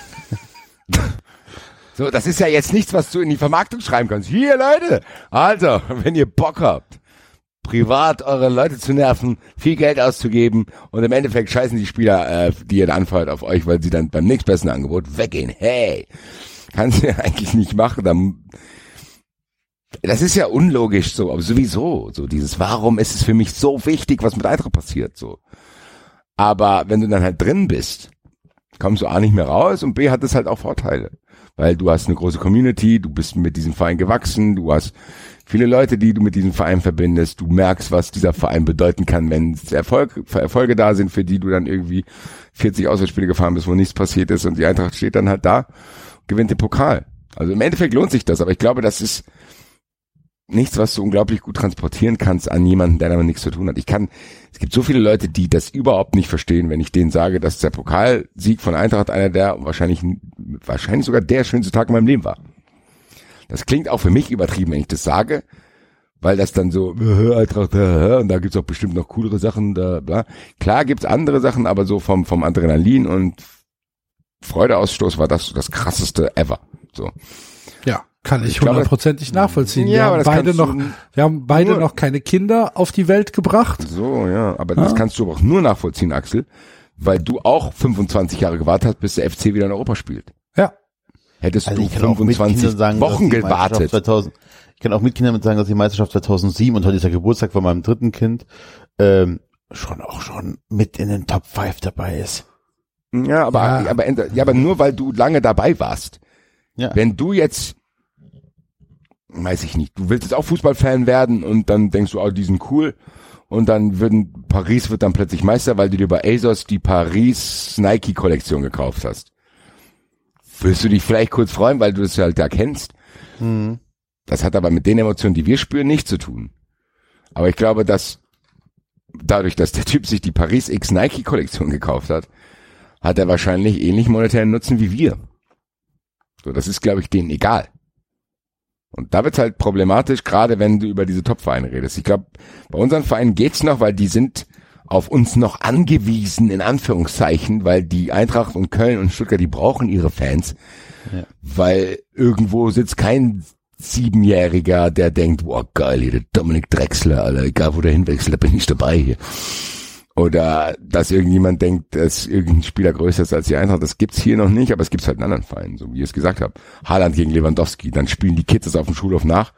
So, das ist ja jetzt nichts, was du in die Vermarktung schreiben kannst. Hier, Leute, also, wenn ihr Bock habt, privat eure Leute zu nerven, viel Geld auszugeben und im Endeffekt scheißen die Spieler, die ihr da anfeuert, auf euch, weil sie dann beim nächstbesten Angebot weggehen. Hey, kannst du ja eigentlich nicht machen. Das ist ja unlogisch so, aber sowieso, so dieses, warum ist es für mich so wichtig, was mit Eintracht passiert, so. Aber wenn du dann halt drin bist, kommst du A nicht mehr raus und B hat es halt auch Vorteile. Weil du hast eine große Community, du bist mit diesem Verein gewachsen, du hast viele Leute, die du mit diesem Verein verbindest, du merkst, was dieser Verein bedeuten kann, wenn Erfolge da sind, für die du dann irgendwie 40 Auswärtsspiele gefahren bist, wo nichts passiert ist und die Eintracht steht dann halt da, gewinnt den Pokal. Also im Endeffekt lohnt sich das, aber ich glaube, das ist nichts, was du unglaublich gut transportieren kannst an jemanden, der damit nichts zu tun hat. Es gibt so viele Leute, die das überhaupt nicht verstehen, wenn ich denen sage, dass der Pokalsieg von Eintracht einer der wahrscheinlich sogar der schönste Tag in meinem Leben war. Das klingt auch für mich übertrieben, wenn ich das sage, weil das dann so, Eintracht, und da gibt's auch bestimmt noch coolere Sachen, da, bla. Klar gibt's andere Sachen, aber so vom Adrenalin und Freudeausstoß war das krasseste ever, so. Ja. Kann ich hundertprozentig nachvollziehen. Ja, wir haben beide noch keine Kinder auf die Welt gebracht. So, ja, aber das kannst du aber auch nur nachvollziehen, Axel, weil du auch 25 Jahre gewartet hast, bis der FC wieder in Europa spielt. Ja. Hättest du 25 Wochen gewartet. Ich kann auch mit Kindern sagen, dass die Meisterschaft 2007 und heute ist der Geburtstag von meinem dritten Kind, schon mit in den Top 5 dabei ist. Ja, aber nur weil du lange dabei warst. Ja. Wenn du jetzt, weiß ich nicht, du willst jetzt auch Fußballfan werden und dann denkst du, die sind cool und dann Paris wird dann plötzlich Meister, weil du dir bei ASOS die Paris Nike Kollektion gekauft hast. Willst du dich vielleicht kurz freuen, weil du das halt da kennst? Mhm. Das hat aber mit den Emotionen, die wir spüren, nichts zu tun. Aber ich glaube, dass dadurch, dass der Typ sich die Paris X Nike Kollektion gekauft hat, hat er wahrscheinlich ähnlich monetären Nutzen wie wir. So, das ist, glaube ich, denen egal. Und da wird's halt problematisch, gerade wenn du über diese Top-Vereine redest. Ich glaube, bei unseren Vereinen geht's noch, weil die sind auf uns noch angewiesen, in Anführungszeichen, weil die Eintracht und Köln und Stuttgart, die brauchen ihre Fans. Ja. Weil irgendwo sitzt kein 7-Jähriger, der denkt, boah, geil, hier der Dominik Drexler, Alter, egal wo der hinwechselt, da bin ich dabei hier. Oder dass irgendjemand denkt, dass irgendein Spieler größer ist als die Eintracht. Das gibt's hier noch nicht, aber es gibt's halt in anderen Vereinen, so wie ich es gesagt habe. Haaland gegen Lewandowski, dann spielen die Kids das auf dem Schulhof nach.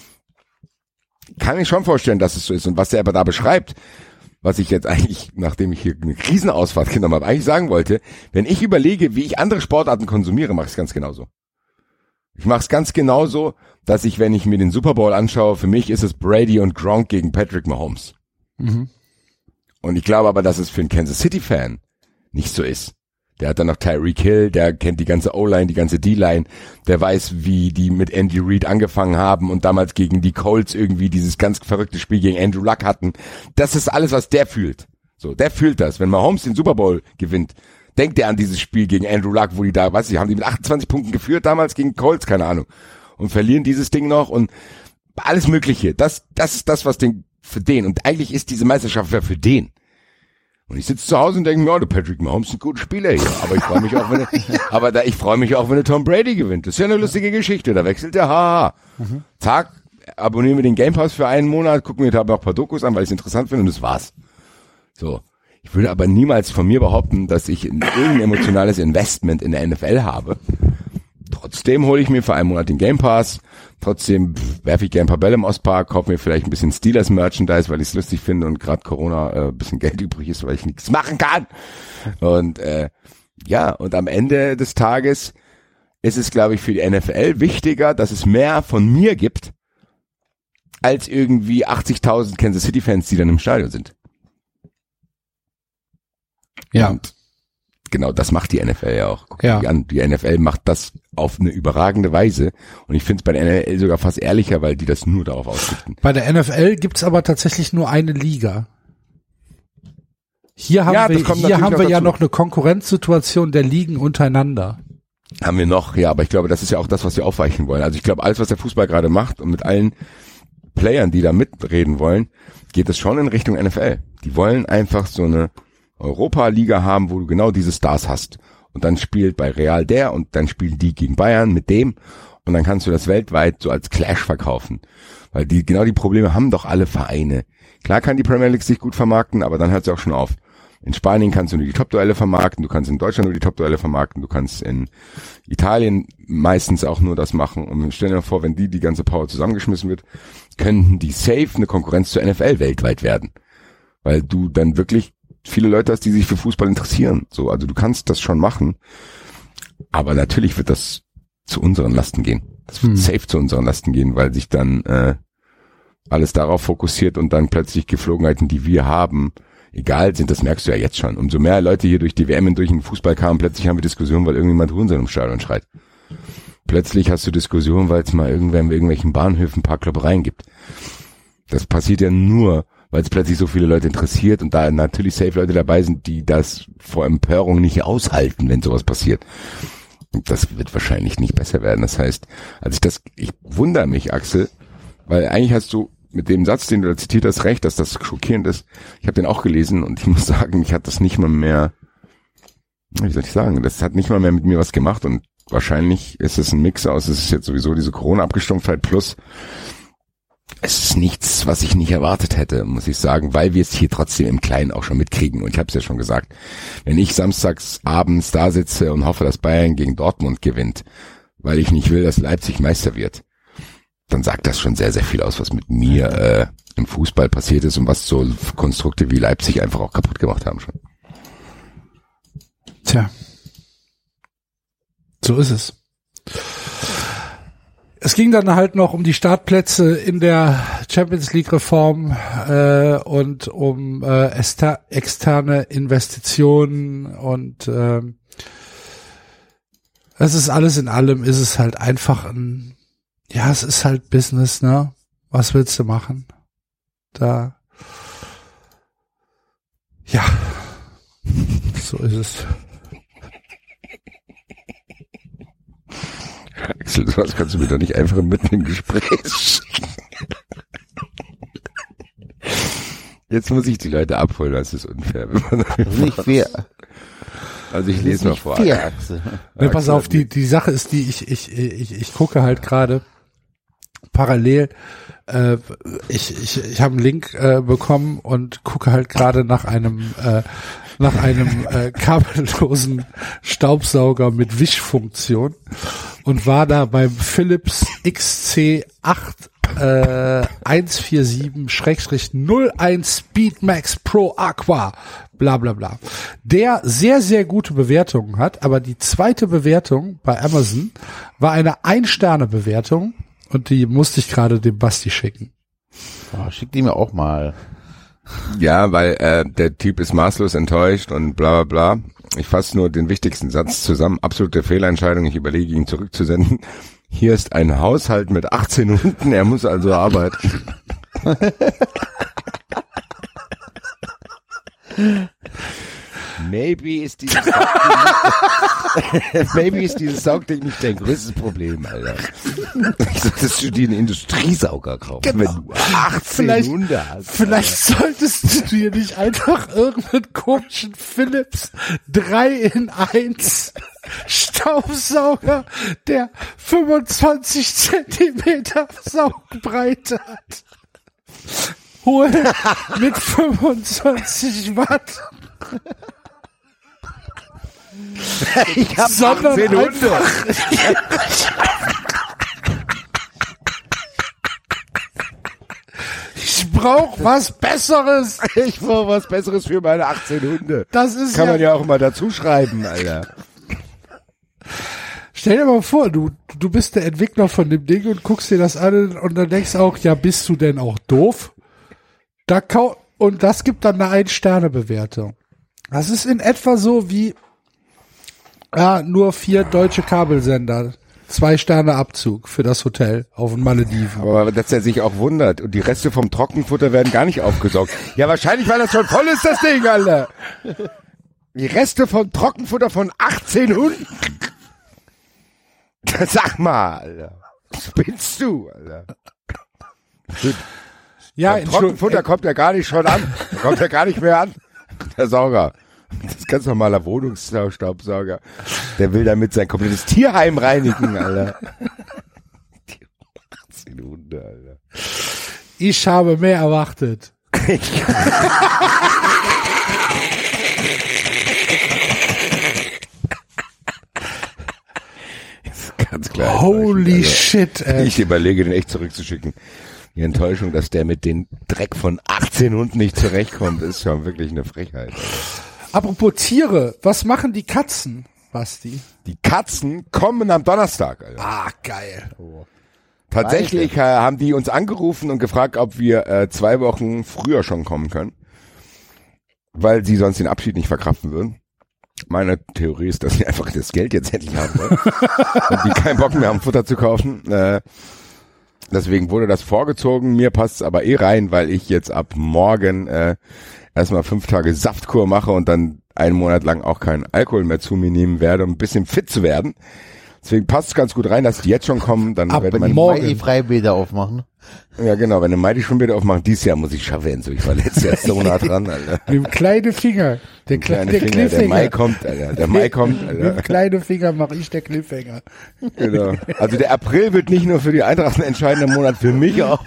Kann ich schon vorstellen, dass es so ist. Und was er aber da beschreibt, was ich jetzt eigentlich, nachdem ich hier eine Krisenausfahrt genommen habe, eigentlich sagen wollte, wenn ich überlege, wie ich andere Sportarten konsumiere, mache ich es ganz genauso. Ich mache es ganz genauso, dass ich, wenn ich mir den Super Bowl anschaue, für mich ist es Brady und Gronk gegen Patrick Mahomes. Mhm. Und ich glaube aber, dass es für einen Kansas City-Fan nicht so ist. Der hat dann noch Tyreek Hill, der kennt die ganze O-Line, die ganze D-Line, der weiß, wie die mit Andy Reid angefangen haben und damals gegen die Colts irgendwie dieses ganz verrückte Spiel gegen Andrew Luck hatten. Das ist alles, was der fühlt. So, der fühlt das. Wenn Mahomes den Super Bowl gewinnt, denkt er an dieses Spiel gegen Andrew Luck, wo die da, weiß ich, haben die mit 28 Punkten geführt damals gegen Colts, keine Ahnung. Und verlieren dieses Ding noch und alles Mögliche. Das ist das, was für den. Und eigentlich ist diese Meisterschaft für den. Und ich sitze zu Hause und denke mir, der Patrick Mahomes ist ein guter Spieler hier. Aber ich freue mich auch, wenn der Tom Brady gewinnt. Das ist ja eine lustige Geschichte. Da wechselt der, haha. Zack, abonnieren wir den Game Pass für einen Monat, gucken wir da noch ein paar Dokus an, weil ich es interessant finde und das war's. So. Ich würde aber niemals von mir behaupten, dass ich irgendein emotionales Investment in der NFL habe. Trotzdem hole ich mir für einen Monat den Game Pass. Trotzdem werfe ich gerne ein paar Bälle im Ostpark, kaufe mir vielleicht ein bisschen Steelers-Merchandise, weil ich es lustig finde und gerade Corona ein bisschen Geld übrig ist, weil ich nichts machen kann. Und und am Ende des Tages ist es, glaube ich, für die NFL wichtiger, dass es mehr von mir gibt, als irgendwie 80.000 Kansas City-Fans, die dann im Stadion sind. Ja. Und genau, das macht die NFL ja auch. Guck ja. Die an. Die NFL macht das auf eine überragende Weise. Und ich finde es bei der NFL sogar fast ehrlicher, weil die das nur darauf ausrichten. Bei der NFL gibt's aber tatsächlich nur eine Liga. Hier haben wir ja noch eine Konkurrenzsituation der Ligen untereinander. Haben wir noch, ja, aber ich glaube, das ist ja auch das, was wir aufweichen wollen. Also ich glaube, alles, was der Fußball gerade macht und mit allen Playern, die da mitreden wollen, geht es schon in Richtung NFL. Die wollen einfach so eine Europa-Liga haben, wo du genau diese Stars hast. Und dann spielt bei Real der und dann spielen die gegen Bayern mit dem und dann kannst du das weltweit so als Clash verkaufen. Weil die Probleme haben doch alle Vereine. Klar kann die Premier League sich gut vermarkten, aber dann hört sie auch schon auf. In Spanien kannst du nur die Top-Duelle vermarkten, du kannst in Deutschland nur die Top-Duelle vermarkten, du kannst in Italien meistens auch nur das machen. Und stell dir mal vor, wenn die ganze Power zusammengeschmissen wird, könnten die safe eine Konkurrenz zur NFL weltweit werden. Weil du dann wirklich viele Leute hast, die sich für Fußball interessieren. So, also du kannst das schon machen. Aber natürlich wird das zu unseren Lasten gehen. Das wird safe zu unseren Lasten gehen, weil sich dann alles darauf fokussiert und dann plötzlich Geflogenheiten, die wir haben, egal sind, das merkst du ja jetzt schon. Umso mehr Leute hier durch die WM und durch den Fußball kamen, plötzlich haben wir Diskussionen, weil irgendjemand Hurensohn im Stadion schreit. Plötzlich hast du Diskussionen, weil es mal irgendwer in irgendwelchen Bahnhöfen ein paar Kloppereien gibt. Das passiert ja nur, weil es plötzlich so viele Leute interessiert und da natürlich safe Leute dabei sind, die das vor Empörung nicht aushalten, wenn sowas passiert. Und das wird wahrscheinlich nicht besser werden. Das heißt, ich wundere mich, Axel, weil eigentlich hast du mit dem Satz, den du da zitiert hast, recht, dass das schockierend ist. Ich habe den auch gelesen und ich muss sagen, ich hatte das nicht mal mehr, wie soll ich sagen, das hat nicht mal mehr mit mir was gemacht und wahrscheinlich ist es ein Mix aus, es ist jetzt sowieso diese Corona-Abgestumpftheit plus es ist nichts, was ich nicht erwartet hätte, muss ich sagen, weil wir es hier trotzdem im Kleinen auch schon mitkriegen. Und ich habe es ja schon gesagt, wenn ich samstags abends da sitze und hoffe, dass Bayern gegen Dortmund gewinnt, weil ich nicht will, dass Leipzig Meister wird, dann sagt das schon sehr, sehr viel aus, was mit mir im Fußball passiert ist und was so Konstrukte wie Leipzig einfach auch kaputt gemacht haben schon. Tja, so ist es. Es ging dann halt noch um die Startplätze in der Champions League Reform und um externe Investitionen und es ist alles in allem, ist es halt einfach es ist halt Business, ne? Was willst du machen? Ja, so ist es. Axel, sowas kannst du mir doch nicht einfach mitten im Gespräch schicken. Jetzt muss ich die Leute abholen, das ist unfair. Nicht fair. Also ich lese noch vor. Axel. Ne, pass auf, die Sache ist die, ich gucke halt gerade parallel, ich habe einen Link bekommen und gucke halt gerade nach einem kabellosen Staubsauger mit Wischfunktion und war da beim Philips XC8 147/01 Speedmax Pro Aqua, bla bla bla, der sehr, sehr gute Bewertungen hat, aber die zweite Bewertung bei Amazon war eine 1-Sterne-Bewertung und die musste ich gerade dem Basti schicken. Oh, schick die mir auch mal. Ja, weil der Typ ist maßlos enttäuscht und bla bla bla. Ich fasse nur den wichtigsten Satz zusammen. Absolute Fehlentscheidung. Ich überlege, ihn zurückzusenden. Hier ist ein Haushalt mit 18 Hunden. Er muss also arbeiten. Maybe ist dieses Saugding nicht dein größtes Problem, Alter. Solltest du dir einen Industriesauger kaufen, genau. Wenn du 18 Hunde hast. Vielleicht solltest du dir nicht einfach irgendeinen komischen Philips 3-in-1 Staubsauger, der 25 Zentimeter Saugbreite hat, holen mit 25 Watt. Ich hab 18 Hunde. Ich brauch was Besseres. Ich brauche was Besseres für meine 18 Hunde. Das ist Kann man ja auch mal dazu schreiben, Alter. Stell dir mal vor, du bist der Entwickler von dem Ding und guckst dir das an und dann denkst auch, ja, bist du denn auch doof? Und das gibt dann eine 1-Sterne-Bewertung. Das ist in etwa so wie nur 4 deutsche Kabelsender. 2 Sterne Abzug für das Hotel auf den Malediven. Aber dass er sich auch wundert und die Reste vom Trockenfutter werden gar nicht aufgesaugt. Ja, wahrscheinlich, weil das schon voll ist, das Ding, Alter. Die Reste vom Trockenfutter von 18 Hunden. Sag mal, Alter. Spinnst du, Alter? Ja, Trockenfutter kommt ja gar nicht schon an. Kommt ja gar nicht mehr an. Der Sauger. Das ist ganz normaler Wohnungsstaubsauger. Der will damit sein komplettes Tierheim reinigen, Alter. 18 Hunde, Alter. Ich habe mehr erwartet. Ganz klar. Holy shit, ey. Ich überlege, den echt zurückzuschicken. Die Enttäuschung, dass der mit dem Dreck von 18 Hunden nicht zurechtkommt, ist schon wirklich eine Frechheit. Alter. Apropos Tiere, was machen die Katzen, Basti? Die Katzen kommen am Donnerstag, Alter. Ah, geil. Oh. Tatsächlich haben die uns angerufen und gefragt, ob wir 2 Wochen früher schon kommen können, weil sie sonst den Abschied nicht verkraften würden. Meine Theorie ist, dass sie einfach das Geld jetzt endlich haben wollen und die keinen Bock mehr haben, Futter zu kaufen. Deswegen wurde das vorgezogen. Mir passt es aber rein, weil ich jetzt ab morgen erstmal 5 Tage Saftkur mache und dann 1 Monat lang auch keinen Alkohol mehr zu mir nehmen werde, um ein bisschen fit zu werden. Deswegen passt es ganz gut rein, dass die jetzt schon kommen. Dann werde ich morgen die Freibäder aufmachen. Ja, genau. Wenn du Mai die Schwimmbäder aufmachen, dieses Jahr muss ich schaffen. So, ich war letztes Jahr so nah dran, Alter. Mit dem kleinen Finger. Der kleine Finger. Der Mai kommt, Alter. Der Mai kommt, Alter. Mit dem kleinen Finger mache ich der Cliffhanger. Genau. Also der April wird nicht nur für die Eintracht ein entscheidender Monat, für mich auch.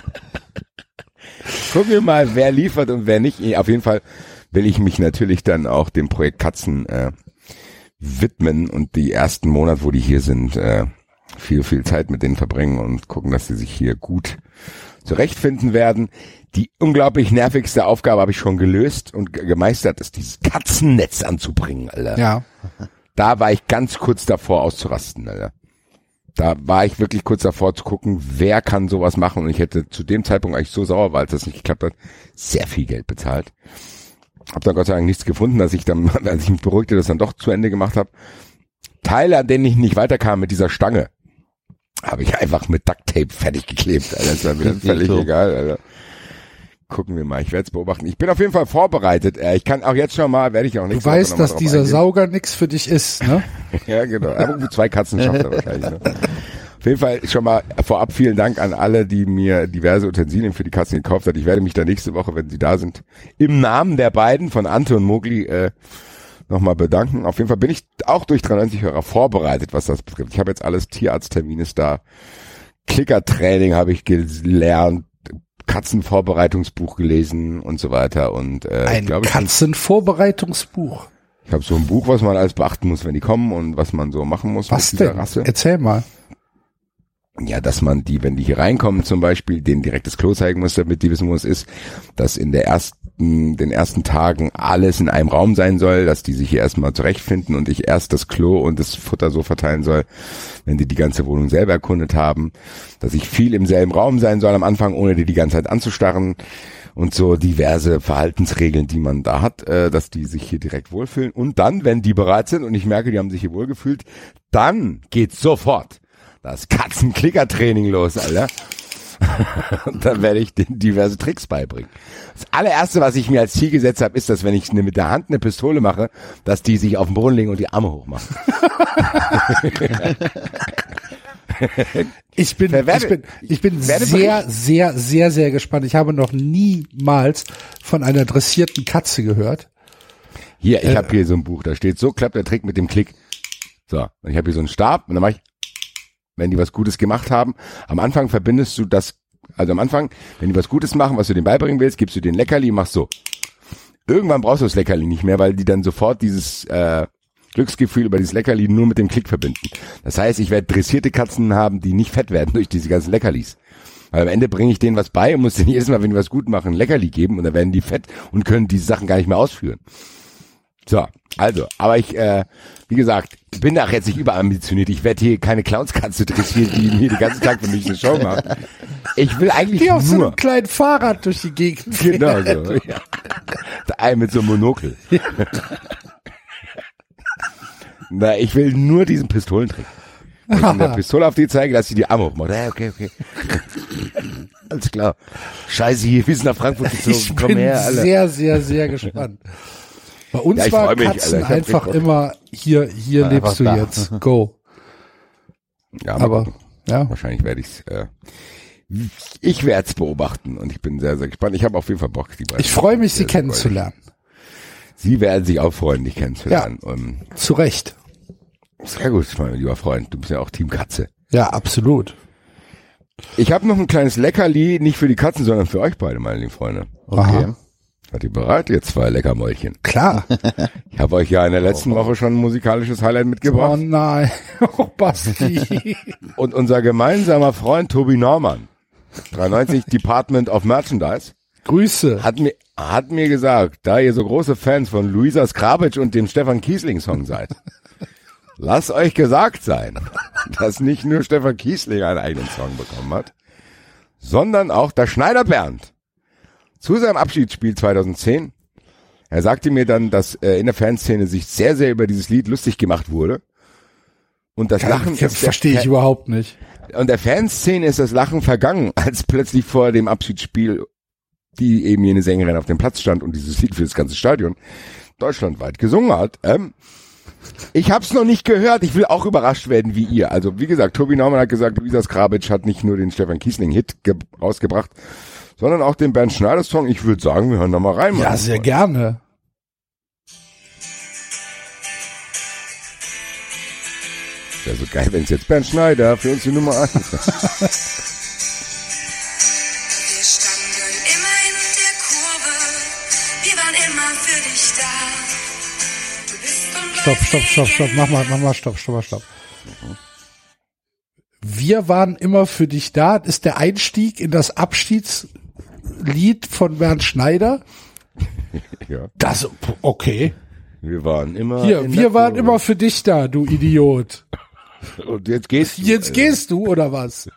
Gucken wir mal, wer liefert und wer nicht. Auf jeden Fall will ich mich natürlich dann auch dem Projekt Katzen widmen und die ersten Monate, wo die hier sind, viel Zeit mit denen verbringen und gucken, dass sie sich hier gut zurechtfinden werden. Die unglaublich nervigste Aufgabe habe ich schon gelöst und gemeistert, ist dieses Katzennetz anzubringen, Alter. Ja. Da war ich ganz kurz davor auszurasten, Alter. Da war ich wirklich kurz davor zu gucken, wer kann sowas machen, und ich hätte zu dem Zeitpunkt eigentlich so sauer, weil es das nicht geklappt hat, sehr viel Geld bezahlt. Hab dann Gott sei Dank nichts gefunden, dass ich dann, als ich mich beruhigte, das dann doch zu Ende gemacht habe. Teile, an denen ich nicht weiterkam mit dieser Stange, habe ich einfach mit Ducktape fertig geklebt, Alter. Das war mir völlig egal, Alter. Gucken wir mal, ich werde es beobachten. Ich bin auf jeden Fall vorbereitet. Ich kann auch jetzt schon mal, werde ich auch nicht. Du weißt, dass dieser Sauger nix für dich ist, ne? Ja, genau. Aber mit 2 Katzen schafft er wahrscheinlich, ne? Auf jeden Fall schon mal vorab vielen Dank an alle, die mir diverse Utensilien für die Katzen gekauft hat. Ich werde mich da nächste Woche, wenn sie da sind, im Namen der beiden von Ante und Mogli nochmal bedanken. Auf jeden Fall bin ich auch durch 93 Hörer vorbereitet, was das betrifft. Ich habe jetzt alles, Tierarzttermin ist da, Klickertraining habe ich gelernt, Katzenvorbereitungsbuch gelesen und so weiter. Und ein Katzenvorbereitungsbuch. Ich habe so ein Buch, was man alles beachten muss, wenn die kommen und was man so machen muss was mit dieser denn? Rasse. Erzähl mal. Ja, dass man die, wenn die hier reinkommen zum Beispiel, denen direkt das Klo zeigen muss, damit die wissen, wo es ist, dass in den ersten Tagen alles in einem Raum sein soll, dass die sich hier erstmal zurechtfinden und ich erst das Klo und das Futter so verteilen soll, wenn die ganze Wohnung selber erkundet haben, dass ich viel im selben Raum sein soll am Anfang, ohne die ganze Zeit anzustarren und so diverse Verhaltensregeln, die man da hat, dass die sich hier direkt wohlfühlen. Und dann, wenn die bereit sind und ich merke, die haben sich hier wohlgefühlt, dann geht's sofort das Katzenklicker-Training los, Alter. Und dann werde ich denen diverse Tricks beibringen. Das allererste, was ich mir als Ziel gesetzt habe, ist, dass wenn ich mit der Hand eine Pistole mache, dass die sich auf den Boden legen und die Arme hochmachen. Ich bin sehr gespannt. Ich habe noch niemals von einer dressierten Katze gehört. Hier, ich habe hier so ein Buch, da steht, so klappt der Trick mit dem Klick. So, und ich habe hier so einen Stab und dann mache ich, wenn die was Gutes gemacht haben, am Anfang verbindest du das, also am Anfang, wenn die was Gutes machen, was du denen beibringen willst, gibst du den Leckerli, machst so. Irgendwann brauchst du das Leckerli nicht mehr, weil die dann sofort dieses Glücksgefühl über dieses Leckerli nur mit dem Klick verbinden. Das heißt, ich werde dressierte Katzen haben, die nicht fett werden durch diese ganzen Leckerlis. Weil am Ende bringe ich denen was bei und muss denen jedes Mal, wenn die was gut machen, ein Leckerli geben und dann werden die fett und können diese Sachen gar nicht mehr ausführen. So, also, aber ich, wie gesagt, bin da jetzt nicht überambitioniert. Ich werde hier keine Clownskatze dressieren, die mir den ganzen Tag für mich eine Show macht. Ich will eigentlich die nur... auf so einem kleinen Fahrrad durch die Gegend fährt. Genau so, ja. Der eine mit so einem Monokel. Ja. Na, ich will nur diesen Pistolentrick. Wenn ich mit der Pistole auf die zeige, dass sie die Arme hochmacht. Ja, okay. Alles klar. Scheiße, hier, wir sind nach Frankfurt gezogen. Komm her, alle. Ich bin sehr gespannt. Bei uns war Katzen einfach immer, hier lebst du jetzt, go. Ja, aber ja. Wahrscheinlich werde ich werde es beobachten und ich bin sehr gespannt. Ich habe auf jeden Fall Bock, die beiden. Ich freue mich, sie kennenzulernen. Sie werden sich auch freuen, dich kennenzulernen. Ja, zu Recht. Sehr gut, mein lieber Freund. Du bist ja auch Team Katze. Ja, absolut. Ich habe noch ein kleines Leckerli, nicht für die Katzen, sondern für euch beide, meine lieben Freunde. Okay. Aha. Seid ihr bereit, ihr zwei Leckermäulchen? Klar. Ich habe euch ja in der letzten Woche schon ein musikalisches Highlight mitgebracht. Oh nein, oh Basti. Und unser gemeinsamer Freund Tobi Norman, 93 Department of Merchandise. Grüße. Hat mir gesagt, da ihr so große Fans von Luisa Skrabic und dem Stefan Kiesling Song seid, lasst euch gesagt sein, dass nicht nur Stefan Kiesling einen eigenen Song bekommen hat, sondern auch der Schneider Bernd. Zu seinem Abschiedsspiel 2010. Er sagte mir dann, dass in der Fanszene sich sehr, sehr über dieses Lied lustig gemacht wurde. Und das Lachen verstehe ich überhaupt nicht. Und der Fanszene ist das Lachen vergangen, als plötzlich vor dem Abschiedsspiel die eben jene Sängerin auf dem Platz stand und dieses Lied für das ganze Stadion deutschlandweit gesungen hat. Ich hab's noch nicht gehört. Ich will auch überrascht werden wie ihr. Also wie gesagt, Tobi Norman hat gesagt, Luisa Skrabic hat nicht nur den Stefan Kiesling-Hit rausgebracht, sondern auch den Bernd Schneider-Song. Ich würde sagen, wir hören da mal rein. Ja, sehr gerne. Wäre so geil, wenn es jetzt Bernd Schneider für uns die Nummer 1 Stopp. Mach mal, stopp. Wir waren immer für dich da. Das ist der Einstieg in das Abschiedslied von Bernd Schneider. Ja. Das, okay. Wir waren immer. Wir waren immer für dich da, du Idiot. Und jetzt gehst du. Jetzt gehst du, oder was?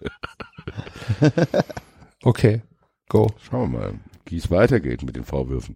Okay, go. Schauen wir mal, wie es weitergeht mit den Vorwürfen.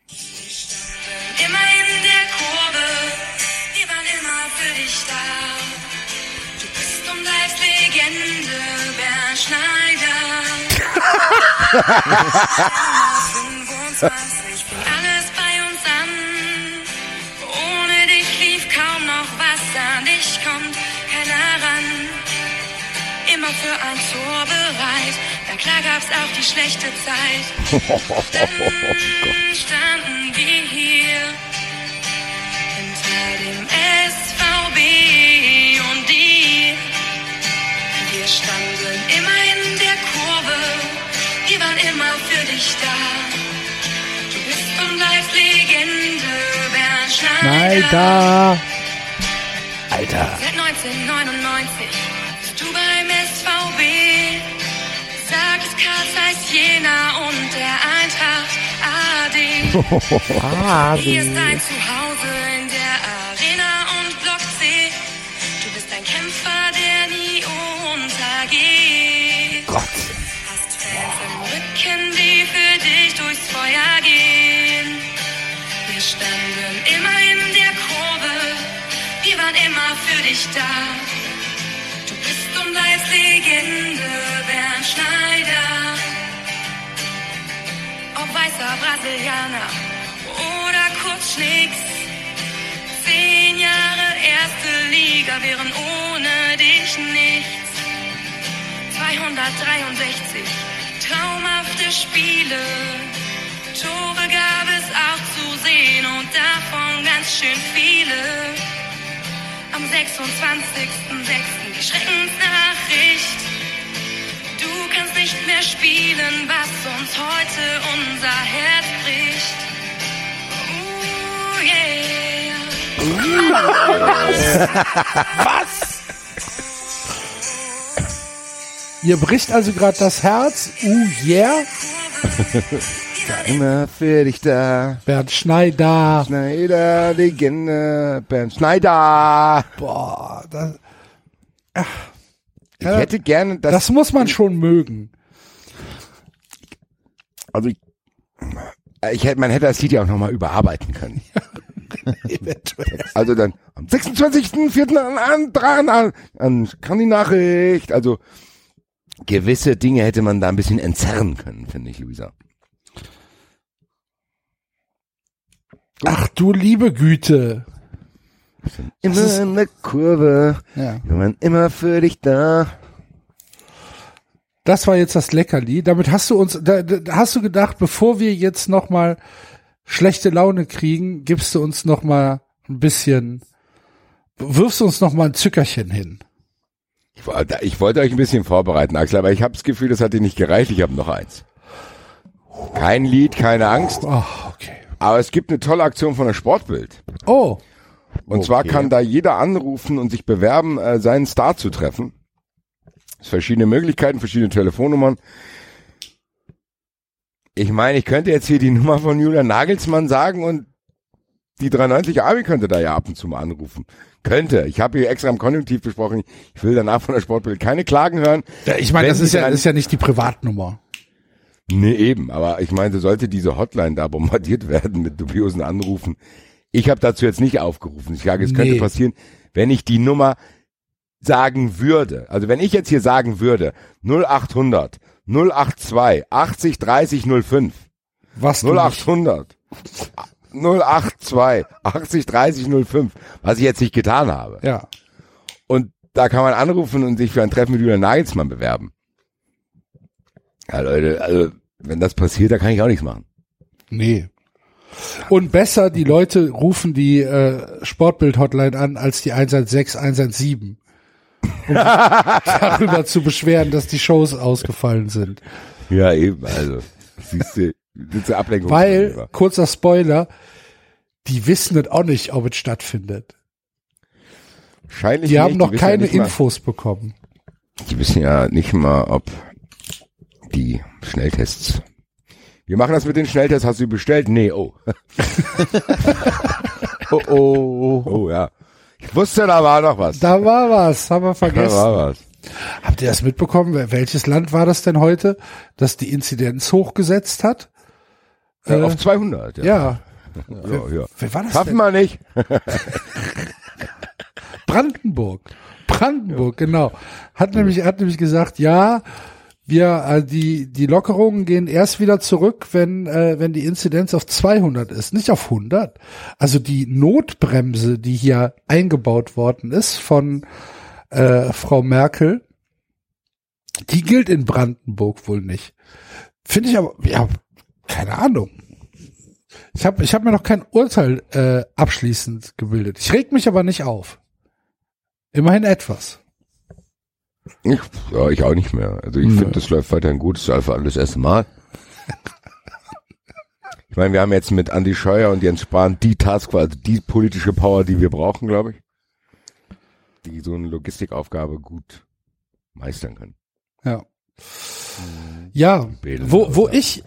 Alles bei uns an. Ohne dich lief kaum noch was, an dich kommt keiner ran. Immer für ein Tor bereit, na klar gab's auch die schlechte Zeit. Dann standen wir hier hinter dem SVB und die. Wir standen immer in der Kurve. Wir waren immer für dich da. Du bist und bleibst Legende, Bernd Schneider. Alter. Seit 1999 bist du beim SVB. Sag es Karl Zeiss Jena und der Eintracht AD. Hier ist dein Zuhause in der Arena und Block C. Du bist ein Kämpfer, der nie untergeht. Gott. Die für dich durchs für dich da. Du bist und bleibst Legende, Bernd Schneider. Ob weißer Brasilianer oder Kurzschnicks. 10 Jahre erste Liga wären ohne dich nichts. 263 traumhafte Spiele. Tore gab es auch zu sehen und davon ganz schön viele. Am 26.06. die Schreckensnachricht. Du kannst nicht mehr spielen, was uns heute unser Herz bricht. Yeah. Was? Ihr bricht also gerade das Herz. Yeah. Immer für dich da. Bernd Schneider. Schneider, Legende. Bernd Schneider. Boah, das, ich hätte gerne das muss man schon mögen. Also man hätte das Lied ja auch nochmal überarbeiten können. Eventuell. Also dann am 26.04. an kam die Nachricht. Also gewisse Dinge hätte man da ein bisschen entzerren können, finde ich, Luisa. Ach du liebe Güte. Immer in der Kurve. Ja. Wir waren immer für dich da. Das war jetzt das Leckerli. Damit hast du uns, da hast du gedacht, bevor wir jetzt noch mal schlechte Laune kriegen, gibst du uns noch mal ein bisschen, wirfst du uns noch mal ein Zückerchen hin. Ich wollte euch ein bisschen vorbereiten, Axel, aber ich habe das Gefühl, das hat dir nicht gereicht. Ich habe noch eins. Kein Lied, keine Angst. Oh, okay. Aber es gibt eine tolle Aktion von der Sportbild. Oh. Und zwar kann da jeder anrufen und sich bewerben, seinen Star zu treffen. Es verschiedene Möglichkeiten, verschiedene Telefonnummern. Ich meine, ich könnte jetzt hier die Nummer von Julian Nagelsmann sagen und die 390 Army könnte da ja ab und zu mal anrufen. Könnte. Ich habe hier extra im Konjunktiv besprochen. Ich will danach von der Sportbild keine Klagen hören. Ja, ich meine, das ist ja nicht die Privatnummer. Nee, eben. Aber ich meinte, sollte diese Hotline da bombardiert werden mit dubiosen Anrufen. Ich habe dazu jetzt nicht aufgerufen. Ich sage, es könnte passieren, wenn ich die Nummer sagen würde. Also wenn ich jetzt hier sagen würde, 0800 082 80 30 05. Was 0800 082 80 30 05. Was ich jetzt nicht getan habe. Ja. Und da kann man anrufen und sich für ein Treffen mit Julian Nagelsmann bewerben. Ja, Leute, also wenn das passiert, da kann ich auch nichts machen. Nee. Und besser, die Leute rufen die Sportbild-Hotline an, als die 116, 117. Um sich darüber zu beschweren, dass die Shows ausgefallen sind. Ja, eben, also. Siehst du, diese Ablenkung. Weil, kurzer Spoiler, die wissen das auch nicht, ob es stattfindet. Wahrscheinlich die nicht, haben noch keine ja Infos bekommen. Die wissen ja nicht mal, ob die Schnelltests. Wir machen das mit den Schnelltests. Hast du bestellt? Nee, oh. Oh, ja. Ich wusste, da war noch was. Da war was, haben wir vergessen. Da war was. Habt ihr das mitbekommen? Welches Land war das denn heute, das die Inzidenz hochgesetzt hat? Auf 200, ja. Ja. Wer war das Schaffen denn? wir nicht. Brandenburg, genau. Hat nämlich gesagt, ja, wir die Lockerungen gehen erst wieder zurück, wenn die Inzidenz auf 200 ist, nicht auf 100. Also die Notbremse, die hier eingebaut worden ist von Frau Merkel, die gilt in Brandenburg wohl nicht. Finde ich aber, ja, keine Ahnung. Ich hab mir noch kein Urteil abschließend gebildet. Ich reg mich aber nicht auf. Immerhin etwas. Ich auch nicht mehr. Also ich finde, das läuft weiterhin gut. Das ist einfach das erste Mal. Ich meine, wir haben jetzt mit Andi Scheuer und Jens Spahn die Taskforce, also die politische Power, die wir brauchen, glaube ich. Die so eine Logistikaufgabe gut meistern können. Ja. Ja, wo ich,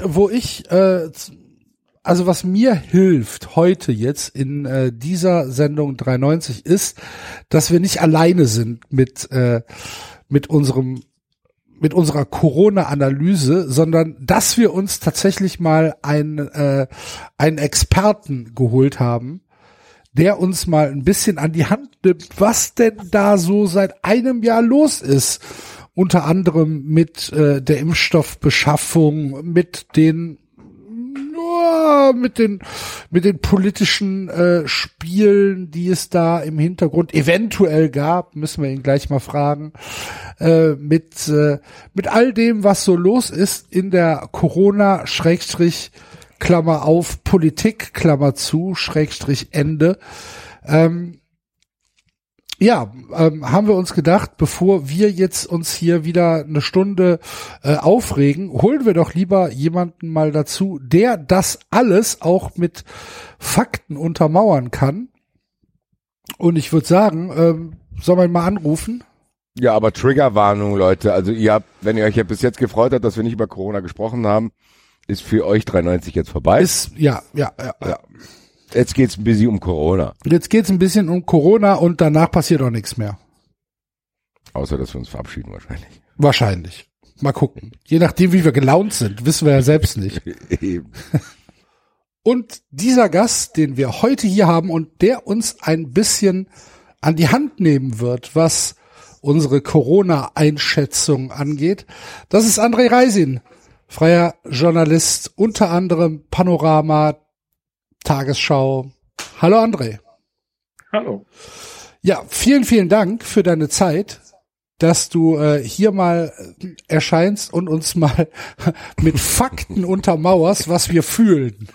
also was mir hilft heute jetzt in dieser Sendung 93 ist, dass wir nicht alleine sind mit unserer Corona-Analyse, sondern dass wir uns tatsächlich mal einen Experten geholt haben, der uns mal ein bisschen an die Hand nimmt, was denn da so seit einem Jahr los ist. Unter anderem mit der Impfstoffbeschaffung, mit den politischen Spielen, die es da im Hintergrund eventuell gab, müssen wir ihn gleich mal fragen, mit all dem, was so los ist in der Corona Klammer auf Politik Klammer zu Ende. Haben wir uns gedacht, bevor wir jetzt uns hier wieder eine Stunde aufregen, holen wir doch lieber jemanden mal dazu, der das alles auch mit Fakten untermauern kann. Und ich würde sagen, soll man mal anrufen? Ja, aber Triggerwarnung, Leute. Also wenn ihr euch ja bis jetzt gefreut habt, dass wir nicht über Corona gesprochen haben, ist für euch 93 jetzt vorbei. Ja. Jetzt geht's ein bisschen um Corona. Jetzt geht's ein bisschen um Corona und danach passiert auch nichts mehr. Außer, dass wir uns verabschieden wahrscheinlich. Wahrscheinlich. Mal gucken. Je nachdem, wie wir gelaunt sind, wissen wir ja selbst nicht. Eben. Und dieser Gast, den wir heute hier haben und der uns ein bisschen an die Hand nehmen wird, was unsere Corona-Einschätzung angeht, das ist André Reisin, freier Journalist, unter anderem Panorama, Tagesschau. Hallo André. Hallo. Ja, vielen, vielen Dank für deine Zeit, dass du hier mal erscheinst und uns mal mit Fakten untermauerst, was wir fühlen.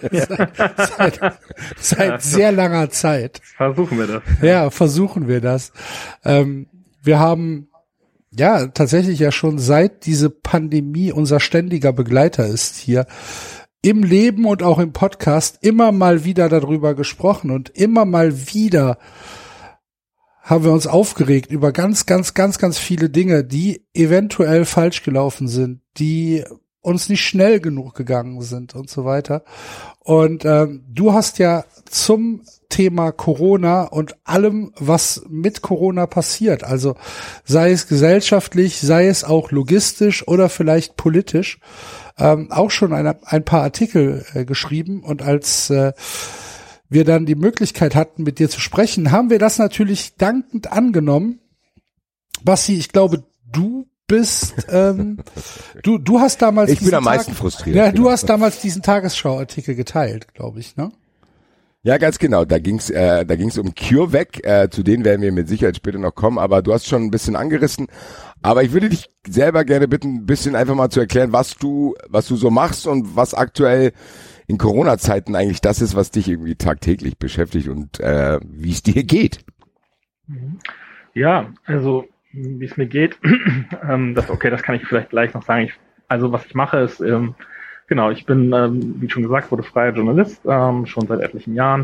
seit sehr langer Zeit. Versuchen wir das. Ja, versuchen wir das. Wir haben ja tatsächlich ja schon seit diese Pandemie unser ständiger Begleiter ist hier im Leben und auch im Podcast immer mal wieder darüber gesprochen und immer mal wieder haben wir uns aufgeregt über ganz viele Dinge, die eventuell falsch gelaufen sind, die uns nicht schnell genug gegangen sind und so weiter. Und du hast ja zum Thema Corona und allem, was mit Corona passiert, also sei es gesellschaftlich, sei es auch logistisch oder vielleicht politisch, auch schon ein paar Artikel geschrieben. Und als wir dann die Möglichkeit hatten, mit dir zu sprechen, haben wir das natürlich dankend angenommen. Basti, ich glaube, du bist, du hast damals ich bin am meisten frustriert. Ja, du hast damals diesen Tagesschau-Artikel geteilt, glaube ich, ne? Ja, ganz genau. Da ging's um CureVac. Zu denen werden wir mit Sicherheit später noch kommen. Aber du hast schon ein bisschen angerissen. Aber ich würde dich selber gerne bitten, ein bisschen einfach mal zu erklären, was du so machst und was aktuell in Corona-Zeiten eigentlich das ist, was dich irgendwie tagtäglich beschäftigt und wie es dir geht. Ja, also wie es mir geht, das kann ich vielleicht gleich noch sagen. Was ich mache ist, ich bin, wie schon gesagt wurde, freier Journalist, schon seit etlichen Jahren.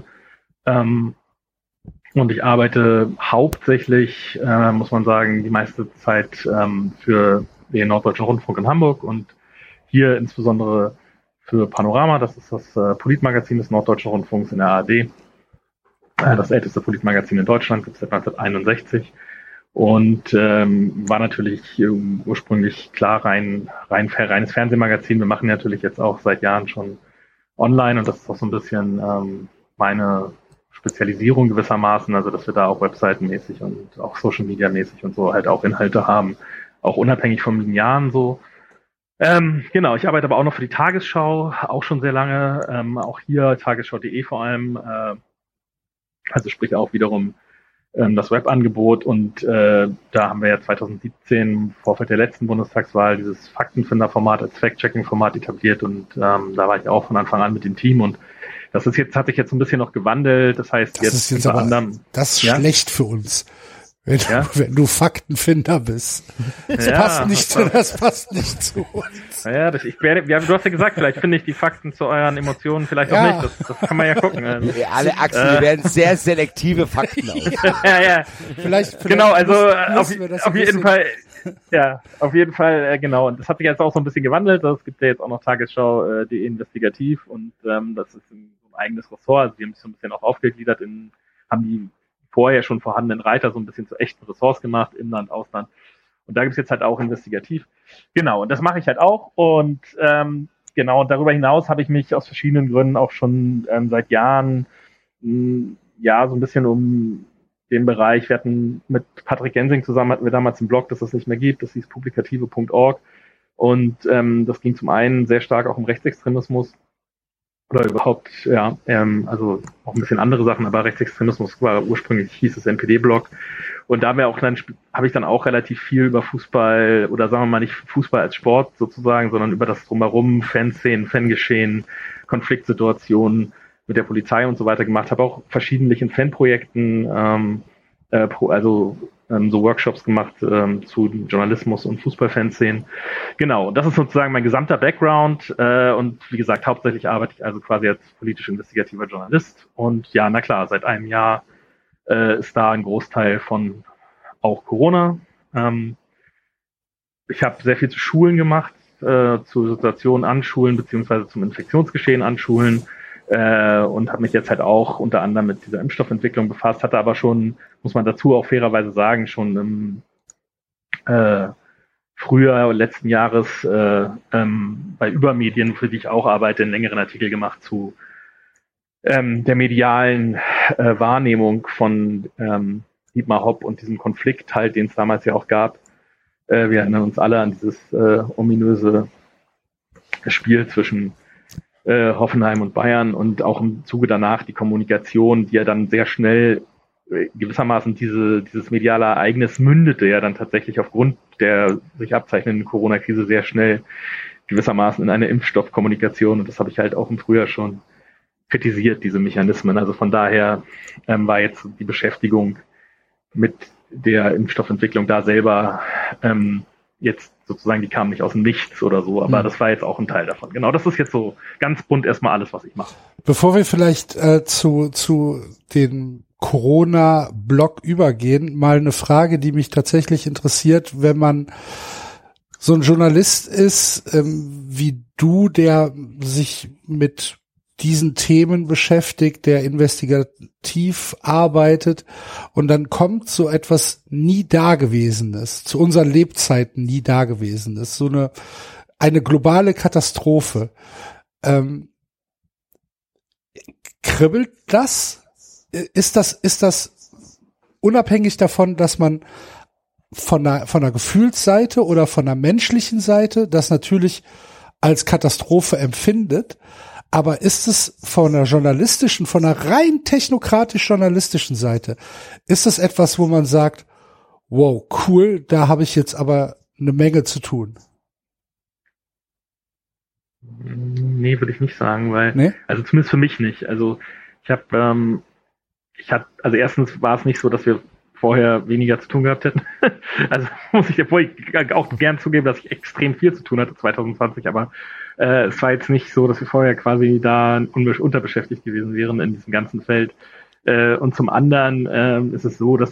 Und ich arbeite hauptsächlich, muss man sagen, die meiste Zeit für den Norddeutschen Rundfunk in Hamburg und hier insbesondere für Panorama. Das ist das Politmagazin des Norddeutschen Rundfunks in der ARD. Das älteste Politmagazin in Deutschland, gibt es seit 1961. Und war natürlich ursprünglich klar reines Fernsehmagazin. Wir machen natürlich jetzt auch seit Jahren schon online und das ist auch so ein bisschen meine Spezialisierung gewissermaßen, also dass wir da auch webseitenmäßig und auch Social Media mäßig und so halt auch Inhalte haben, auch unabhängig vom Linearen so. Ich arbeite aber auch noch für die Tagesschau, auch schon sehr lange, auch hier tagesschau.de vor allem, also sprich auch wiederum das Webangebot und da haben wir ja 2017 im Vorfeld der letzten Bundestagswahl dieses Faktenfinder-Format als Fact-Checking-Format etabliert und da war ich auch von Anfang an mit dem Team und hat sich jetzt ein bisschen noch gewandelt, das heißt, das ist jetzt aber schlecht für uns. Wenn du Faktenfinder bist. Das passt nicht zu uns. Ja, du hast ja gesagt, vielleicht finde ich die Fakten zu euren Emotionen vielleicht auch nicht. Das kann man ja gucken. Also. Alle Axel, wir werden sehr selektive Fakten aus. Ja. Vielleicht genau, also auf jeden Fall. Ja, auf jeden Fall, genau. Und das hat sich jetzt auch so ein bisschen gewandelt. Es gibt ja jetzt auch noch Tagesschau.de investigativ und das ist ein eigenes Ressort. Also wir haben es so ein bisschen auch aufgegliedert haben die vorher schon vorhandenen Reiter so ein bisschen zu echten Ressorts gemacht, Inland, Ausland. Und da gibt es jetzt halt auch investigativ. Genau, und das mache ich halt auch. Und und darüber hinaus habe ich mich aus verschiedenen Gründen auch schon seit Jahren ja, so ein bisschen um den Bereich, wir hatten mit Patrick Gensing zusammen, hatten wir damals einen Blog, das es nicht mehr gibt, das hieß publikative.org und das ging zum einen sehr stark auch um Rechtsextremismus oder überhaupt, ja, also auch ein bisschen andere Sachen, aber Rechtsextremismus war ursprünglich, hieß es NPD-Blog. Und da habe ich dann auch relativ viel über Fußball oder sagen wir mal nicht Fußball als Sport sozusagen, sondern über das Drumherum, Fanszenen, Fangeschehen, Konfliktsituationen mit der Polizei und so weiter gemacht. Habe auch verschiedentlich Fanprojekten, so Workshops gemacht zu Journalismus und Fußballfanszenen. Genau, das ist sozusagen mein gesamter Background und wie gesagt, hauptsächlich arbeite ich also quasi als politisch-investigativer Journalist und ja, na klar, seit einem Jahr ist da ein Großteil von auch Corona. Ich habe sehr viel zu Schulen gemacht, zu Situationen an Schulen beziehungsweise zum Infektionsgeschehen an Schulen und habe mich jetzt halt auch unter anderem mit dieser Impfstoffentwicklung befasst, hatte aber schon, muss man dazu auch fairerweise sagen, schon im Frühjahr letzten Jahres bei Übermedien, für die ich auch arbeite, einen längeren Artikel gemacht zu der medialen Wahrnehmung von Dietmar Hopp und diesem Konflikt halt, den es damals ja auch gab. Wir erinnern uns alle an dieses ominöse Spiel zwischen Hoffenheim und Bayern und auch im Zuge danach die Kommunikation, die ja dann sehr schnell gewissermaßen dieses mediale Ereignis mündete ja dann tatsächlich aufgrund der sich abzeichnenden Corona-Krise sehr schnell gewissermaßen in eine Impfstoffkommunikation und das habe ich halt auch im Frühjahr schon kritisiert, diese Mechanismen. Also von daher war jetzt die Beschäftigung mit der Impfstoffentwicklung da selber jetzt sozusagen, die kam nicht aus dem Nichts oder so, aber das war jetzt auch ein Teil davon. Genau, das ist jetzt so ganz bunt erstmal alles, was ich mache. Bevor wir vielleicht zu den Corona-Blog übergehen, mal eine Frage, die mich tatsächlich interessiert, wenn man so ein Journalist ist, wie du, der sich mit diesen Themen beschäftigt, der investigativ arbeitet und dann kommt so etwas nie Dagewesenes, zu unseren Lebzeiten nie Dagewesenes, so eine globale Katastrophe. Kribbelt das? Ist das unabhängig davon, dass man von der Gefühlsseite oder von der menschlichen Seite das natürlich als Katastrophe empfindet? Aber ist es von der rein technokratisch-journalistischen Seite, ist das etwas, wo man sagt, wow, cool, da habe ich jetzt aber eine Menge zu tun? Nee, würde ich nicht sagen, weil, also zumindest für mich nicht. Also also erstens war es nicht so, dass wir vorher weniger zu tun gehabt hätten. Also muss ich auch gern zugeben, dass ich extrem viel zu tun hatte 2020, aber es war jetzt nicht so, dass wir vorher quasi da unterbeschäftigt gewesen wären in diesem ganzen Feld. Und zum anderen ist es so, dass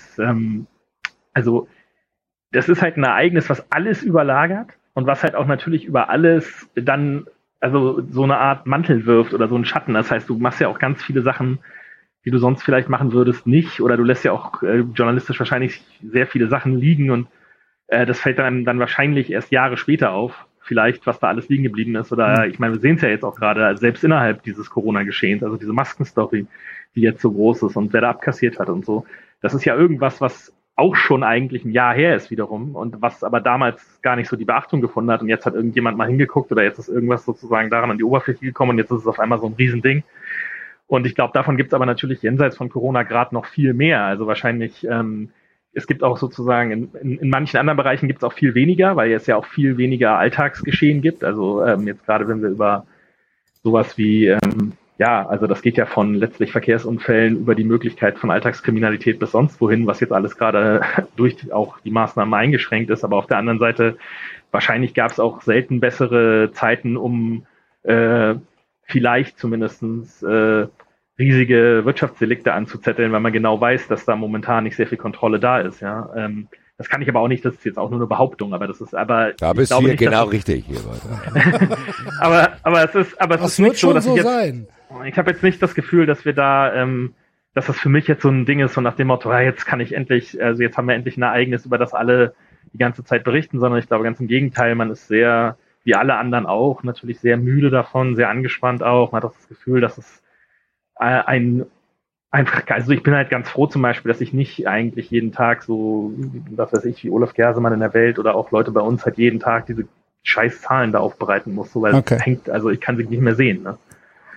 also das ist halt ein Ereignis, was alles überlagert und was halt auch natürlich über alles dann also so eine Art Mantel wirft oder so einen Schatten. Das heißt, du machst ja auch ganz viele Sachen, die du sonst vielleicht machen würdest, nicht. Oder du lässt ja auch journalistisch wahrscheinlich sehr viele Sachen liegen und das fällt dann wahrscheinlich erst Jahre später auf, vielleicht, was da alles liegen geblieben ist. Oder ich meine, wir sehen es ja jetzt auch gerade, selbst innerhalb dieses Corona-Geschehens, also diese Maskenstory, die jetzt so groß ist und wer da abkassiert hat und so. Das ist ja irgendwas, was auch schon eigentlich ein Jahr her ist wiederum und was aber damals gar nicht so die Beachtung gefunden hat und jetzt hat irgendjemand mal hingeguckt oder jetzt ist irgendwas sozusagen daran an die Oberfläche gekommen und jetzt ist es auf einmal so ein Riesending. Und ich glaube, davon gibt es aber natürlich jenseits von Corona gerade noch viel mehr. Also wahrscheinlich, es gibt auch sozusagen, in manchen anderen Bereichen gibt es auch viel weniger, weil es ja auch viel weniger Alltagsgeschehen gibt. Also jetzt gerade, wenn wir über sowas wie, also das geht ja von letztlich Verkehrsunfällen über die Möglichkeit von Alltagskriminalität bis sonst wohin, was jetzt alles gerade durch auch die Maßnahmen eingeschränkt ist. Aber auf der anderen Seite, wahrscheinlich gab es auch selten bessere Zeiten, um vielleicht zumindestens riesige Wirtschaftsdelikte anzuzetteln, weil man genau weiß, dass da momentan nicht sehr viel Kontrolle da ist. Ja, das kann ich aber auch nicht. Das ist jetzt auch nur eine Behauptung, aber das ist aber. Da bist du hier genau richtig hier, weiter. aber es ist nicht so, dass ich habe jetzt nicht das Gefühl, dass wir da, dass das für mich jetzt so ein Ding ist, so nach dem Motto, jetzt kann ich endlich, also jetzt haben wir endlich ein Ereignis, über das alle die ganze Zeit berichten, sondern ich glaube ganz im Gegenteil, man ist sehr, wie alle anderen auch, natürlich sehr müde davon, sehr angespannt auch. Man hat auch das Gefühl, dass es ein einfach, also ich bin halt ganz froh zum Beispiel, dass ich nicht eigentlich jeden Tag so, was weiß ich, wie Olaf Gersemann in der Welt oder auch Leute bei uns halt jeden Tag diese scheiß Zahlen da aufbereiten muss, so, weil es hängt, also ich kann sie nicht mehr sehen, ne?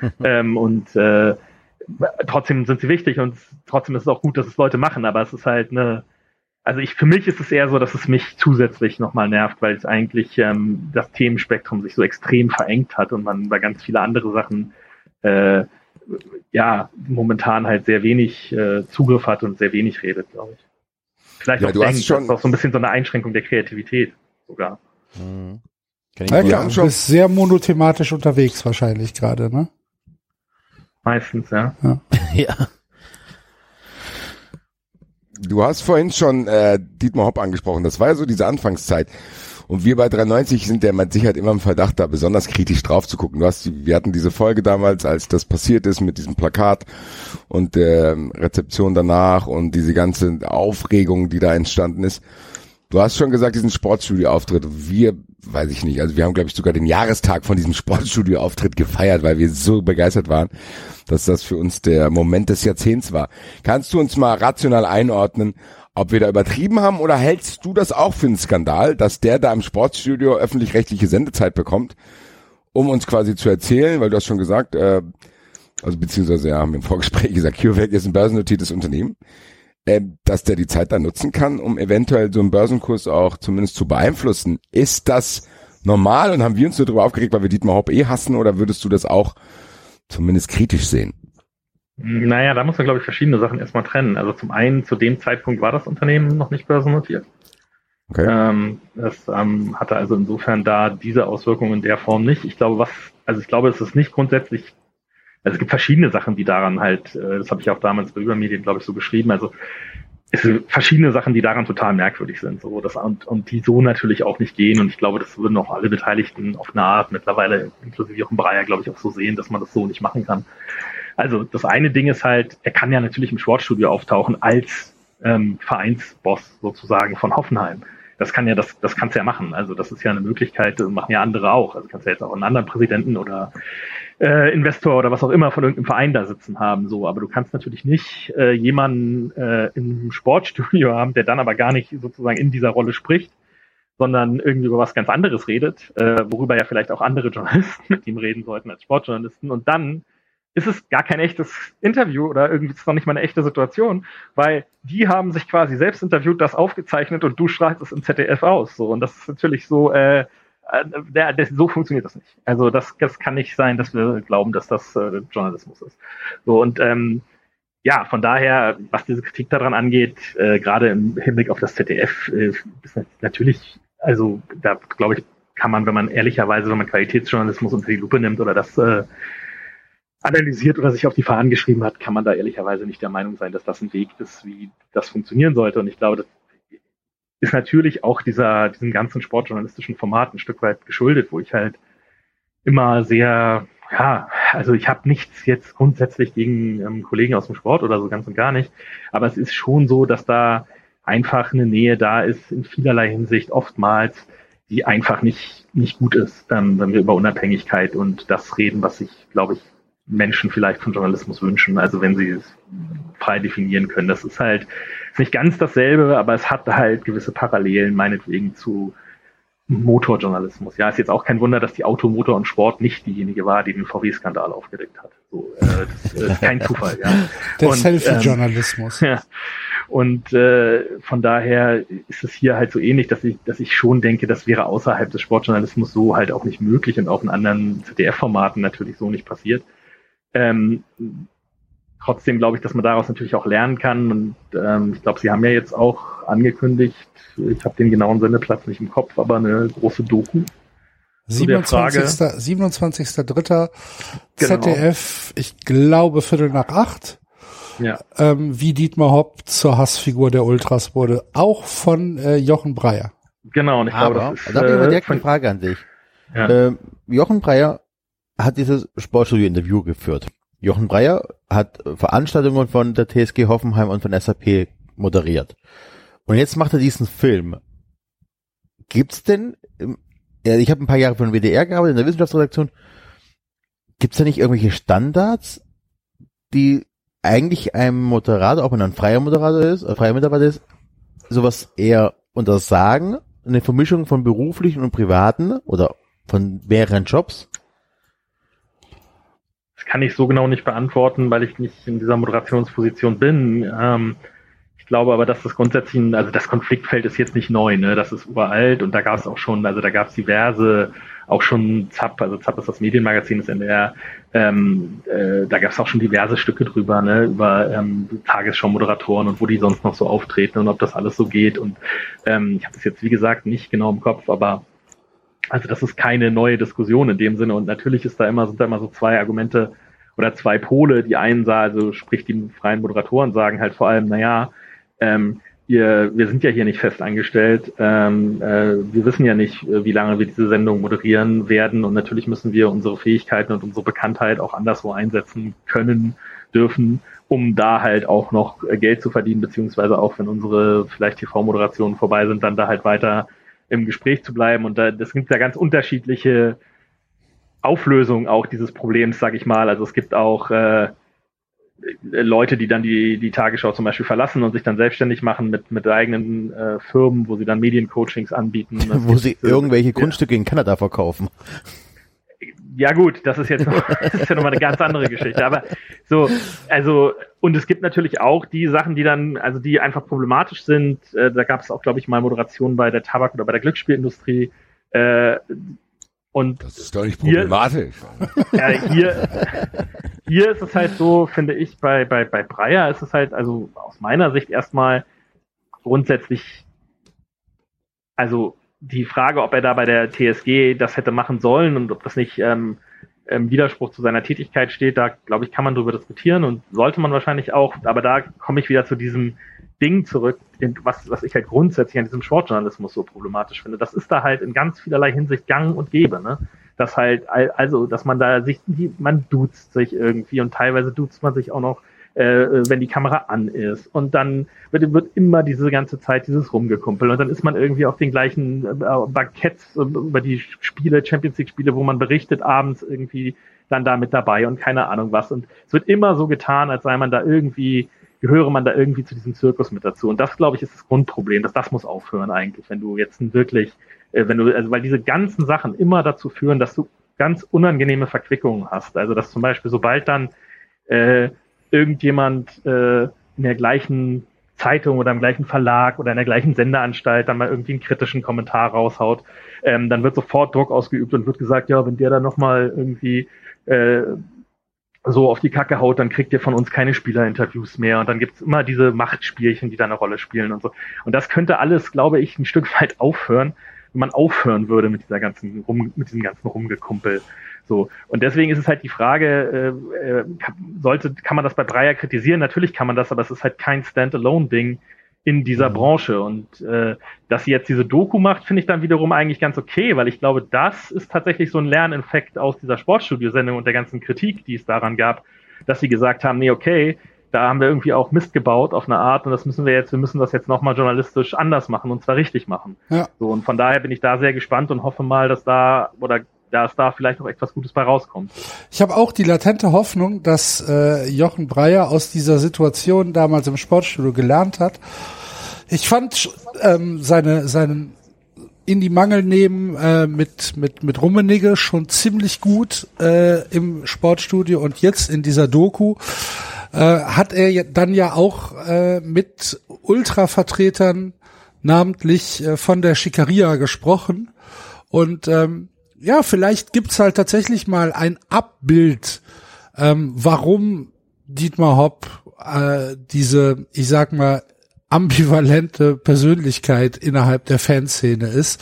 Trotzdem sind sie wichtig und trotzdem ist es auch gut, dass es Leute machen, aber es ist halt für mich ist es eher so, dass es mich zusätzlich nochmal nervt, weil es eigentlich das Themenspektrum sich so extrem verengt hat und man über ganz viele andere Sachen momentan halt sehr wenig Zugriff hat und sehr wenig redet, glaube ich. Vielleicht auch das ist auch so ein bisschen so eine Einschränkung der Kreativität sogar. Mhm. Du bist sehr monothematisch unterwegs wahrscheinlich gerade, ne? Meistens, ja. Ja. Du hast vorhin schon Dietmar Hopp angesprochen. Das war ja so diese Anfangszeit. Und wir bei 93 sind ja mit Sicherheit immer im Verdacht, da besonders kritisch drauf zu gucken. Wir hatten diese Folge damals, als das passiert ist mit diesem Plakat und der Rezeption danach und diese ganze Aufregung, die da entstanden ist. Du hast schon gesagt, diesen Sportstudio-Auftritt. Weiß ich nicht, also wir haben, glaube ich, sogar den Jahrestag von diesem Sportstudio-Auftritt gefeiert, weil wir so begeistert waren, dass das für uns der Moment des Jahrzehnts war. Kannst du uns mal rational einordnen, ob wir da übertrieben haben, oder hältst du das auch für einen Skandal, dass der da im Sportstudio öffentlich-rechtliche Sendezeit bekommt, um uns quasi zu erzählen, weil du hast schon gesagt, beziehungsweise haben wir im Vorgespräch gesagt, CureVac ist ein börsennotiertes Unternehmen, dass der die Zeit da nutzen kann, um eventuell so einen Börsenkurs auch zumindest zu beeinflussen. Ist das normal und haben wir uns nur darüber aufgeregt, weil wir Dietmar Hopp hassen, oder würdest du das auch zumindest kritisch sehen? Naja, da muss man, glaube ich, verschiedene Sachen erstmal trennen. Also zum einen, zu dem Zeitpunkt war das Unternehmen noch nicht börsennotiert. Okay. Das hatte also insofern da diese Auswirkungen in der Form nicht. Ich glaube, es ist nicht grundsätzlich. Also es gibt verschiedene Sachen, die daran halt, das habe ich auch damals bei Übermedien, glaube ich, so geschrieben, also es sind verschiedene Sachen, die daran total merkwürdig sind, so und die so natürlich auch nicht gehen, und ich glaube, das würden auch alle Beteiligten auf eine Art mittlerweile, inklusive Jochen Breyer, glaube ich, auch so sehen, dass man das so nicht machen kann. Also das eine Ding ist halt, er kann ja natürlich im Sportstudio auftauchen als Vereinsboss sozusagen von Hoffenheim. Das kannst du ja machen. Also das ist ja eine Möglichkeit, das machen ja andere auch. Also kannst du ja jetzt auch einen anderen Präsidenten oder Investor oder was auch immer von irgendeinem Verein da sitzen haben, so. Aber du kannst natürlich nicht jemanden im Sportstudio haben, der dann aber gar nicht sozusagen in dieser Rolle spricht, sondern irgendwie über was ganz anderes redet, worüber ja vielleicht auch andere Journalisten mit ihm reden sollten als Sportjournalisten. Und dann ist es gar kein echtes Interview oder irgendwie ist es noch nicht mal eine echte Situation, weil die haben sich quasi selbst interviewt, das aufgezeichnet und du strahlst es im ZDF aus. So. Und das ist natürlich so, so funktioniert das nicht. Also das kann nicht sein, dass wir glauben, dass das Journalismus ist. So, und von daher, was diese Kritik daran angeht, gerade im Hinblick auf das ZDF, ist natürlich, also da glaube ich, kann man, wenn man Qualitätsjournalismus unter die Lupe nimmt oder das analysiert oder sich auf die Fahnen geschrieben hat, kann man da ehrlicherweise nicht der Meinung sein, dass das ein Weg ist, wie das funktionieren sollte. Und ich glaube, das ist natürlich auch diesem ganzen sportjournalistischen Format ein Stück weit geschuldet, wo ich halt immer sehr, also ich habe nichts jetzt grundsätzlich gegen Kollegen aus dem Sport oder so, ganz und gar nicht, aber es ist schon so, dass da einfach eine Nähe da ist, in vielerlei Hinsicht oftmals, die einfach nicht gut ist, wenn wir über Unabhängigkeit und das reden, was sich, glaube ich, Menschen vielleicht von Journalismus wünschen, also wenn sie es frei definieren können. Das ist halt nicht ganz dasselbe, aber es hat halt gewisse Parallelen, meinetwegen, zu Motorjournalismus. Ja, ist jetzt auch kein Wunder, dass die Auto, Motor und Sport nicht diejenige war, die den VW-Skandal aufgedeckt hat. So, das ist kein Zufall. Ja. Der Selfie-Journalismus. Ja. Und von daher ist es hier halt so ähnlich, dass ich schon denke, das wäre außerhalb des Sportjournalismus so halt auch nicht möglich und auch in anderen ZDF-Formaten natürlich so nicht passiert. Trotzdem glaube ich, dass man daraus natürlich auch lernen kann, und ich glaube, Sie haben ja jetzt auch angekündigt, ich habe den genauen Sendeplatz nicht im Kopf, aber eine große Doku. 27.3. ZDF, ich glaube 7:45. Ja. Wie Dietmar Hopp zur Hassfigur der Ultras wurde, auch von Jochen Breyer. Genau, und ich glaube, das ist, da habe ich mal direkt eine Frage an dich. Ja. Jochen Breyer hat dieses Sportstudio-Interview geführt. Jochen Breyer hat Veranstaltungen von der TSG Hoffenheim und von SAP moderiert. Und jetzt macht er diesen Film. Gibt's denn, ich habe ein paar Jahre für den WDR gearbeitet, in der Wissenschaftsredaktion, gibt's da nicht irgendwelche Standards, die eigentlich einem Moderator, auch wenn er ein freier Mitarbeiter ist, sowas eher untersagen, eine Vermischung von beruflichen und privaten oder von mehreren Jobs? Das kann ich so genau nicht beantworten, weil ich nicht in dieser Moderationsposition bin. Ich glaube aber, dass das grundsätzlich, also das Konfliktfeld ist jetzt nicht neu, ne? Das ist uralt und da gab es auch schon, also da gab es diverse, auch schon ZAP, also ZAP ist das Medienmagazin des NDR, da gab es auch schon diverse Stücke drüber, ne, über Tagesschau-Moderatoren und wo die sonst noch so auftreten und ob das alles so geht und ich habe das jetzt, wie gesagt, nicht genau im Kopf, aber also das ist keine neue Diskussion in dem Sinne und natürlich sind da immer so zwei Argumente oder zwei Pole, die einen sagen, also sprich die freien Moderatoren sagen halt vor allem, naja, wir sind ja hier nicht fest angestellt, wir wissen ja nicht, wie lange wir diese Sendung moderieren werden und natürlich müssen wir unsere Fähigkeiten und unsere Bekanntheit auch anderswo einsetzen können, dürfen, um da halt auch noch Geld zu verdienen, beziehungsweise auch wenn unsere vielleicht TV-Moderationen vorbei sind, dann da halt weiter im Gespräch zu bleiben und das gibt ja ganz unterschiedliche Auflösungen auch dieses Problems, sag ich mal, also es gibt auch Leute, die dann die Tagesschau zum Beispiel verlassen und sich dann selbstständig machen mit eigenen Firmen, wo sie dann Mediencoachings anbieten. Wo sie irgendwelche Grundstücke in Kanada verkaufen. Ja gut, das ist ja nochmal eine ganz andere Geschichte. Aber so, also, und es gibt natürlich auch die Sachen, die dann, also die einfach problematisch sind. Da gab es auch, glaube ich, mal Moderationen bei der Tabak- oder bei der Glücksspielindustrie. Und das ist doch nicht problematisch. Hier ist es halt so, finde ich, bei Breyer ist es halt, also aus meiner Sicht erstmal grundsätzlich, also die Frage, ob er da bei der TSG das hätte machen sollen und ob das nicht im Widerspruch zu seiner Tätigkeit steht, da glaube ich, kann man drüber diskutieren und sollte man wahrscheinlich auch, aber da komme ich wieder zu diesem Ding zurück, was ich halt grundsätzlich an diesem Sportjournalismus so problematisch finde. Das ist da halt in ganz vielerlei Hinsicht gang und gäbe, ne? Dass halt, also, dass man da man duzt sich irgendwie und teilweise duzt man sich auch noch, wenn die Kamera an ist. Und dann wird immer diese ganze Zeit dieses Rumgekumpel und dann ist man irgendwie auf den gleichen Banketts über die Spiele, Champions League Spiele, wo man berichtet, abends irgendwie dann da mit dabei und keine Ahnung was. Und es wird immer so getan, als sei man da irgendwie, gehöre man da irgendwie zu diesem Zirkus mit dazu. Und das, glaube ich, ist das Grundproblem. Das muss aufhören eigentlich, wenn du jetzt wirklich, weil diese ganzen Sachen immer dazu führen, dass du ganz unangenehme Verquickungen hast. Also, dass zum Beispiel, sobald dann irgendjemand in der gleichen Zeitung oder im gleichen Verlag oder in der gleichen Sendeanstalt dann mal irgendwie einen kritischen Kommentar raushaut, dann wird sofort Druck ausgeübt und wird gesagt, ja, wenn der dann nochmal irgendwie so auf die Kacke haut, dann kriegt ihr von uns keine Spielerinterviews mehr und dann gibt's immer diese Machtspielchen, die da eine Rolle spielen und so. Und das könnte alles, glaube ich, ein Stück weit aufhören, wenn man aufhören würde mit diesem ganzen Rumgekumpel. So. Und deswegen ist es halt die Frage, kann man das bei Breyer kritisieren? Natürlich kann man das, aber es ist halt kein Standalone-Ding in dieser Branche. Und dass sie jetzt diese Doku macht, finde ich dann wiederum eigentlich ganz okay, weil ich glaube, das ist tatsächlich so ein Lerneffekt aus dieser Sportstudio-Sendung und der ganzen Kritik, die es daran gab, dass sie gesagt haben, nee, okay, da haben wir irgendwie auch Mist gebaut auf eine Art und wir müssen das jetzt nochmal journalistisch anders machen und zwar richtig machen. Ja. So, und von daher bin ich da sehr gespannt und hoffe mal, dass da vielleicht noch etwas Gutes bei rauskommt. Ich habe auch die latente Hoffnung, dass Jochen Breyer aus dieser Situation damals im Sportstudio gelernt hat. Ich fand seinen in die Mangel nehmen mit Rummenigge schon ziemlich gut im Sportstudio und jetzt in dieser Doku hat er dann ja auch mit Ultravertretern namentlich von der Schickeria gesprochen und ja, vielleicht gibt's halt tatsächlich mal ein Abbild, warum Dietmar Hopp diese, ich sag mal, ambivalente Persönlichkeit innerhalb der Fanszene ist.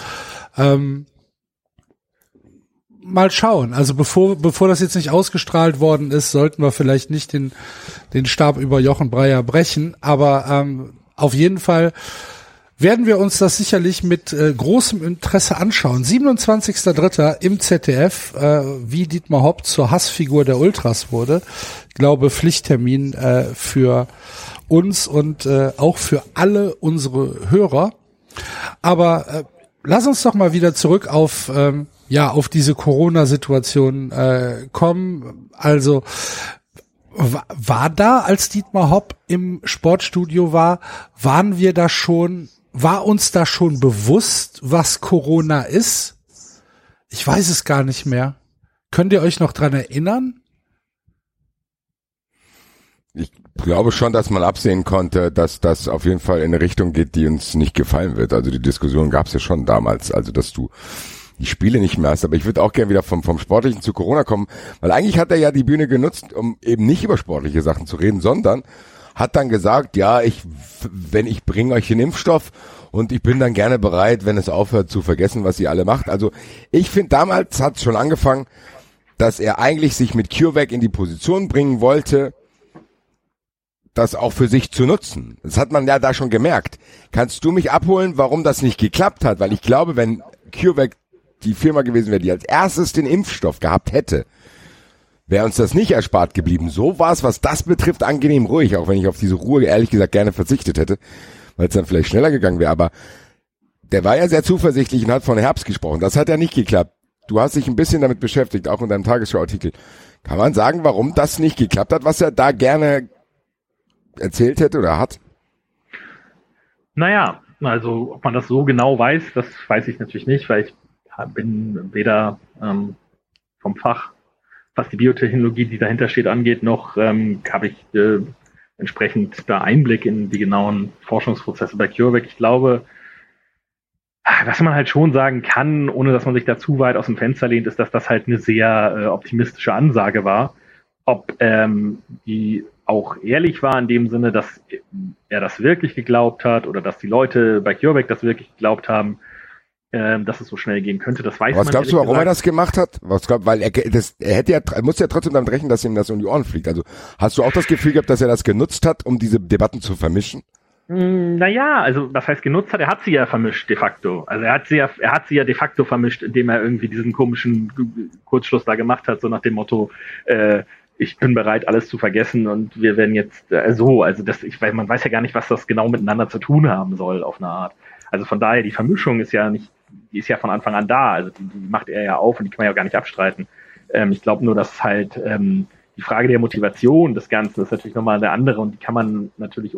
Mal schauen. Also bevor das jetzt nicht ausgestrahlt worden ist, sollten wir vielleicht nicht den Stab über Jochen Breyer brechen. Aber auf jeden Fall werden wir uns das sicherlich mit großem Interesse anschauen. 27.03. im ZDF, wie Dietmar Hopp zur Hassfigur der Ultras wurde. Ich glaube, Pflichttermin für uns und auch für alle unsere Hörer. Aber lass uns doch mal wieder zurück auf diese Corona-Situation kommen. Also War da, als Dietmar Hopp im Sportstudio war uns da schon bewusst, was Corona ist? Ich weiß es gar nicht mehr. Könnt ihr euch noch dran erinnern? Ich glaube schon, dass man absehen konnte, dass das auf jeden Fall in eine Richtung geht, die uns nicht gefallen wird. Also die Diskussion gab es ja schon damals, also dass du die Spiele nicht mehr hast. Aber ich würde auch gerne wieder vom Sportlichen zu Corona kommen, weil eigentlich hat er ja die Bühne genutzt, um eben nicht über sportliche Sachen zu reden, sondern hat dann gesagt, ja, ich bringe euch den Impfstoff und ich bin dann gerne bereit, wenn es aufhört zu vergessen, was ihr alle macht. Also ich finde, damals hat es schon angefangen, dass er eigentlich sich mit CureVac in die Position bringen wollte, das auch für sich zu nutzen. Das hat man ja da schon gemerkt. Kannst du mich abholen, warum das nicht geklappt hat? Weil ich glaube, wenn CureVac die Firma gewesen wäre, die als erstes den Impfstoff gehabt hätte, wäre uns das nicht erspart geblieben. So war es, was das betrifft, angenehm ruhig, auch wenn ich auf diese Ruhe ehrlich gesagt gerne verzichtet hätte, weil es dann vielleicht schneller gegangen wäre. Aber der war ja sehr zuversichtlich und hat von Herbst gesprochen. Das hat ja nicht geklappt. Du hast dich ein bisschen damit beschäftigt, auch in deinem Tagesschau-Artikel. Kann man sagen, warum das nicht geklappt hat, was er da gerne erzählt hätte oder hat? Naja, also ob man das so genau weiß, das weiß ich natürlich nicht, weil ich bin weder vom Fach, was die Biotechnologie, die dahinter steht, angeht, noch habe ich entsprechend da Einblick in die genauen Forschungsprozesse bei CureVac. Ich glaube, was man halt schon sagen kann, ohne dass man sich da zu weit aus dem Fenster lehnt, ist, dass das halt eine sehr optimistische Ansage war. Ob die auch ehrlich war in dem Sinne, dass er das wirklich geglaubt hat oder dass die Leute bei CureVac das wirklich geglaubt haben, dass es so schnell gehen könnte, das weiß man nicht. Was glaubst du, warum er das gemacht hat? Weil er musste ja trotzdem damit rechnen, dass ihm das um die Ohren fliegt. Also hast du auch das Gefühl gehabt, dass er das genutzt hat, um diese Debatten zu vermischen? Naja, also was heißt genutzt hat? Er hat sie ja vermischt de facto. Also er hat sie ja de facto vermischt, indem er irgendwie diesen komischen Kurzschluss da gemacht hat, so nach dem Motto, ich bin bereit, alles zu vergessen und wir werden jetzt man weiß ja gar nicht, was das genau miteinander zu tun haben soll auf eine Art. Also von daher, die Vermischung ist ja von Anfang an da. Also die macht er ja auf und die kann man ja gar nicht abstreiten. Ich glaube nur, dass halt die Frage der Motivation des Ganzen ist natürlich nochmal eine andere und die kann man natürlich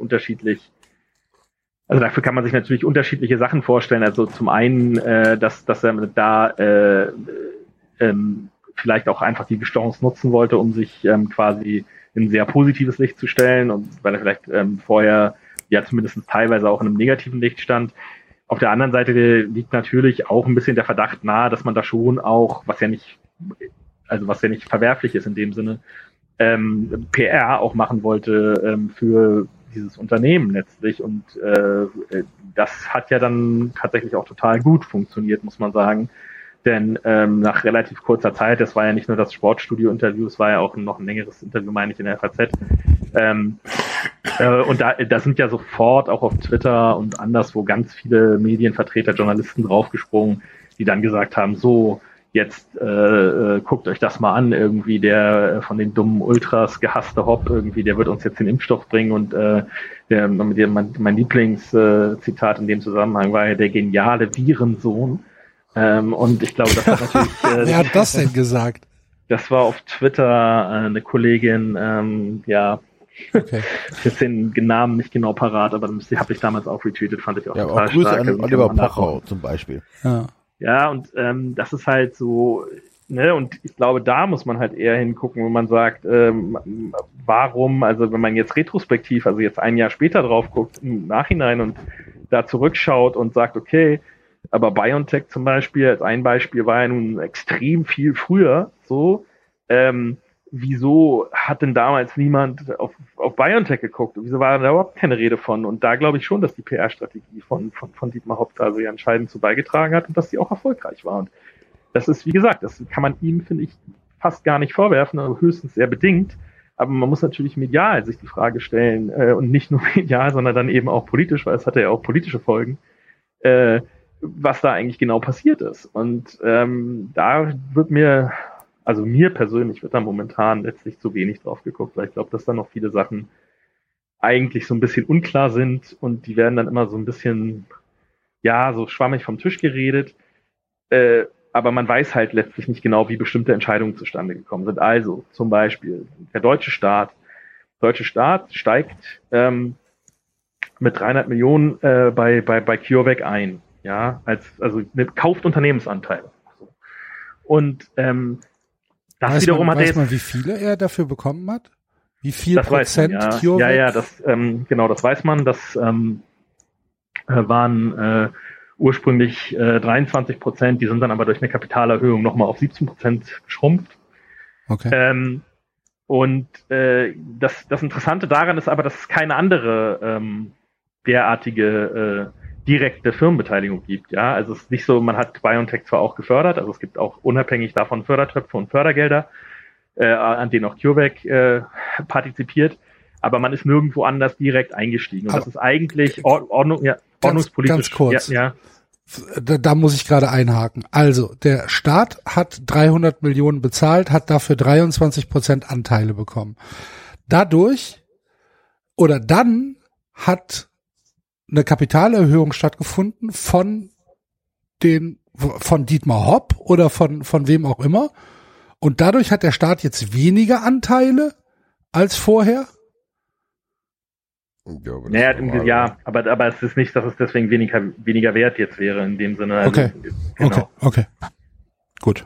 dafür kann man sich natürlich unterschiedliche Sachen vorstellen. Also zum einen, dass er da vielleicht auch einfach die Chance nutzen wollte, um sich quasi in ein sehr positives Licht zu stellen und weil er vielleicht vorher ja zumindest teilweise auch in einem negativen Licht stand. Auf der anderen Seite liegt natürlich auch ein bisschen der Verdacht nahe, dass man da schon auch, was ja nicht verwerflich ist in dem Sinne, PR auch machen wollte für dieses Unternehmen letztlich und das hat ja dann tatsächlich auch total gut funktioniert, muss man sagen. Denn nach relativ kurzer Zeit, das war ja nicht nur das Sportstudio-Interview, es war ja auch noch ein längeres Interview, meine ich, in der FAZ. Und da sind ja sofort auch auf Twitter und anderswo ganz viele Medienvertreter, Journalisten draufgesprungen, die dann gesagt haben, so, jetzt guckt euch das mal an, irgendwie der von den dummen Ultras gehasste Hopp, irgendwie, der wird uns jetzt den Impfstoff bringen und mein Lieblingszitat in dem Zusammenhang war ja der geniale Virensohn. Und ich glaube, das hat natürlich... Wer hat das denn gesagt? Das war auf Twitter eine Kollegin, okay. Jetzt den Namen nicht genau parat, aber das habe ich damals auch retweetet, fand ich auch total auch Grüße stark. An Oliver Pocher zum Beispiel. Ja, und das ist halt so, ne, und ich glaube, da muss man halt eher hingucken, wenn man sagt, warum, also wenn man jetzt retrospektiv, also jetzt ein Jahr später drauf guckt, im Nachhinein und da zurückschaut und sagt, okay, aber BioNTech zum Beispiel, als ein Beispiel, war ja nun extrem viel früher so. Wieso hat denn damals niemand auf BioNTech geguckt? Wieso war da überhaupt keine Rede von? Und da glaube ich schon, dass die PR-Strategie von Dietmar Hopp da so entscheidend zu beigetragen hat und dass die auch erfolgreich war. Und das ist, wie gesagt, das kann man ihm, finde ich, fast gar nicht vorwerfen, aber höchstens sehr bedingt. Aber man muss natürlich medial sich die Frage stellen, und nicht nur medial, sondern dann eben auch politisch, weil es hatte ja auch politische Folgen, was da eigentlich genau passiert ist. Und da wird mir persönlich wird da momentan letztlich zu wenig drauf geguckt, weil ich glaube, dass da noch viele Sachen eigentlich so ein bisschen unklar sind und die werden dann immer so ein bisschen, ja, so schwammig vom Tisch geredet. Aber man weiß halt letztlich nicht genau, wie bestimmte Entscheidungen zustande gekommen sind. Also zum Beispiel, der deutsche Staat deutsche Staat steigt mit 300 Millionen bei CureVac ein, ja, kauft Unternehmensanteile. Und das wiederum hat er jetzt... Weiß man, wie viele er dafür bekommen hat? Wie viel Prozent CureVac? Ja, das weiß man. Das waren ursprünglich 23%, die sind dann aber durch eine Kapitalerhöhung nochmal auf 17% geschrumpft. Okay. Das Interessante daran ist aber, dass es keine andere derartige direkte Firmenbeteiligung gibt. Ja, also es ist nicht so, man hat BioNTech zwar auch gefördert, also es gibt auch unabhängig davon Fördertöpfe und Fördergelder, an denen auch CureVac partizipiert, aber man ist nirgendwo anders direkt eingestiegen. Und das ist eigentlich ordnungspolitisch. Ganz kurz. Ja. Da muss ich gerade einhaken. Also, der Staat hat 300 Millionen bezahlt, hat dafür 23% Anteile bekommen. Dann hat eine Kapitalerhöhung stattgefunden von Dietmar Hopp oder von wem auch immer. Und dadurch hat der Staat jetzt weniger Anteile als vorher? Ja, aber es ist nicht, dass es deswegen weniger wert jetzt wäre in dem Sinne. Also, okay. Genau. Okay. Gut.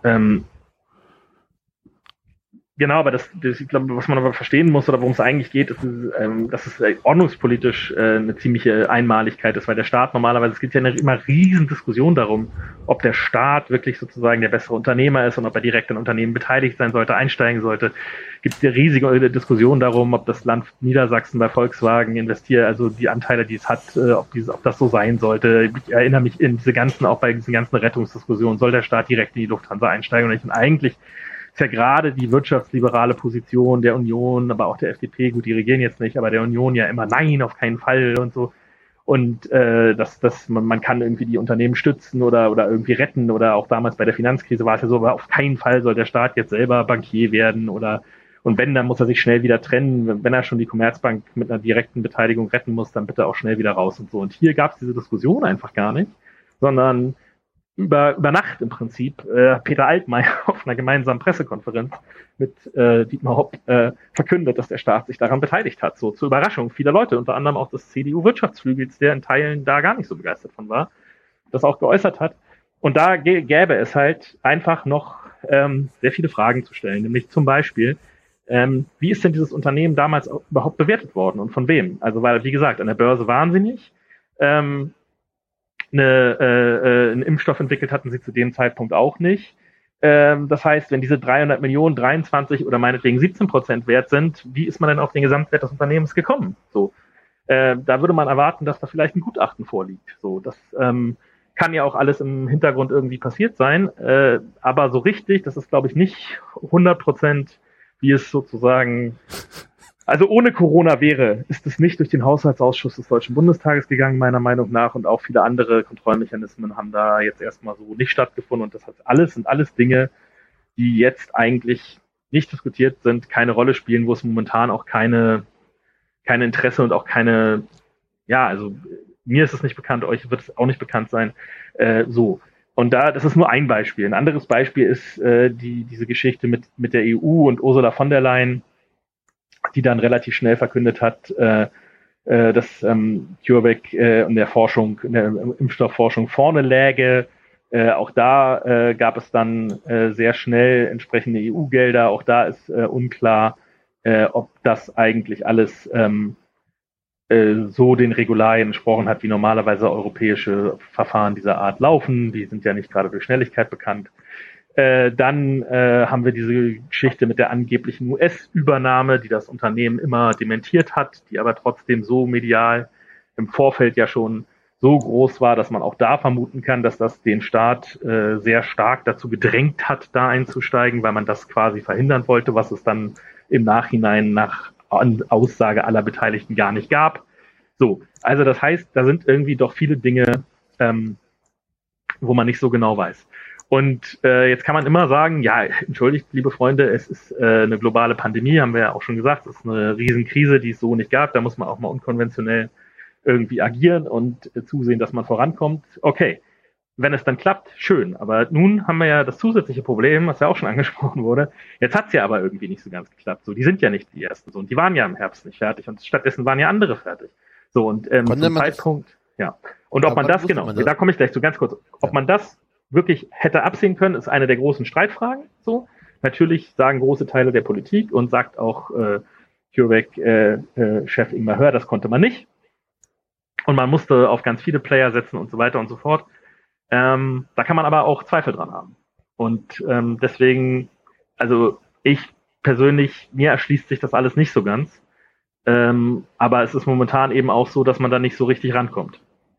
Genau, aber ich glaube, was man aber verstehen muss oder worum es eigentlich geht, ist, dass es ordnungspolitisch eine ziemliche Einmaligkeit ist, weil der Staat normalerweise, es gibt ja eine immer riesen Diskussion darum, ob der Staat wirklich sozusagen der bessere Unternehmer ist und ob er direkt an Unternehmen beteiligt sein sollte, einsteigen sollte. Gibt es eine riesige Diskussion darum, ob das Land Niedersachsen bei Volkswagen investiert, also die Anteile, die es hat, ob das so sein sollte. Ich erinnere mich auch bei diesen ganzen Rettungsdiskussionen, soll der Staat direkt in die Lufthansa einsteigen und eigentlich ist ja gerade die wirtschaftsliberale Position der Union, aber auch der FDP, gut, die regieren jetzt nicht, aber der Union ja immer, nein, auf keinen Fall und so. Und man kann irgendwie die Unternehmen stützen oder irgendwie retten, oder auch damals bei der Finanzkrise war es ja so, aber auf keinen Fall soll der Staat jetzt selber Bankier werden und wenn, dann muss er sich schnell wieder trennen. Wenn er schon die Commerzbank mit einer direkten Beteiligung retten muss, dann bitte auch schnell wieder raus und so. Und hier gab es diese Diskussion einfach gar nicht, sondern über Nacht im Prinzip Peter Altmaier auf einer gemeinsamen Pressekonferenz mit Dietmar Hopp verkündet, dass der Staat sich daran beteiligt hat. So zur Überraschung vieler Leute, unter anderem auch des CDU-Wirtschaftsflügels, der in Teilen da gar nicht so begeistert von war, das auch geäußert hat. Und da gäbe es halt einfach noch sehr viele Fragen zu stellen, nämlich zum Beispiel, wie ist denn dieses Unternehmen damals überhaupt bewertet worden und von wem? Also weil, wie gesagt, an der Börse wahnsinnig. Einen Impfstoff entwickelt hatten sie zu dem Zeitpunkt auch nicht. Das heißt, wenn diese 300 Millionen 23 oder meinetwegen 17% wert sind, wie ist man denn auf den Gesamtwert des Unternehmens gekommen? So, da würde man erwarten, dass da vielleicht ein Gutachten vorliegt. So, das kann ja auch alles im Hintergrund irgendwie passiert sein, aber so richtig, das ist, glaube ich, nicht 100%, wie es sozusagen, also ohne Corona ist es nicht durch den Haushaltsausschuss des Deutschen Bundestages gegangen, meiner Meinung nach, und auch viele andere Kontrollmechanismen haben da jetzt erstmal so nicht stattgefunden, und das sind alles Dinge, die jetzt eigentlich nicht diskutiert sind, keine Rolle spielen, wo es momentan auch kein Interesse und auch keine, ja, also mir ist es nicht bekannt, euch wird es auch nicht bekannt sein, so. Und das ist nur ein Beispiel. Ein anderes Beispiel ist diese Geschichte mit der EU und Ursula von der Leyen, die dann relativ schnell verkündet hat, dass CureVac in der Impfstoffforschung vorne läge. Auch da gab es dann sehr schnell entsprechende EU-Gelder. Auch da ist unklar, ob das eigentlich alles so den Regularien entsprochen hat, wie normalerweise europäische Verfahren dieser Art laufen. Die sind ja nicht gerade durch Schnelligkeit bekannt. Dann haben wir diese Geschichte mit der angeblichen US-Übernahme, die das Unternehmen immer dementiert hat, die aber trotzdem so medial im Vorfeld ja schon so groß war, dass man auch da vermuten kann, dass das den Staat sehr stark dazu gedrängt hat, da einzusteigen, weil man das quasi verhindern wollte, was es dann im Nachhinein nach Aussage aller Beteiligten gar nicht gab. So, also das heißt, da sind irgendwie doch viele Dinge, wo man nicht so genau weiß. Und jetzt kann man immer sagen, ja, entschuldigt, liebe Freunde, es ist eine globale Pandemie, haben wir ja auch schon gesagt, es ist eine Riesenkrise, die es so nicht gab, da muss man auch mal unkonventionell irgendwie agieren und zusehen, dass man vorankommt. Okay, wenn es dann klappt, schön. Aber nun haben wir ja das zusätzliche Problem, was ja auch schon angesprochen wurde. Jetzt hat's ja aber irgendwie nicht so ganz geklappt. So, die sind ja nicht die Ersten. So, und die waren ja im Herbst nicht fertig. Und stattdessen waren ja andere fertig. So, und zum Zeitpunkt, ja. Und ob man das, genau, da komme ich gleich zu, ganz kurz. Ob man das wirklich hätte absehen können, ist eine der großen Streitfragen. So, natürlich sagen große Teile der Politik und sagt auch CureVac-Chef Ingmar Hör, das konnte man nicht. Und man musste auf ganz viele Player setzen und so weiter und so fort. Da kann man aber auch Zweifel dran haben. Und deswegen, also ich persönlich, mir erschließt sich das alles nicht so ganz. Aber es ist momentan eben auch so, dass man da nicht so richtig rankommt.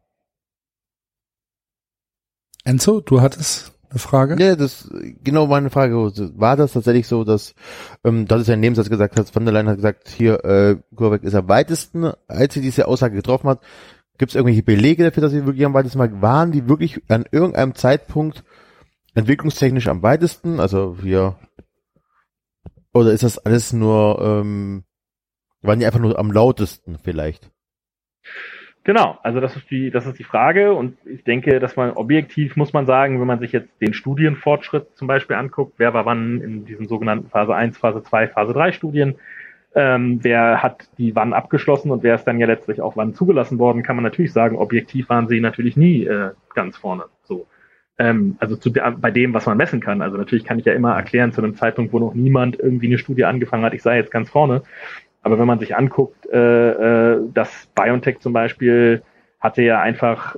Enzo, du hattest eine Frage? Ja, das genau meine Frage. War das tatsächlich so, dass das ist ja ein Nebensatz gesagt hat, von der Leyen hat gesagt, hier CureVac ist am weitesten, als sie diese Aussage getroffen hat. Gibt es irgendwelche Belege dafür, dass sie wirklich am weitesten waren? Die wirklich an irgendeinem Zeitpunkt entwicklungstechnisch am weitesten? Also wir oder ist das alles nur waren die einfach nur am lautesten vielleicht? Genau, also das ist die Frage und ich denke, dass man objektiv muss man sagen, wenn man sich jetzt den Studienfortschritt zum Beispiel anguckt, wer war wann in diesen sogenannten Phase 1, Phase 2, Phase 3 Studien, wer hat die wann abgeschlossen und wer ist dann ja letztlich auch wann zugelassen worden, kann man natürlich sagen, objektiv waren sie natürlich nie ganz vorne. So, also bei dem, was man messen kann. Also natürlich kann ich ja immer erklären zu einem Zeitpunkt, wo noch niemand irgendwie eine Studie angefangen hat, ich sei jetzt ganz vorne. Aber wenn man sich anguckt, dass BioNTech zum Beispiel hatte ja einfach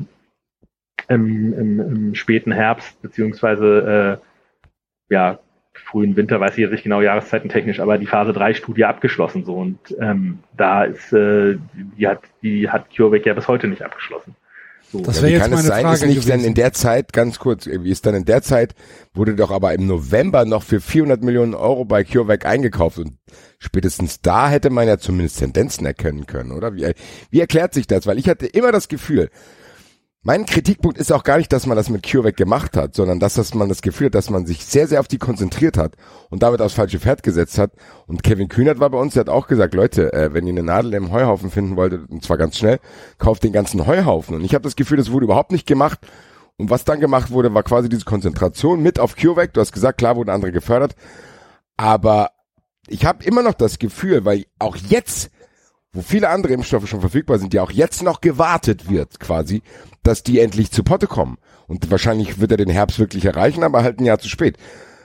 im späten Herbst beziehungsweise frühen Winter, weiß ich jetzt nicht genau Jahreszeiten technisch, aber die Phase 3 Studie abgeschlossen so und da ist die hat CureVac ja bis heute nicht abgeschlossen. So. Das wäre jetzt meine Frage ist nicht gewesen. Dann in der Zeit, ganz kurz, wie ist dann in der Zeit, wurde doch aber im November noch für 400 Millionen Euro bei CureVac eingekauft und spätestens da hätte man ja zumindest Tendenzen erkennen können, oder? Wie erklärt sich das? Weil ich hatte immer das Gefühl, mein Kritikpunkt ist auch gar nicht, dass man das mit CureVac gemacht hat, sondern dass man das Gefühl hat, dass man sich sehr, sehr auf die konzentriert hat und damit aufs falsche Pferd gesetzt hat. Und Kevin Kühnert war bei uns, der hat auch gesagt, Leute, wenn ihr eine Nadel im Heuhaufen finden wolltet, und zwar ganz schnell, kauft den ganzen Heuhaufen. Und ich habe das Gefühl, das wurde überhaupt nicht gemacht. Und was dann gemacht wurde, war quasi diese Konzentration mit auf CureVac. Du hast gesagt, klar wurden andere gefördert. Aber ich habe immer noch das Gefühl, weil auch jetzt, wo viele andere Impfstoffe schon verfügbar sind, ja auch jetzt noch gewartet wird quasi, dass die endlich zu Potte kommen. Und wahrscheinlich wird er den Herbst wirklich erreichen, aber halt ein Jahr zu spät.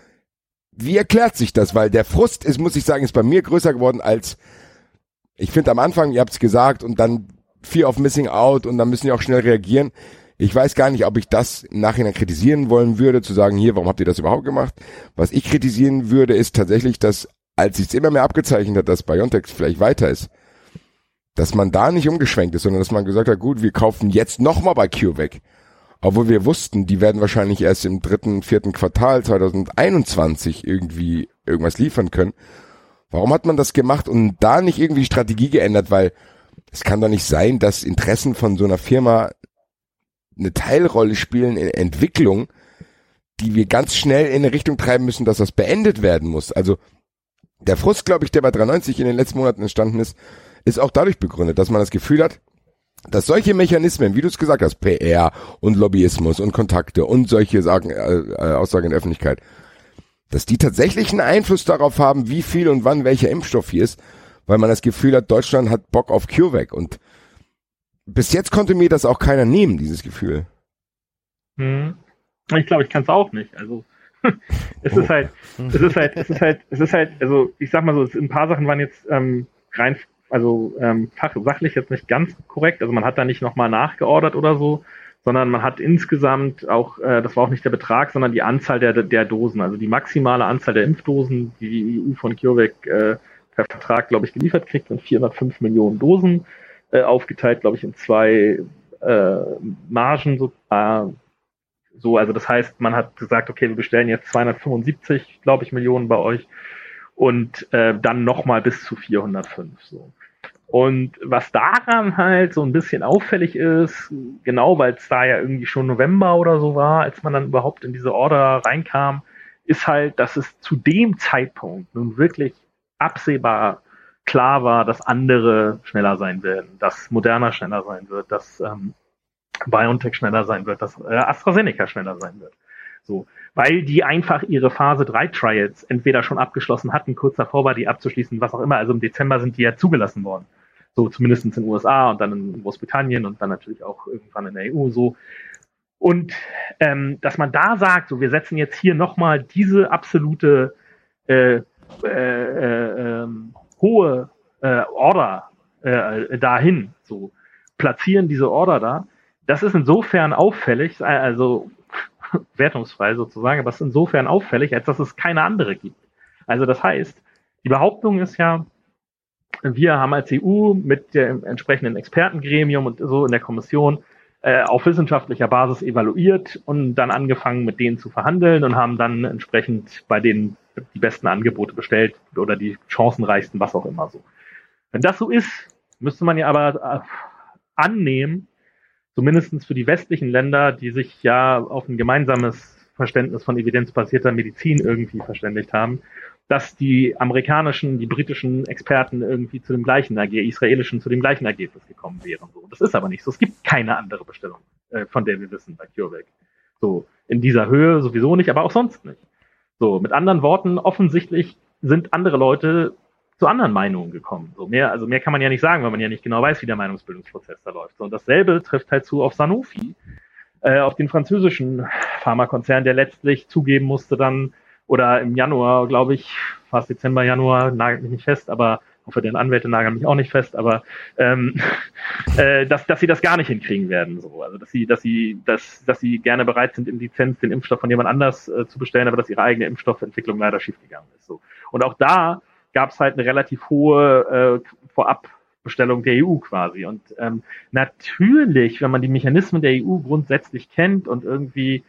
Wie erklärt sich das? Weil der Frust ist, muss ich sagen, ist bei mir größer geworden als, ich finde am Anfang, ihr habt es gesagt, und dann Fear of Missing Out und dann müssen die auch schnell reagieren. Ich weiß gar nicht, ob ich das im Nachhinein kritisieren wollen würde, zu sagen, hier, warum habt ihr das überhaupt gemacht? Was ich kritisieren würde, ist tatsächlich, dass, als sich es immer mehr abgezeichnet hat, dass BioNTech vielleicht weiter ist, dass man da nicht umgeschwenkt ist, sondern dass man gesagt hat, gut, wir kaufen jetzt nochmal bei CureVac. Obwohl wir wussten, die werden wahrscheinlich erst im 3., 4. Quartal 2021 irgendwie irgendwas liefern können. Warum hat man das gemacht und da nicht irgendwie Strategie geändert? Weil es kann doch nicht sein, dass Interessen von so einer Firma eine Teilrolle spielen in Entwicklung, die wir ganz schnell in eine Richtung treiben müssen, dass das beendet werden muss. Also der Frust, glaube ich, der bei 93 in den letzten Monaten entstanden ist auch dadurch begründet, dass man das Gefühl hat, dass solche Mechanismen, wie du es gesagt hast, PR und Lobbyismus und Kontakte und solche Aussagen in der Öffentlichkeit, dass die tatsächlich einen Einfluss darauf haben, wie viel und wann welcher Impfstoff hier ist, weil man das Gefühl hat, Deutschland hat Bock auf CureVac und bis jetzt konnte mir das auch keiner nehmen, dieses Gefühl. Ich glaube, ich kann es auch nicht. Also es ist halt, also ich sag mal so, ein paar Sachen waren jetzt sachlich jetzt nicht ganz korrekt. Also man hat da nicht nochmal nachgeordert oder so, sondern man hat insgesamt auch, das war auch nicht der Betrag, sondern die Anzahl der Dosen, also die maximale Anzahl der Impfdosen, die die EU von CureVac per Vertrag, glaube ich, geliefert kriegt, sind 405 Millionen Dosen, aufgeteilt, glaube ich, in 2 Margen. Also das heißt, man hat gesagt, okay, wir bestellen jetzt 275, glaube ich, Millionen bei euch und dann nochmal bis zu 405. So. Und was daran halt so ein bisschen auffällig ist, genau weil es da ja irgendwie schon November oder so war, als man dann überhaupt in diese Order reinkam, ist halt, dass es zu dem Zeitpunkt nun wirklich absehbar klar war, dass andere schneller sein werden, dass Moderna schneller sein wird, dass BioNTech schneller sein wird, dass AstraZeneca schneller sein wird. So, weil die einfach ihre Phase 3 Trials entweder schon abgeschlossen hatten, kurz davor war, die abzuschließen, was auch immer. Also im Dezember sind die ja zugelassen worden. So, zumindest in den USA und dann in Großbritannien und dann natürlich auch irgendwann in der EU so. Und dass man da sagt, so wir setzen jetzt hier nochmal diese absolute hohe Order dahin, so platzieren diese Order da, das ist insofern auffällig, also wertungsfrei sozusagen, aber es ist insofern auffällig, als dass es keine andere gibt. Also das heißt, die Behauptung ist ja, wir haben als EU mit dem entsprechenden Expertengremium und so in der Kommission auf wissenschaftlicher Basis evaluiert und dann angefangen, mit denen zu verhandeln und haben dann entsprechend bei denen die besten Angebote bestellt oder die chancenreichsten, was auch immer so. Wenn das so ist, müsste man ja aber annehmen, zumindest für die westlichen Länder, die sich ja auf ein gemeinsames Verständnis von evidenzbasierter Medizin irgendwie verständigt haben, dass die amerikanischen, die britischen Experten irgendwie zu dem gleichen israelischen zu dem gleichen Ergebnis gekommen wären. So, das ist aber nicht so. Es gibt keine andere Bestellung, von der wir wissen bei CureVac. So, in dieser Höhe sowieso nicht, aber auch sonst nicht. So, mit anderen Worten, offensichtlich sind andere Leute zu anderen Meinungen gekommen. So, mehr kann man ja nicht sagen, weil man ja nicht genau weiß, wie der Meinungsbildungsprozess da läuft. So, und dasselbe trifft halt zu auf Sanofi, auf den französischen Pharmakonzern, der letztlich zugeben musste dann, oder im Januar, glaube ich, fast Dezember, Januar, nagelt mich nicht fest, aber hoffe, deren Anwälte nageln mich auch nicht fest, aber dass sie das gar nicht hinkriegen werden. So. Also dass sie gerne bereit sind, in Lizenz den Impfstoff von jemand anders zu bestellen, aber dass ihre eigene Impfstoffentwicklung leider schiefgegangen ist. So. Und auch da gab es halt eine relativ hohe Vorabbestellung der EU quasi. Und natürlich, wenn man die Mechanismen der EU grundsätzlich kennt und irgendwie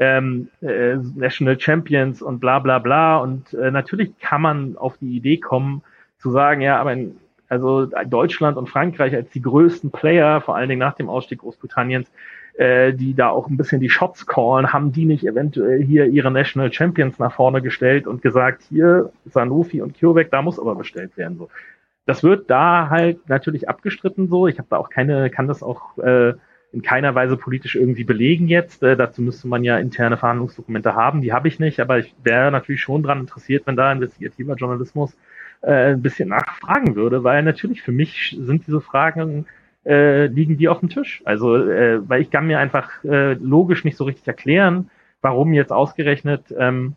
National Champions und bla bla bla. Und natürlich kann man auf die Idee kommen, zu sagen, ja, aber also Deutschland und Frankreich als die größten Player, vor allen Dingen nach dem Ausstieg Großbritanniens, die da auch ein bisschen die Shots callen, haben die nicht eventuell hier ihre National Champions nach vorne gestellt und gesagt, hier Sanofi und CureVac, da muss aber bestellt werden. So. Das wird da halt natürlich abgestritten so. Ich habe da auch kann das auch in keiner Weise politisch irgendwie belegen jetzt. Dazu müsste man ja interne Verhandlungsdokumente haben. Die habe ich nicht, aber ich wäre natürlich schon dran interessiert, wenn da investigativer Journalismus ein bisschen nachfragen würde, weil natürlich für mich sind diese Fragen, liegen die auf dem Tisch. Also, weil ich kann mir einfach logisch nicht so richtig erklären, warum jetzt ausgerechnet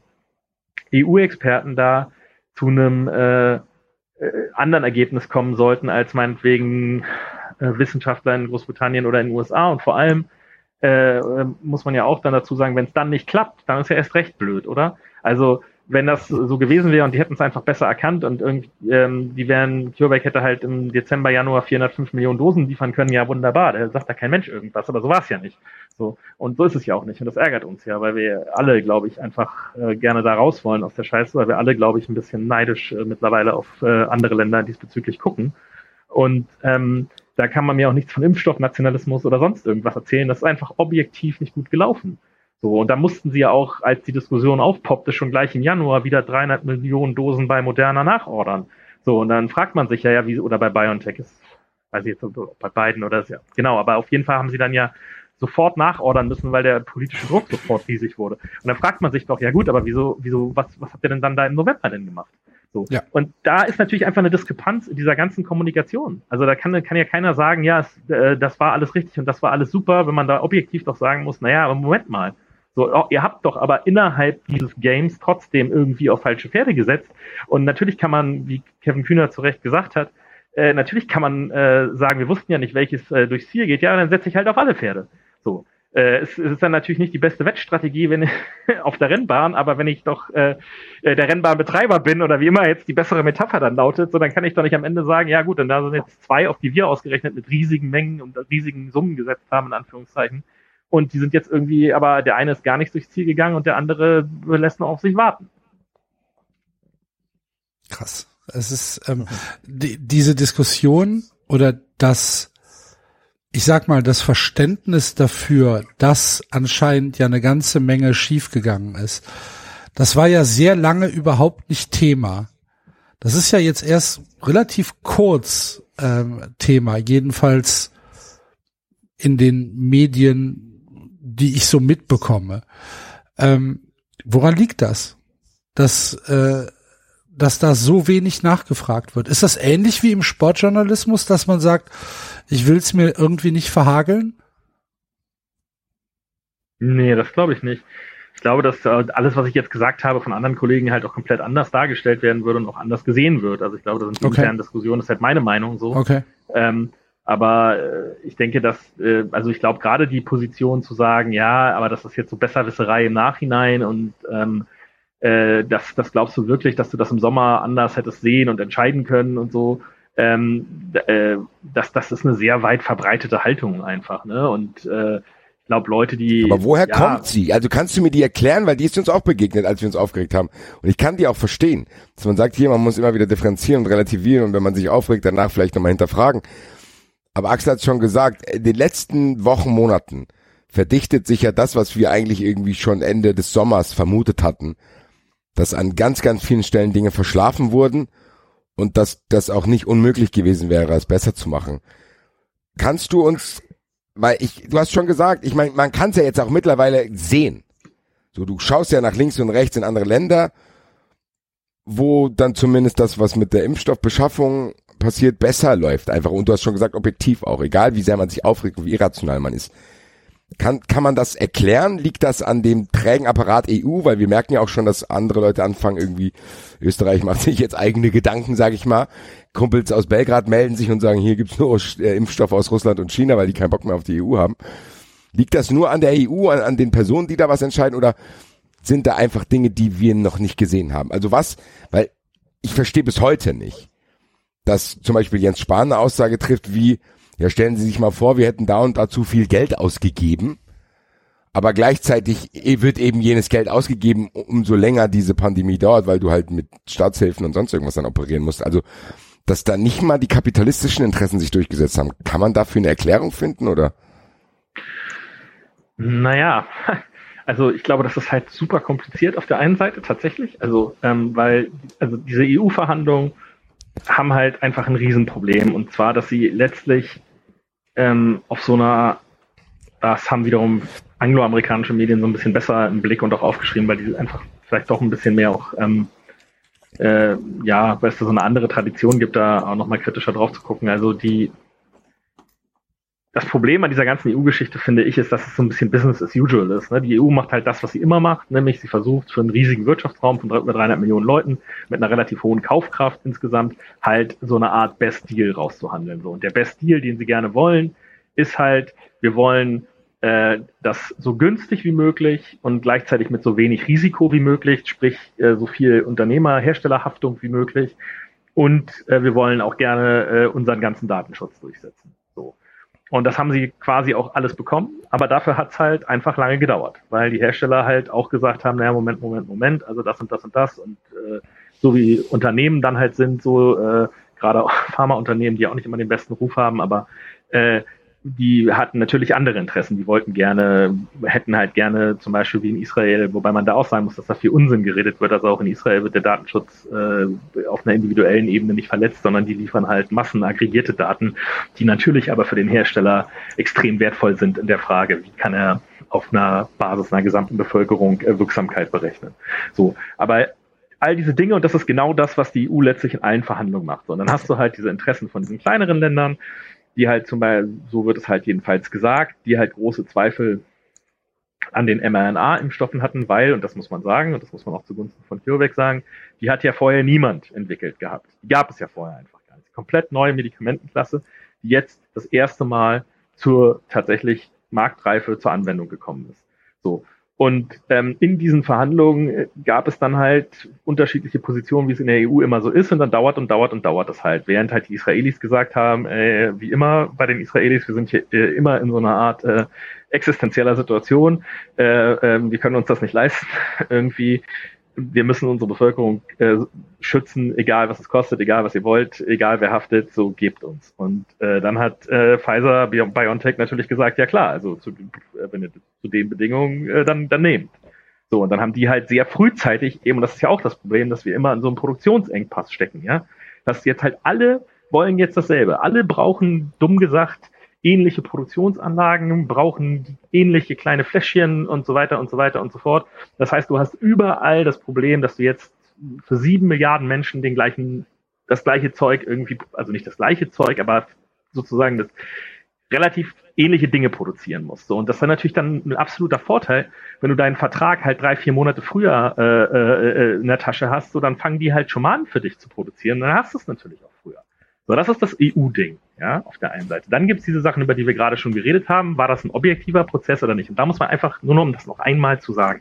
EU-Experten da zu einem anderen Ergebnis kommen sollten, als meinetwegen Wissenschaftler in Großbritannien oder in den USA. Und vor allem muss man ja auch dann dazu sagen, wenn es dann nicht klappt, dann ist ja erst recht blöd, oder? Also wenn das so gewesen wäre und die hätten es einfach besser erkannt und irgendwie CureVac hätte halt im Dezember, Januar 405 Millionen Dosen liefern können, ja wunderbar, da sagt da kein Mensch irgendwas, aber so war es ja nicht. So. Und so ist es ja auch nicht und das ärgert uns ja, weil wir alle, glaube ich, einfach gerne da raus wollen aus der Scheiße, weil wir alle, glaube ich, ein bisschen neidisch mittlerweile auf andere Länder diesbezüglich gucken. Und da kann man mir auch nichts von Impfstoffnationalismus oder sonst irgendwas erzählen. Das ist einfach objektiv nicht gut gelaufen. So, und da mussten sie ja auch, als die Diskussion aufpoppte, schon gleich im Januar wieder 300 Millionen Dosen bei Moderna nachordern. So, und dann fragt man sich ja, wie, oder bei BioNTech ist, weiß ich jetzt, bei beiden oder ja, genau, aber auf jeden Fall haben sie dann ja sofort nachordern müssen, weil der politische Druck sofort riesig wurde. Und dann fragt man sich doch, ja gut, aber wieso, was habt ihr denn dann da im November denn gemacht? So. Ja. Und da ist natürlich einfach eine Diskrepanz in dieser ganzen Kommunikation. Also da kann ja keiner sagen, ja, das war alles richtig und das war alles super, wenn man da objektiv doch sagen muss, naja, aber Moment mal. So, ihr habt doch aber innerhalb dieses Games trotzdem irgendwie auf falsche Pferde gesetzt. Und natürlich kann man, wie Kevin Kühner zu Recht gesagt hat, natürlich kann man sagen, wir wussten ja nicht, welches durchs Ziel geht. Ja, dann setze ich halt auf alle Pferde. So. Es ist dann natürlich nicht die beste Wettstrategie, wenn auf der Rennbahn, aber wenn ich doch der Rennbahnbetreiber bin oder wie immer jetzt die bessere Metapher dann lautet, so dann kann ich doch nicht am Ende sagen, ja gut, dann da sind jetzt 2, auf die wir ausgerechnet mit riesigen Mengen und riesigen Summen gesetzt haben, in Anführungszeichen. Und die sind jetzt irgendwie, aber der eine ist gar nicht durchs Ziel gegangen und der andere lässt noch auf sich warten. Krass. Es ist diese Diskussion oder das, ich sag mal, das Verständnis dafür, dass anscheinend ja eine ganze Menge schiefgegangen ist. Das war ja sehr lange überhaupt nicht Thema. Das ist ja jetzt erst relativ kurz Thema, jedenfalls in den Medien, die ich so mitbekomme. Woran liegt das? Dass da so wenig nachgefragt wird. Ist das ähnlich wie im Sportjournalismus, dass man sagt, ich will es mir irgendwie nicht verhageln? Nee, das glaube ich nicht. Ich glaube, dass alles, was ich jetzt gesagt habe, von anderen Kollegen halt auch komplett anders dargestellt werden würde und auch anders gesehen wird. Also ich glaube, das sind die internen Diskussionen, das ist halt meine Meinung so. Okay. Aber ich denke, dass, also ich glaube gerade die Position zu sagen, ja, aber das ist jetzt so Besserwisserei im Nachhinein und das glaubst du wirklich, dass du das im Sommer anders hättest sehen und entscheiden können und so. Das ist eine sehr weit verbreitete Haltung einfach, ne? Und ich glaube, Leute, die... Aber woher kommt sie? Also kannst du mir die erklären, weil die ist uns auch begegnet, als wir uns aufgeregt haben. Und ich kann die auch verstehen. Dass man sagt, hier, man muss immer wieder differenzieren und relativieren und wenn man sich aufregt, danach vielleicht nochmal hinterfragen. Aber Axel hat es schon gesagt, in den letzten Wochen, Monaten verdichtet sich ja das, was wir eigentlich irgendwie schon Ende des Sommers vermutet hatten, dass an ganz, ganz vielen Stellen Dinge verschlafen wurden und dass das auch nicht unmöglich gewesen wäre, es besser zu machen. Kannst du uns, du hast schon gesagt, ich meine, man kann es ja jetzt auch mittlerweile sehen. So, du schaust ja nach links und rechts in andere Länder, wo dann zumindest das, was mit der Impfstoffbeschaffung passiert, besser läuft einfach. Und du hast schon gesagt, objektiv auch, egal wie sehr man sich aufregt und wie irrational man ist. Kann man das erklären? Liegt das an dem trägen Apparat EU? Weil wir merken ja auch schon, dass andere Leute anfangen irgendwie, Österreich macht sich jetzt eigene Gedanken, sage ich mal. Kumpels aus Belgrad melden sich und sagen, hier gibt's nur Impfstoff aus Russland und China, weil die keinen Bock mehr auf die EU haben. Liegt das nur an der EU, an den Personen, die da was entscheiden, oder sind da einfach Dinge, die wir noch nicht gesehen haben? Also weil ich verstehe bis heute nicht, dass zum Beispiel Jens Spahn eine Aussage trifft wie, ja, stellen Sie sich mal vor, wir hätten da und da zu viel Geld ausgegeben, aber gleichzeitig wird eben jenes Geld ausgegeben, umso länger diese Pandemie dauert, weil du halt mit Staatshilfen und sonst irgendwas dann operieren musst. Also, dass da nicht mal die kapitalistischen Interessen sich durchgesetzt haben. Kann man dafür eine Erklärung finden, oder? Naja, also ich glaube, das ist halt super kompliziert auf der einen Seite tatsächlich, weil diese EU-Verhandlungen haben halt einfach ein Riesenproblem, und zwar, dass sie letztlich auf so einer, das haben wiederum angloamerikanische Medien so ein bisschen besser im Blick und auch aufgeschrieben, weil die einfach vielleicht doch ein bisschen mehr auch, weil es da so eine andere Tradition gibt, da auch nochmal kritischer drauf zu gucken. Also das Problem an dieser ganzen EU-Geschichte, finde ich, ist, dass es so ein bisschen Business as usual ist. Ne? Die EU macht halt das, was sie immer macht, nämlich sie versucht für einen riesigen Wirtschaftsraum von über 300 Millionen Leuten mit einer relativ hohen Kaufkraft insgesamt halt so eine Art Best Deal rauszuhandeln. So. Und der Best Deal, den sie gerne wollen, ist halt, wir wollen das so günstig wie möglich und gleichzeitig mit so wenig Risiko wie möglich, sprich so viel Herstellerhaftung wie möglich. Und wir wollen auch gerne unseren ganzen Datenschutz durchsetzen. So. Und das haben sie quasi auch alles bekommen, aber dafür hat es halt einfach lange gedauert, weil die Hersteller halt auch gesagt haben, naja, Moment, also das und das und das. Und so wie Unternehmen dann halt sind, so gerade auch Pharmaunternehmen, die auch nicht immer den besten Ruf haben, aber die hatten natürlich andere Interessen. Die hätten halt gerne zum Beispiel wie in Israel, wobei man da auch sagen muss, dass da viel Unsinn geredet wird. Also auch in Israel wird der Datenschutz auf einer individuellen Ebene nicht verletzt, sondern die liefern halt massenaggregierte Daten, die natürlich aber für den Hersteller extrem wertvoll sind in der Frage, wie kann er auf einer Basis einer gesamten Bevölkerung Wirksamkeit berechnen. So, aber all diese Dinge, und das ist genau das, was die EU letztlich in allen Verhandlungen macht. Und dann hast du halt diese Interessen von diesen kleineren Ländern, die halt zum Beispiel, so wird es halt jedenfalls gesagt, die halt große Zweifel an den mRNA-Impfstoffen hatten, weil, und das muss man sagen, und das muss man auch zugunsten von CureVac sagen, die hat ja vorher niemand entwickelt gehabt. Die gab es ja vorher einfach gar nicht. Komplett neue Medikamentenklasse, die jetzt das erste Mal zur tatsächlich Marktreife zur Anwendung gekommen ist. So. Und in diesen Verhandlungen gab es dann halt unterschiedliche Positionen, wie es in der EU immer so ist, und dann dauert das halt. Während halt die Israelis gesagt haben, wie immer bei den Israelis, wir sind hier immer in so einer Art existenzieller Situation, wir können uns das nicht leisten, irgendwie, wir müssen unsere Bevölkerung schützen, egal was es kostet, egal was ihr wollt, egal wer haftet, so gebt uns. Und dann hat Pfizer, BioNTech natürlich gesagt, ja klar, also wenn ihr zu den Bedingungen dann nehmt. So, und dann haben die halt sehr frühzeitig eben, und das ist ja auch das Problem, dass wir immer in so einem Produktionsengpass stecken, ja, dass jetzt halt alle wollen jetzt dasselbe. Alle brauchen, dumm gesagt, ähnliche Produktionsanlagen, brauchen ähnliche kleine Fläschchen und so weiter und so weiter und so fort. Das heißt, du hast überall das Problem, dass du jetzt für 7 Milliarden Menschen das gleiche Zeug irgendwie, also nicht das gleiche Zeug, aber sozusagen das relativ ähnliche Dinge produzieren musst. So, und das ist natürlich dann ein absoluter Vorteil, wenn du deinen Vertrag halt 3-4 Monate früher in der Tasche hast, so dann fangen die halt schon mal an für dich zu produzieren, dann hast du es natürlich auch früher. So, das ist das EU-Ding, ja, auf der einen Seite. Dann gibt's diese Sachen, über die wir gerade schon geredet haben. War das ein objektiver Prozess oder nicht? Und da muss man einfach, nur um das noch einmal zu sagen,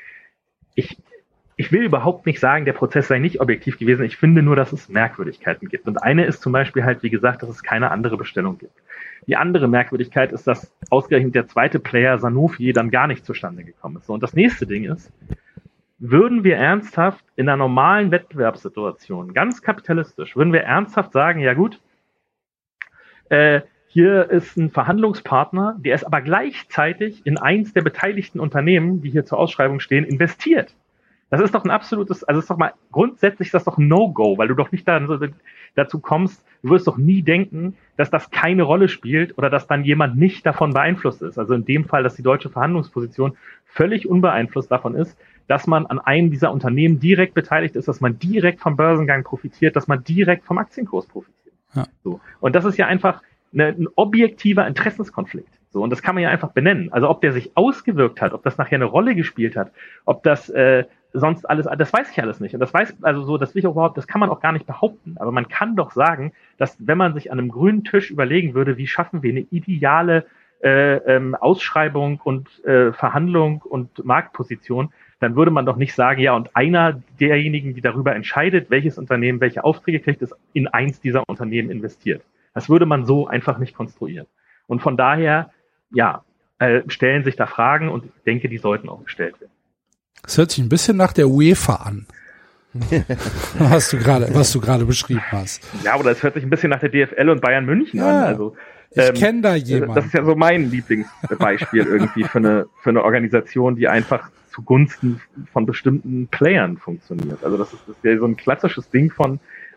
ich will überhaupt nicht sagen, der Prozess sei nicht objektiv gewesen. Ich finde nur, dass es Merkwürdigkeiten gibt. Und eine ist zum Beispiel halt, wie gesagt, dass es keine andere Bestellung gibt. Die andere Merkwürdigkeit ist, dass ausgerechnet der zweite Player Sanofi dann gar nicht zustande gekommen ist. So, und das nächste Ding ist, würden wir ernsthaft in einer normalen Wettbewerbssituation, ganz kapitalistisch, würden wir ernsthaft sagen, ja gut, hier ist ein Verhandlungspartner, der ist aber gleichzeitig in eins der beteiligten Unternehmen, die hier zur Ausschreibung stehen, investiert. Das ist doch ein absolutes, also ist doch mal grundsätzlich ist das doch ein No-Go, weil du doch nicht dazu kommst, du wirst doch nie denken, dass das keine Rolle spielt oder dass dann jemand nicht davon beeinflusst ist. Also in dem Fall, dass die deutsche Verhandlungsposition völlig unbeeinflusst davon ist, dass man an einem dieser Unternehmen direkt beteiligt ist, dass man direkt vom Börsengang profitiert, dass man direkt vom Aktienkurs profitiert. Ja. So. Und das ist ja einfach ein objektiver Interessenskonflikt. So, und das kann man ja einfach benennen. Also ob der sich ausgewirkt hat, ob das nachher eine Rolle gespielt hat, ob das sonst alles, das weiß ich alles nicht. Und das das kann man auch gar nicht behaupten. Aber man kann doch sagen, dass wenn man sich an einem grünen Tisch überlegen würde, wie schaffen wir eine ideale Ausschreibung und Verhandlung und Marktposition, dann würde man doch nicht sagen, ja, und einer derjenigen, die darüber entscheidet, welches Unternehmen welche Aufträge kriegt, ist in eins dieser Unternehmen investiert. Das würde man so einfach nicht konstruieren. Und von daher, ja, stellen sich da Fragen und ich denke, die sollten auch gestellt werden. Das hört sich ein bisschen nach der UEFA an. Was du gerade beschrieben hast. Ja, oder es hört sich ein bisschen nach der DFL und Bayern München an. Also, ich kenne da jemanden. Das ist ja so mein Lieblingsbeispiel irgendwie für eine Organisation, die einfach zugunsten von bestimmten Playern funktioniert. Also das ist ja so ein klassisches Ding von,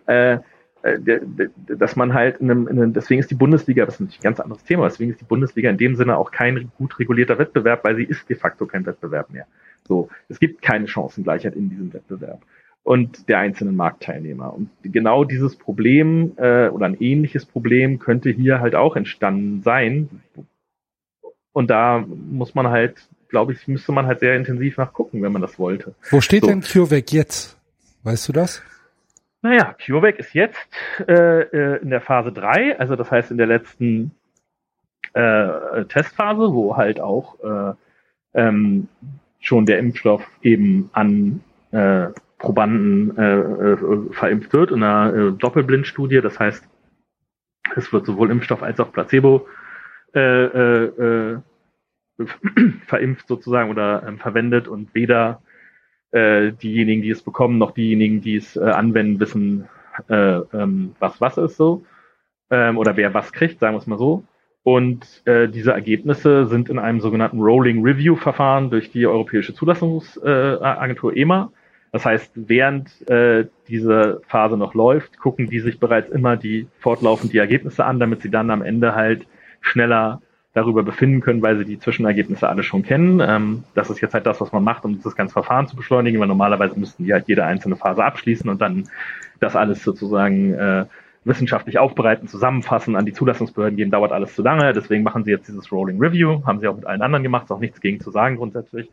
dass man halt deswegen ist die Bundesliga, das ist natürlich ein ganz anderes Thema, deswegen ist die Bundesliga in dem Sinne auch kein gut regulierter Wettbewerb, weil sie ist de facto kein Wettbewerb mehr. So, es gibt keine Chancengleichheit in diesem Wettbewerb und der einzelnen Marktteilnehmer. Und genau dieses Problem oder ein ähnliches Problem könnte hier halt auch entstanden sein. Und da muss man halt, glaube ich, müsste man halt sehr intensiv nachgucken, wenn man das wollte. Wo steht denn CureVac jetzt? Weißt du das? Naja, CureVac ist jetzt in der Phase 3, also das heißt in der letzten Testphase, wo halt auch schon der Impfstoff eben an Probanden verimpft wird in einer Doppelblindstudie. Das heißt, es wird sowohl Impfstoff als auch Placebo verimpft sozusagen oder verwendet und weder diejenigen, die es bekommen, noch diejenigen, die es anwenden, wissen, was ist so oder wer was kriegt, sagen wir es mal so. Und diese Ergebnisse sind in einem sogenannten Rolling Review Verfahren durch die Europäische Zulassungsagentur EMA. Das heißt, während diese Phase noch läuft, gucken die sich bereits immer fortlaufend die Ergebnisse an, damit sie dann am Ende halt schneller darüber befinden können, weil sie die Zwischenergebnisse alle schon kennen. Das ist jetzt halt das, was man macht, um das ganze Verfahren zu beschleunigen, weil normalerweise müssten die halt jede einzelne Phase abschließen und dann das alles sozusagen wissenschaftlich aufbereiten, zusammenfassen, an die Zulassungsbehörden geben, dauert alles zu lange. Deswegen machen sie jetzt dieses Rolling Review, haben sie auch mit allen anderen gemacht, ist auch nichts gegen zu sagen grundsätzlich.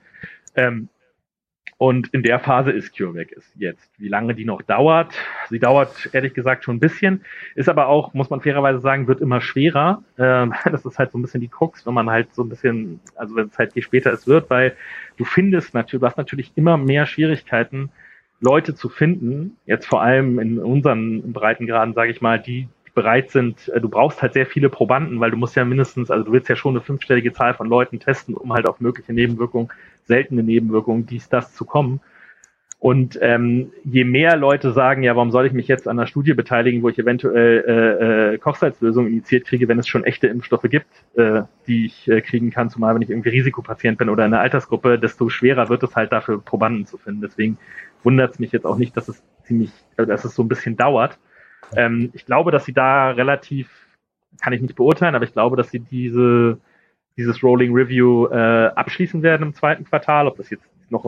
Und in der Phase ist CureVac jetzt. Wie lange die noch dauert? Sie dauert ehrlich gesagt schon ein bisschen, ist aber auch, muss man fairerweise sagen, wird immer schwerer. Das ist halt so ein bisschen die Krux, wenn man halt so ein bisschen, also wenn es halt je später es wird, weil du hast natürlich immer mehr Schwierigkeiten, Leute zu finden, jetzt vor allem in unseren Breitengraden, sage ich mal, die bereit sind, du brauchst halt sehr viele Probanden, weil du musst ja mindestens, also du willst ja schon eine 5-stellige Zahl von Leuten testen, um halt auf mögliche Nebenwirkungen, seltene Nebenwirkungen, das zu kommen. Und je mehr Leute sagen, ja, warum soll ich mich jetzt an einer Studie beteiligen, wo ich eventuell Kochsalzlösungen injiziert kriege, wenn es schon echte Impfstoffe gibt, die ich kriegen kann, zumal wenn ich irgendwie Risikopatient bin oder in einer Altersgruppe, desto schwerer wird es halt dafür, Probanden zu finden. Deswegen wundert es mich jetzt auch nicht, dass es so ein bisschen dauert. Ich glaube, dass sie da relativ kann ich nicht beurteilen, aber ich glaube, dass sie dieses Rolling Review abschließen werden im zweiten Quartal, ob das jetzt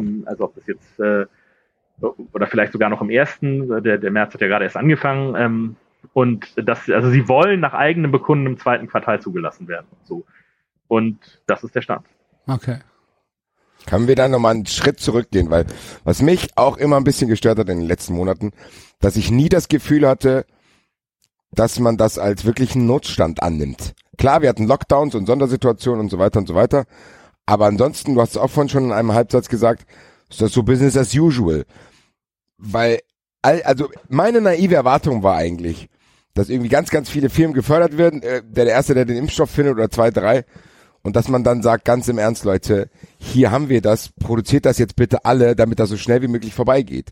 oder vielleicht sogar noch im ersten, der März hat ja gerade erst angefangen, und also sie wollen nach eigenem Bekunden im zweiten Quartal zugelassen werden. So. Und das ist der Stand. Okay. Können wir da nochmal einen Schritt zurückgehen, weil was mich auch immer ein bisschen gestört hat in den letzten Monaten, dass ich nie das Gefühl hatte, dass man das als wirklichen Notstand annimmt. Klar, wir hatten Lockdowns und Sondersituationen und so weiter, aber ansonsten, du hast es auch vorhin schon in einem Halbsatz gesagt, ist das so Business as usual. Weil, also meine naive Erwartung war eigentlich, dass irgendwie ganz, ganz viele Firmen gefördert werden, der Erste, der den Impfstoff findet oder 2, 3, und dass man dann sagt, ganz im Ernst, Leute, hier haben wir das, produziert das jetzt bitte alle, damit das so schnell wie möglich vorbeigeht.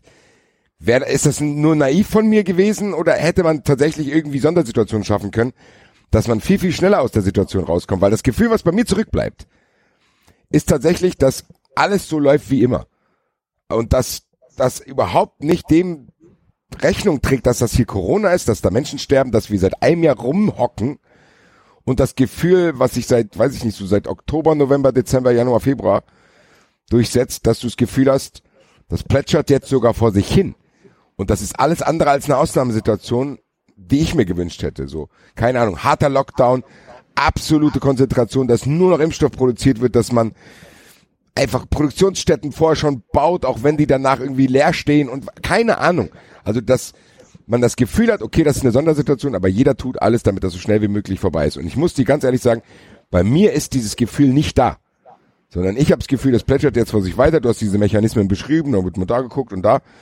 Ist das nur naiv von mir gewesen oder hätte man tatsächlich irgendwie Sondersituationen schaffen können, dass man viel, viel schneller aus der Situation rauskommt? Weil das Gefühl, was bei mir zurückbleibt, ist tatsächlich, dass alles so läuft wie immer. Und dass das überhaupt nicht dem Rechnung trägt, dass das hier Corona ist, dass da Menschen sterben, dass wir seit einem Jahr rumhocken und das Gefühl, was sich seit Oktober, November, Dezember, Januar, Februar durchsetzt, dass du das Gefühl hast, das plätschert jetzt sogar vor sich hin. Und das ist alles andere als eine Ausnahmesituation, die ich mir gewünscht hätte. So, keine Ahnung, harter Lockdown, absolute Konzentration, dass nur noch Impfstoff produziert wird, dass man einfach Produktionsstätten vorher schon baut, auch wenn die danach irgendwie leer stehen und keine Ahnung. Also, dass man das Gefühl hat, okay, das ist eine Sondersituation, aber jeder tut alles, damit das so schnell wie möglich vorbei ist. Und ich muss dir ganz ehrlich sagen, bei mir ist dieses Gefühl nicht da. Sondern ich habe das Gefühl, das plätschert jetzt vor sich weiter. Du hast diese Mechanismen beschrieben, dann wird man da geguckt und da.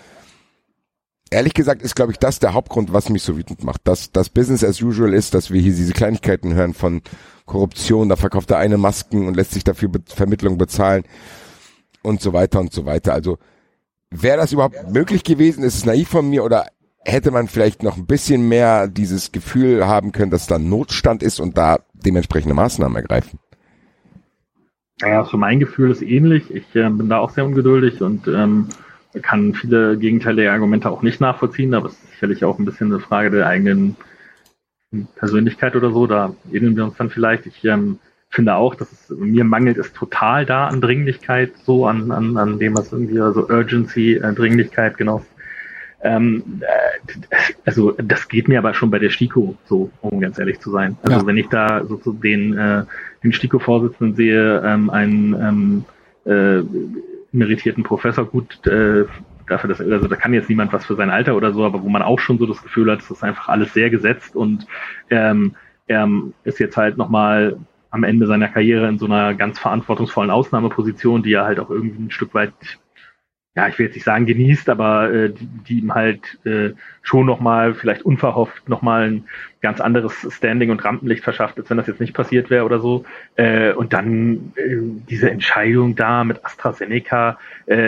Ehrlich gesagt ist, glaube ich, das der Hauptgrund, was mich so wütend macht. Dass das Business as usual ist, dass wir hier diese Kleinigkeiten hören von Korruption, da verkauft der eine Masken und lässt sich dafür Vermittlung bezahlen und so weiter und so weiter. Also wäre das überhaupt möglich gewesen? Ist es naiv von mir oder hätte man vielleicht noch ein bisschen mehr dieses Gefühl haben können, dass da Notstand ist und da dementsprechende Maßnahmen ergreifen? Naja, für mein Gefühl ist ähnlich. Ich bin da auch sehr ungeduldig und kann viele gegenteilige Argumente auch nicht nachvollziehen, aber es ist sicherlich auch ein bisschen eine Frage der eigenen Persönlichkeit oder so. Da ähneln wir uns dann vielleicht. Ich finde auch, dass mir mangelt es total da an Dringlichkeit, so an dem, was irgendwie, also Urgency, Dringlichkeit, genau. Also das geht mir aber schon bei der STIKO so, um ganz ehrlich zu sein. Also wenn ich da so den STIKO-Vorsitzenden sehe, einen emeritierten Professor, gut, dafür, dass, also da kann jetzt niemand was für sein Alter oder so, aber wo man auch schon so das Gefühl hat, das ist einfach alles sehr gesetzt und er ist jetzt halt nochmal am Ende seiner Karriere in so einer ganz verantwortungsvollen Ausnahmeposition, die er halt auch irgendwie ein Stück weit, ja, ich will jetzt nicht sagen genießt, aber die ihm halt schon nochmal, vielleicht unverhofft, nochmal ein ganz anderes Standing und Rampenlicht verschafft, als wenn das jetzt nicht passiert wäre oder so. Und dann diese Entscheidung da mit AstraZeneca,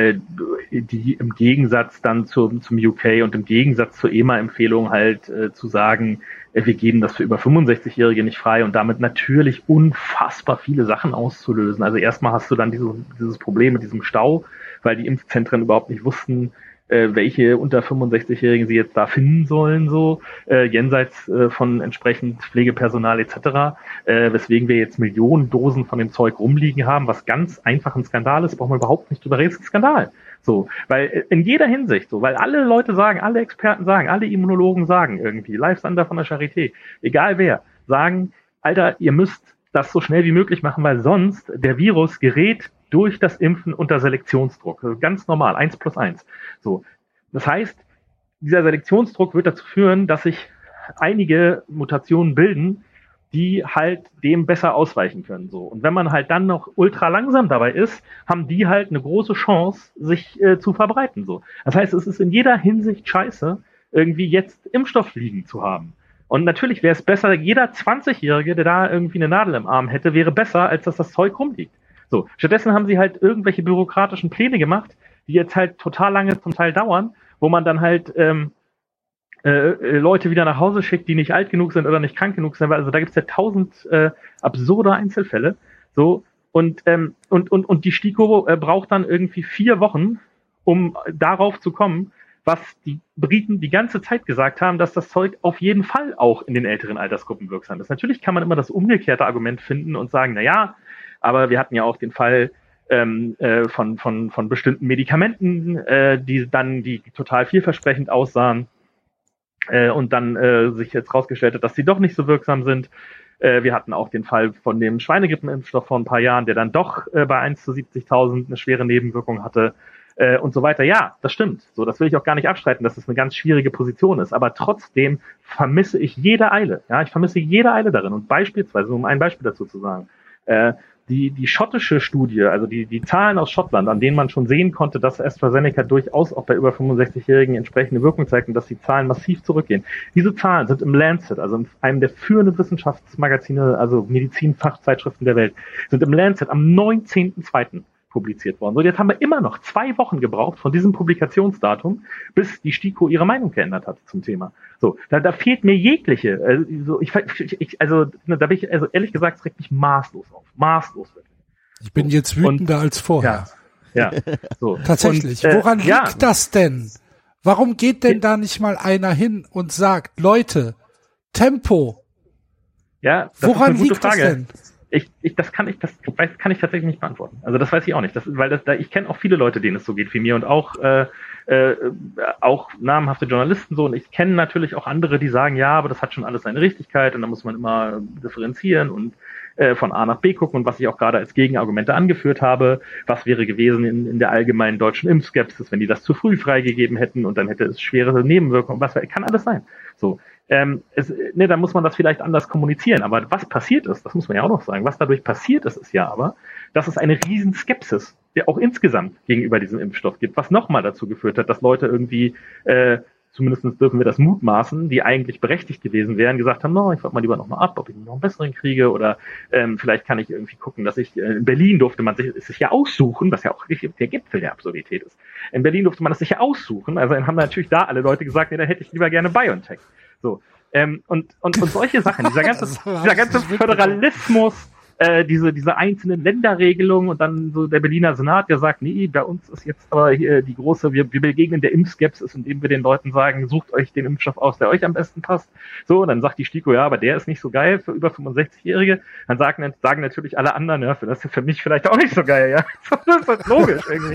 die im Gegensatz dann zum UK und im Gegensatz zur EMA-Empfehlung halt zu sagen, wir geben das für über 65-Jährige nicht frei und damit natürlich unfassbar viele Sachen auszulösen. Also erstmal hast du dann dieses Problem mit diesem Stau, weil die Impfzentren überhaupt nicht wussten, welche unter 65-Jährigen sie jetzt da finden sollen, so jenseits von entsprechend Pflegepersonal etc., weswegen wir jetzt Millionen Dosen von dem Zeug rumliegen haben, was ganz einfach ein Skandal ist, brauchen wir überhaupt nicht drüber reden, ist ein Skandal. So, weil in jeder Hinsicht, so, weil alle Leute sagen, alle Experten sagen, alle Immunologen sagen irgendwie, Live Sander von der Charité, egal wer, sagen, Alter, ihr müsst das so schnell wie möglich machen, weil sonst der Virus gerät durch das Impfen unter Selektionsdruck. Also ganz normal, 1+1. So. Das heißt, dieser Selektionsdruck wird dazu führen, dass sich einige Mutationen bilden, die halt dem besser ausweichen können. So. Und wenn man halt dann noch ultra langsam dabei ist, haben die halt eine große Chance, sich zu verbreiten. So. Das heißt, es ist in jeder Hinsicht scheiße, irgendwie jetzt Impfstoff liegen zu haben. Und natürlich wäre es besser, jeder 20-Jährige, der da irgendwie eine Nadel im Arm hätte, wäre besser, als dass das Zeug rumliegt. So, stattdessen haben sie halt irgendwelche bürokratischen Pläne gemacht, die jetzt halt total lange zum Teil dauern, wo man dann halt Leute wieder nach Hause schickt, die nicht alt genug sind oder nicht krank genug sind, weil also da gibt's ja 1000 absurde Einzelfälle. So, und die STIKO braucht dann irgendwie 4 Wochen, um darauf zu kommen, was die Briten die ganze Zeit gesagt haben, dass das Zeug auf jeden Fall auch in den älteren Altersgruppen wirksam ist. Natürlich kann man immer das umgekehrte Argument finden und sagen, na ja, aber wir hatten ja auch den Fall von bestimmten Medikamenten, die total vielversprechend aussahen und dann sich jetzt rausgestellt hat, dass sie doch nicht so wirksam sind. Wir hatten auch den Fall von dem Schweinegrippenimpfstoff vor ein paar Jahren, der dann doch bei 1 zu 70.000 eine schwere Nebenwirkung hatte. Und so weiter. Ja, das stimmt. So, das will ich auch gar nicht abstreiten, dass das eine ganz schwierige Position ist. Aber trotzdem vermisse ich jede Eile. Ja, ich vermisse jede Eile darin. Und beispielsweise, um ein Beispiel dazu zu sagen, die schottische Studie, also die Zahlen aus Schottland, an denen man schon sehen konnte, dass AstraZeneca durchaus auch bei über 65-Jährigen entsprechende Wirkung zeigt und dass die Zahlen massiv zurückgehen. Diese Zahlen sind im Lancet, also in einem der führenden Wissenschaftsmagazine, also Medizinfachzeitschriften der Welt, sind im Lancet am 19.02. publiziert worden. So, jetzt haben wir immer noch 2 Wochen gebraucht von diesem Publikationsdatum, bis die STIKO ihre Meinung geändert hat zum Thema. So, da fehlt mir jegliche, da bin ich, ehrlich gesagt, es regt mich maßlos auf. Maßlos wirklich. Ich bin jetzt wütender als vorher. Ja, so. Tatsächlich. Woran liegt das denn? Warum geht denn da nicht mal einer hin und sagt, Leute, Tempo? Ja, das woran ist eine gute liegt Frage. das denn? Das kann ich tatsächlich nicht beantworten. Also das weiß ich auch nicht. Ich kenne auch viele Leute, denen es so geht wie mir und auch namhafte Journalisten so. Und ich kenne natürlich auch andere, die sagen, ja, aber das hat schon alles seine Richtigkeit und da muss man immer differenzieren und von A nach B gucken. Und was ich auch gerade als Gegenargumente angeführt habe, was wäre gewesen in der allgemeinen deutschen Impfskepsis, wenn die das zu früh freigegeben hätten und dann hätte es schwere Nebenwirkungen. Kann alles sein. So. Da muss man das vielleicht anders kommunizieren. Aber was passiert ist, das muss man ja auch noch sagen, was dadurch passiert ist ja aber, dass es eine riesen Skepsis, der auch insgesamt gegenüber diesem Impfstoff gibt, was nochmal dazu geführt hat, dass Leute irgendwie, zumindest dürfen wir das mutmaßen, die eigentlich berechtigt gewesen wären, gesagt haben, no, ich warte mal lieber nochmal ab, ob ich noch einen besseren kriege oder vielleicht kann ich irgendwie gucken, dass ich, in Berlin durfte man sich ja aussuchen, was ja auch richtig der Gipfel der Absurdität ist. In Berlin durfte man das sich ja aussuchen, also haben natürlich da alle Leute gesagt, nee, da hätte ich lieber gerne BioNTech. So. Und solche Sachen, dieser ganze Föderalismus, diese einzelnen Länderregelungen und dann so der Berliner Senat, der sagt, nee, bei uns ist jetzt aber hier die große, wir begegnen der Impfskepsis, indem wir den Leuten sagen, sucht euch den Impfstoff aus, der euch am besten passt. So, und dann sagt die STIKO, ja, aber der ist nicht so geil für über 65-Jährige. Dann sagen natürlich alle anderen, ja, das ist für mich vielleicht auch nicht so geil, ja. Das ist logisch irgendwie.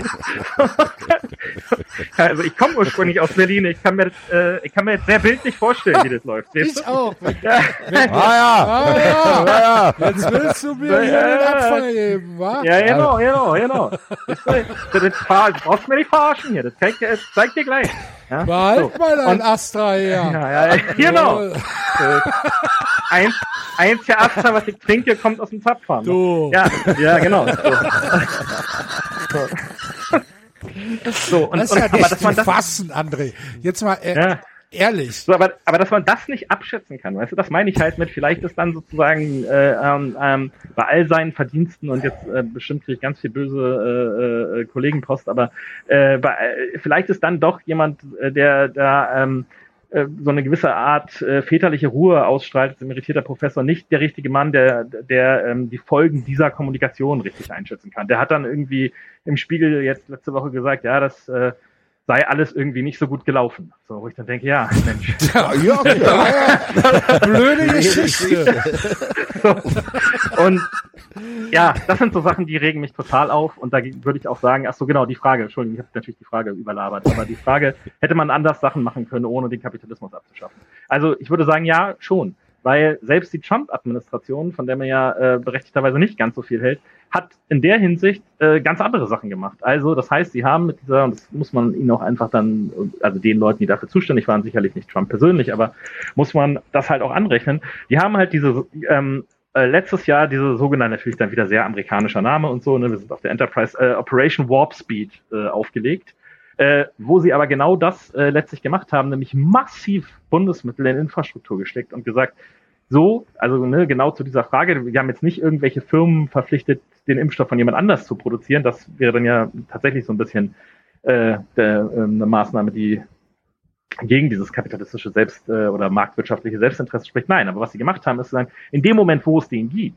Also ich komme ursprünglich aus Berlin, ich kann mir jetzt sehr bildlich vorstellen, wie das läuft. Ich auch. Ja. Jetzt willst du mir hier den Abfall geben, wa? Ja, genau. Du brauchst mir nicht verarschen hier, das zeig dir gleich. Ja? Behalt mal dein Astra her. Ja, genau. Eins der Astra, was ich trinke, kommt aus dem Zapfhahn. Du. Ja, genau. So, das ist ja nicht zu fassen, André. Jetzt mal ehrlich. So, aber dass man das nicht abschätzen kann, weißt du, das meine ich halt mit, vielleicht ist dann sozusagen bei all seinen Verdiensten und jetzt bestimmt kriege ich ganz viel böse Kollegenpost, aber vielleicht ist dann doch jemand, der da so eine gewisse Art väterliche Ruhe ausstrahlt, als emeritierter Professor, nicht der richtige Mann, der die Folgen dieser Kommunikation richtig einschätzen kann. Der hat dann irgendwie im Spiegel jetzt letzte Woche gesagt, ja, das sei alles irgendwie nicht so gut gelaufen. So, wo ich dann denke, ja, Mensch. Ja. Blöde Geschichte. So. Und ja, das sind so Sachen, die regen mich total auf. Und da würde ich auch sagen, ach so, genau, die Frage, Entschuldigung, ich habe natürlich die Frage überlabert, aber die Frage, hätte man anders Sachen machen können, ohne den Kapitalismus abzuschaffen? Also ich würde sagen, ja, schon. Weil selbst die Trump-Administration, von der man ja berechtigterweise nicht ganz so viel hält, hat in der Hinsicht ganz andere Sachen gemacht. Also das heißt, sie haben mit dieser, und das muss man ihnen auch einfach dann, also den Leuten, die dafür zuständig waren, sicherlich nicht Trump persönlich, aber muss man das halt auch anrechnen, die haben halt diese letztes Jahr diese sogenannte, natürlich dann wieder sehr amerikanischer Name und so, ne, wir sind auf der Enterprise Operation Warp Speed aufgelegt, wo sie aber genau das letztlich gemacht haben, nämlich massiv Bundesmittel in Infrastruktur gesteckt und gesagt, so, also genau zu dieser Frage, wir haben jetzt nicht irgendwelche Firmen verpflichtet, den Impfstoff von jemand anders zu produzieren, das wäre dann ja tatsächlich so ein bisschen eine Maßnahme, die gegen dieses kapitalistische oder marktwirtschaftliche Selbstinteresse spricht. Nein, aber was sie gemacht haben, ist zu sagen, in dem Moment, wo es den gibt,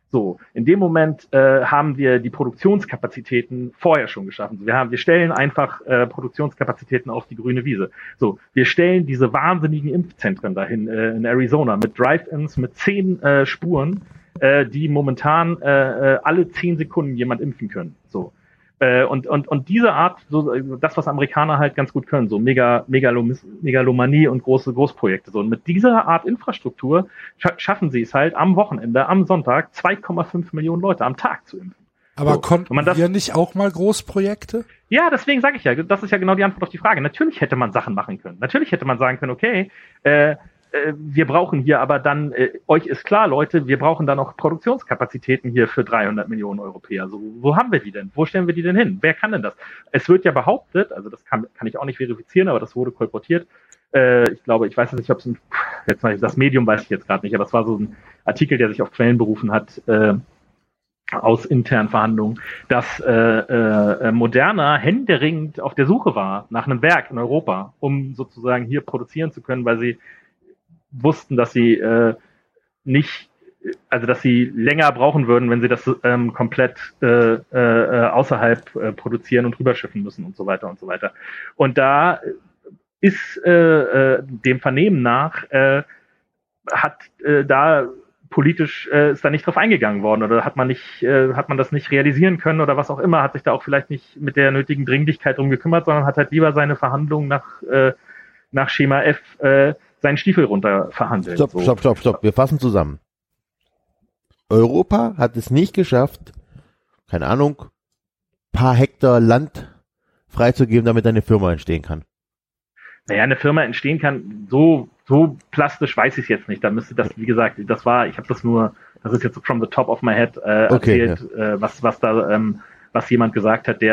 So, in dem Moment haben wir die Produktionskapazitäten vorher schon geschaffen. Wir stellen einfach Produktionskapazitäten auf die grüne Wiese. So, wir stellen diese wahnsinnigen Impfzentren dahin in Arizona mit Drive-ins, mit 10 Spuren, die momentan alle 10 Sekunden jemand impfen können. So. Und diese Art, so das, was Amerikaner halt ganz gut können, so Megalomanie und Großprojekte. So. Und mit dieser Art Infrastruktur schaffen sie es halt am Wochenende, am Sonntag 2,5 Millionen Leute am Tag zu impfen. Aber so. Konnten wir nicht auch mal Großprojekte? Ja, deswegen sage ich ja, das ist ja genau die Antwort auf die Frage. Natürlich hätte man Sachen machen können. Natürlich hätte man sagen können, okay, wir brauchen hier aber dann, euch ist klar, Leute, wir brauchen dann auch Produktionskapazitäten hier für 300 Millionen Europäer. So, wo haben wir die denn? Wo stellen wir die denn hin? Wer kann denn das? Es wird ja behauptet, also das kann ich auch nicht verifizieren, aber das wurde kolportiert. Ich glaube, ich weiß nicht, ob es das Medium weiß ich jetzt gerade nicht, aber es war so ein Artikel, der sich auf Quellen berufen hat, aus internen Verhandlungen, dass Moderna händeringend auf der Suche war nach einem Werk in Europa, um sozusagen hier produzieren zu können, weil sie wussten, dass sie dass sie länger brauchen würden, wenn sie das komplett außerhalb produzieren und rüberschiffen müssen und so weiter und so weiter. Und da ist dem Vernehmen nach hat da politisch ist da nicht drauf eingegangen worden oder hat man das nicht realisieren können oder was auch immer, hat sich da auch vielleicht nicht mit der nötigen Dringlichkeit drum gekümmert, sondern hat halt lieber seine Verhandlungen nach Schema F seinen Stiefel runter verhandelt. Stopp. Wir fassen zusammen. Europa hat es nicht geschafft, keine Ahnung, paar Hektar Land freizugeben, damit eine Firma entstehen kann. Naja, eine Firma entstehen kann, so plastisch weiß ich es jetzt nicht. Da müsste das, wie gesagt, das ist jetzt from the top of my head erzählt, ja. Was jemand gesagt hat,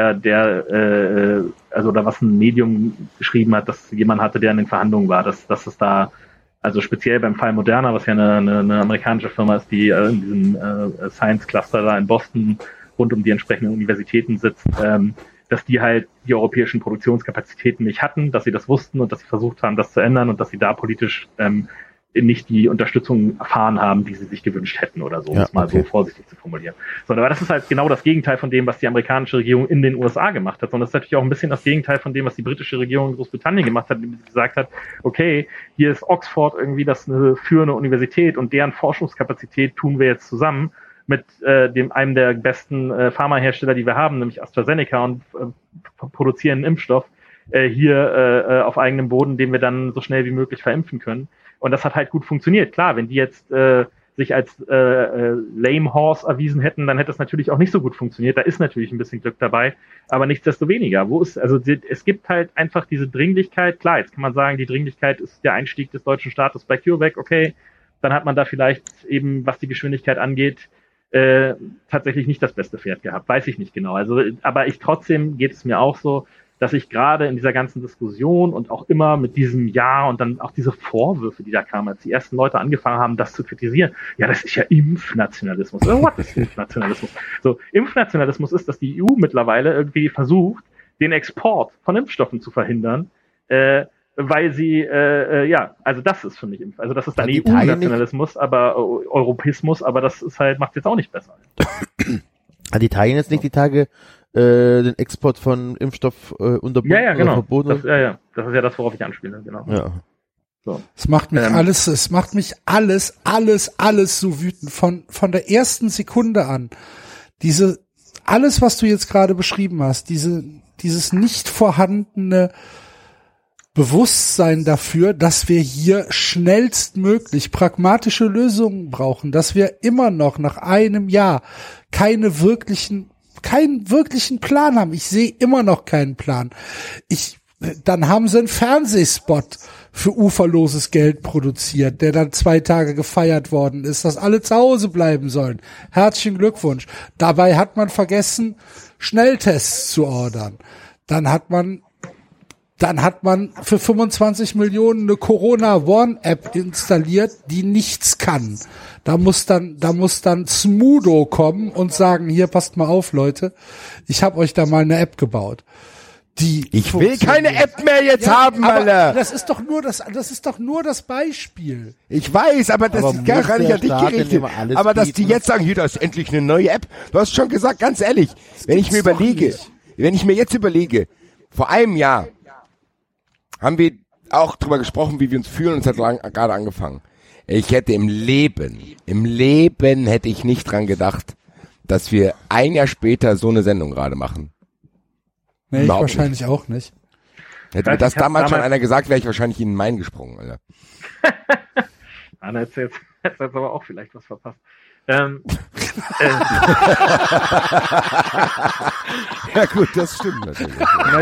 oder was ein Medium geschrieben hat, dass jemand hatte, der in den Verhandlungen war, dass es da, also speziell beim Fall Moderna, was ja eine amerikanische Firma ist, die in diesem Science Cluster da in Boston rund um die entsprechenden Universitäten sitzt, dass die halt die europäischen Produktionskapazitäten nicht hatten, dass sie das wussten und dass sie versucht haben, das zu ändern und dass sie da politisch nicht die Unterstützung erfahren haben, die sie sich gewünscht hätten oder so, um es mal so vorsichtig zu formulieren. Sondern aber das ist halt genau das Gegenteil von dem, was die amerikanische Regierung in den USA gemacht hat, sondern das ist natürlich auch ein bisschen das Gegenteil von dem, was die britische Regierung in Großbritannien gemacht hat, die gesagt hat, okay, hier ist Oxford irgendwie das eine führende Universität und deren Forschungskapazität tun wir jetzt zusammen mit einem der besten Pharmahersteller, die wir haben, nämlich AstraZeneca, und produzieren einen Impfstoff hier auf eigenem Boden, den wir dann so schnell wie möglich verimpfen können. Und das hat halt gut funktioniert. Klar, wenn die jetzt sich als lame horse erwiesen hätten, dann hätte es natürlich auch nicht so gut funktioniert. Da ist natürlich ein bisschen Glück dabei, aber nichtsdestoweniger. Es gibt halt einfach diese Dringlichkeit. Klar, jetzt kann man sagen, die Dringlichkeit ist der Einstieg des deutschen Staates bei CureVac. Okay, dann hat man da vielleicht eben, was die Geschwindigkeit angeht, tatsächlich nicht das beste Pferd gehabt. Weiß ich nicht genau. Aber trotzdem geht es mir auch so, dass ich gerade in dieser ganzen Diskussion und auch immer mit diesem Ja und dann auch diese Vorwürfe, die da kamen, als die ersten Leute angefangen haben, das zu kritisieren. Ja, das ist ja Impfnationalismus. What ist Impfnationalismus? So, Impfnationalismus ist, dass die EU mittlerweile irgendwie versucht, den Export von Impfstoffen zu verhindern, weil sie, also das ist für mich, also das ist dann EU-Nationalismus, aber Europäismus, aber das ist halt, macht jetzt auch nicht besser. Hat Italien jetzt nicht die Tage den Export von Impfstoff unterbunden oder verboten? Das ist ja das, worauf ich anspiele, genau. Ja. So. Es macht mich alles so wütend von der ersten Sekunde an. Alles, was du jetzt gerade beschrieben hast, dieses nicht vorhandene Bewusstsein dafür, dass wir hier schnellstmöglich pragmatische Lösungen brauchen, dass wir immer noch nach einem Jahr keinen wirklichen Plan haben. Ich sehe immer noch keinen Plan. Dann haben sie einen Fernsehspot für uferloses Geld produziert, der dann 2 Tage gefeiert worden ist, dass alle zu Hause bleiben sollen. Herzlichen Glückwunsch. Dabei hat man vergessen, Schnelltests zu ordern. Dann hat man für 25 Millionen eine Corona-Warn-App installiert, die nichts kann. Da muss dann Smudo kommen und sagen, hier, passt mal auf, Leute, ich habe euch da mal eine App gebaut. Ich will keine App mehr jetzt haben, Alter. Das ist doch nur das Beispiel. Ich weiß, aber das ist gar nicht an dich gerichtet. Aber dass die jetzt sagen, hier, da ist endlich eine neue App. Du hast schon gesagt, ganz ehrlich, wenn ich mir jetzt überlege, vor einem Jahr haben wir auch drüber gesprochen, wie wir uns fühlen, und es hat gerade angefangen. Ich hätte im Leben hätte ich nicht dran gedacht, dass wir ein Jahr später so eine Sendung gerade machen. Nee, ich wahrscheinlich auch nicht. Hätte mir das damals schon einer gesagt, wäre ich wahrscheinlich in den Main gesprungen, Alter. Dann hättest du jetzt aber auch vielleicht was verpasst. Ja gut, das stimmt natürlich.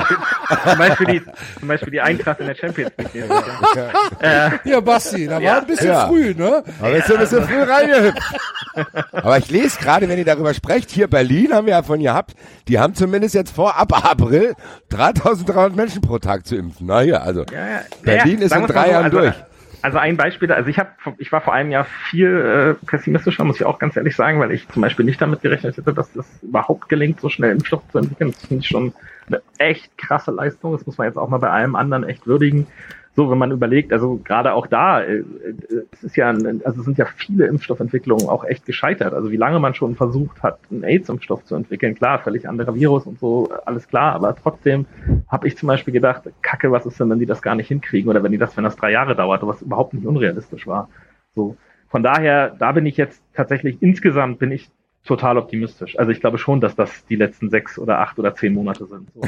Zum Beispiel die Eintracht in der Champions League. Ja, Basti, da war ein bisschen früh, ne? Aber jetzt ein bisschen früh reingehüpft. Aber ich lese gerade, wenn ihr darüber sprecht, hier Berlin haben wir ja von gehabt, die haben zumindest jetzt vor, ab April 3.300 Menschen pro Tag zu impfen. Naja, also Berlin ist in 3 Jahren durch. Also ein Beispiel, ich war vor einem Jahr viel pessimistischer, muss ich auch ganz ehrlich sagen, weil ich zum Beispiel nicht damit gerechnet hätte, dass das überhaupt gelingt, so schnell Impfstoff zu entwickeln. Das finde ich schon eine echt krasse Leistung. Das muss man jetzt auch mal bei allem anderen echt würdigen. So, wenn man überlegt, also gerade auch da, es sind ja viele Impfstoffentwicklungen auch echt gescheitert. Also wie lange man schon versucht hat, einen AIDS-Impfstoff zu entwickeln, klar, völlig anderer Virus und so, alles klar, aber trotzdem habe ich zum Beispiel gedacht, Kacke, was ist denn, wenn die das gar nicht hinkriegen oder wenn das 3 Jahre dauert, was überhaupt nicht unrealistisch war. So, von daher, da bin ich jetzt tatsächlich, insgesamt bin ich total optimistisch. Also ich glaube schon, dass das die letzten 6 oder 8 oder 10 Monate sind. So.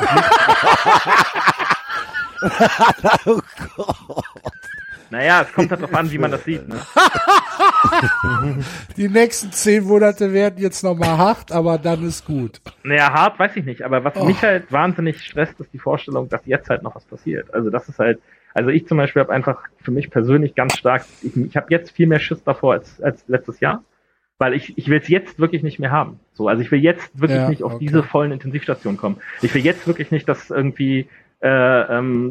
Oh Gott. Naja, es kommt halt drauf an, wie man das sieht. Ne? Die nächsten 10 Monate werden jetzt nochmal hart, aber dann ist gut. Naja, hart weiß ich nicht, aber was mich halt wahnsinnig stresst, ist die Vorstellung, dass jetzt halt noch was passiert. Also das ist halt, also ich zum Beispiel habe einfach für mich persönlich ganz stark, ich habe jetzt viel mehr Schiss davor als letztes Jahr, weil ich will es jetzt wirklich nicht mehr haben. So, also ich will jetzt wirklich nicht auf diese vollen Intensivstationen kommen. Ich will jetzt wirklich nicht, dass irgendwie keine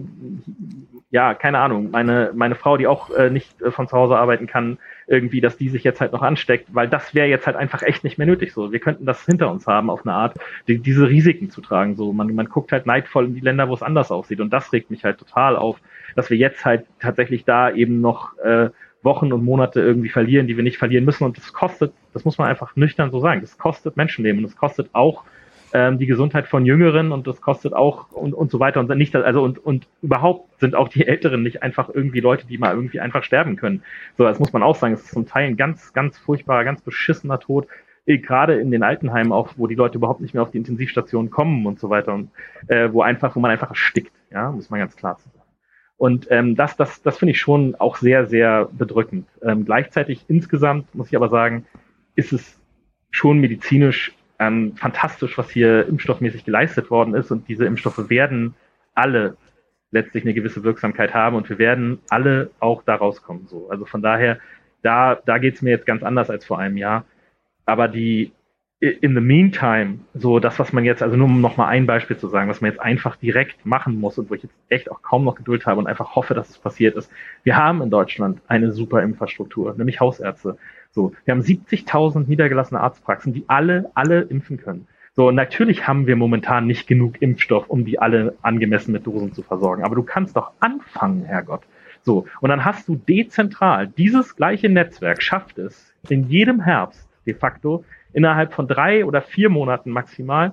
Ahnung, meine Frau, die auch nicht von zu Hause arbeiten kann, irgendwie, dass die sich jetzt halt noch ansteckt, weil das wäre jetzt halt einfach echt nicht mehr nötig so. Wir könnten das hinter uns haben auf eine Art, diese Risiken zu tragen. So, man guckt halt neidvoll in die Länder, wo es anders aussieht, und das regt mich halt total auf, dass wir jetzt halt tatsächlich da eben noch Wochen und Monate irgendwie verlieren, die wir nicht verlieren müssen, und das kostet, das muss man einfach nüchtern so sagen, das kostet Menschenleben und das kostet auch die Gesundheit von Jüngeren, und das kostet auch und so weiter und nicht, also und überhaupt sind auch die Älteren nicht einfach irgendwie Leute, die mal irgendwie einfach sterben können. So, das muss man auch sagen, es ist zum Teil ein ganz, ganz furchtbarer, ganz beschissener Tod, gerade in den Altenheimen auch, wo die Leute überhaupt nicht mehr auf die Intensivstation kommen und so weiter, und wo man einfach erstickt, ja, muss man ganz klar sagen. Und das finde ich schon auch sehr, sehr bedrückend. Gleichzeitig insgesamt muss ich aber sagen, ist es schon medizinisch fantastisch, was hier impfstoffmäßig geleistet worden ist, und diese Impfstoffe werden alle letztlich eine gewisse Wirksamkeit haben, und wir werden alle auch da rauskommen. So. Also von daher, da geht's mir jetzt ganz anders als vor einem Jahr. Aber in the meantime, so das, was man jetzt, also nur um nochmal ein Beispiel zu sagen, was man jetzt einfach direkt machen muss und wo ich jetzt echt auch kaum noch Geduld habe und einfach hoffe, dass es passiert ist. Wir haben in Deutschland eine super Infrastruktur, nämlich Hausärzte. So, wir haben 70.000 niedergelassene Arztpraxen, die alle impfen können. So, und natürlich haben wir momentan nicht genug Impfstoff, um die alle angemessen mit Dosen zu versorgen. Aber du kannst doch anfangen, Herrgott. So, und dann hast du dezentral, dieses gleiche Netzwerk schafft es in jedem Herbst de facto innerhalb von 3 oder 4 Monaten maximal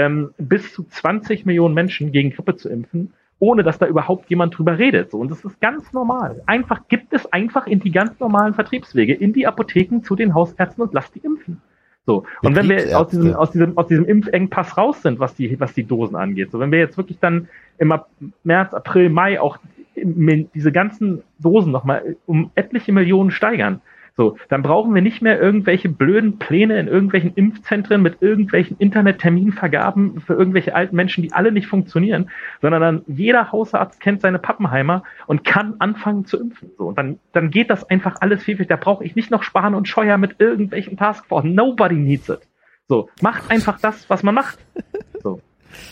bis zu 20 Millionen Menschen gegen Grippe zu impfen, ohne dass da überhaupt jemand drüber redet. So, und das ist ganz normal. Gibt es einfach in die ganz normalen Vertriebswege, in die Apotheken zu den Hausärzten, und lasst die impfen. So. Und wenn wir aus diesem Impfengpass raus sind, was die Dosen angeht, so, wenn wir jetzt wirklich dann im März, April, Mai auch diese ganzen Dosen nochmal um etliche Millionen steigern, so, dann brauchen wir nicht mehr irgendwelche blöden Pläne in irgendwelchen Impfzentren mit irgendwelchen Internetterminvergaben für irgendwelche alten Menschen, die alle nicht funktionieren, sondern dann jeder Hausarzt kennt seine Pappenheimer und kann anfangen zu impfen. So, und dann geht das einfach alles viel. Da brauche ich nicht noch Spahn und Scheuer mit irgendwelchen Taskforce. Nobody needs it. So, macht einfach das, was man macht. So.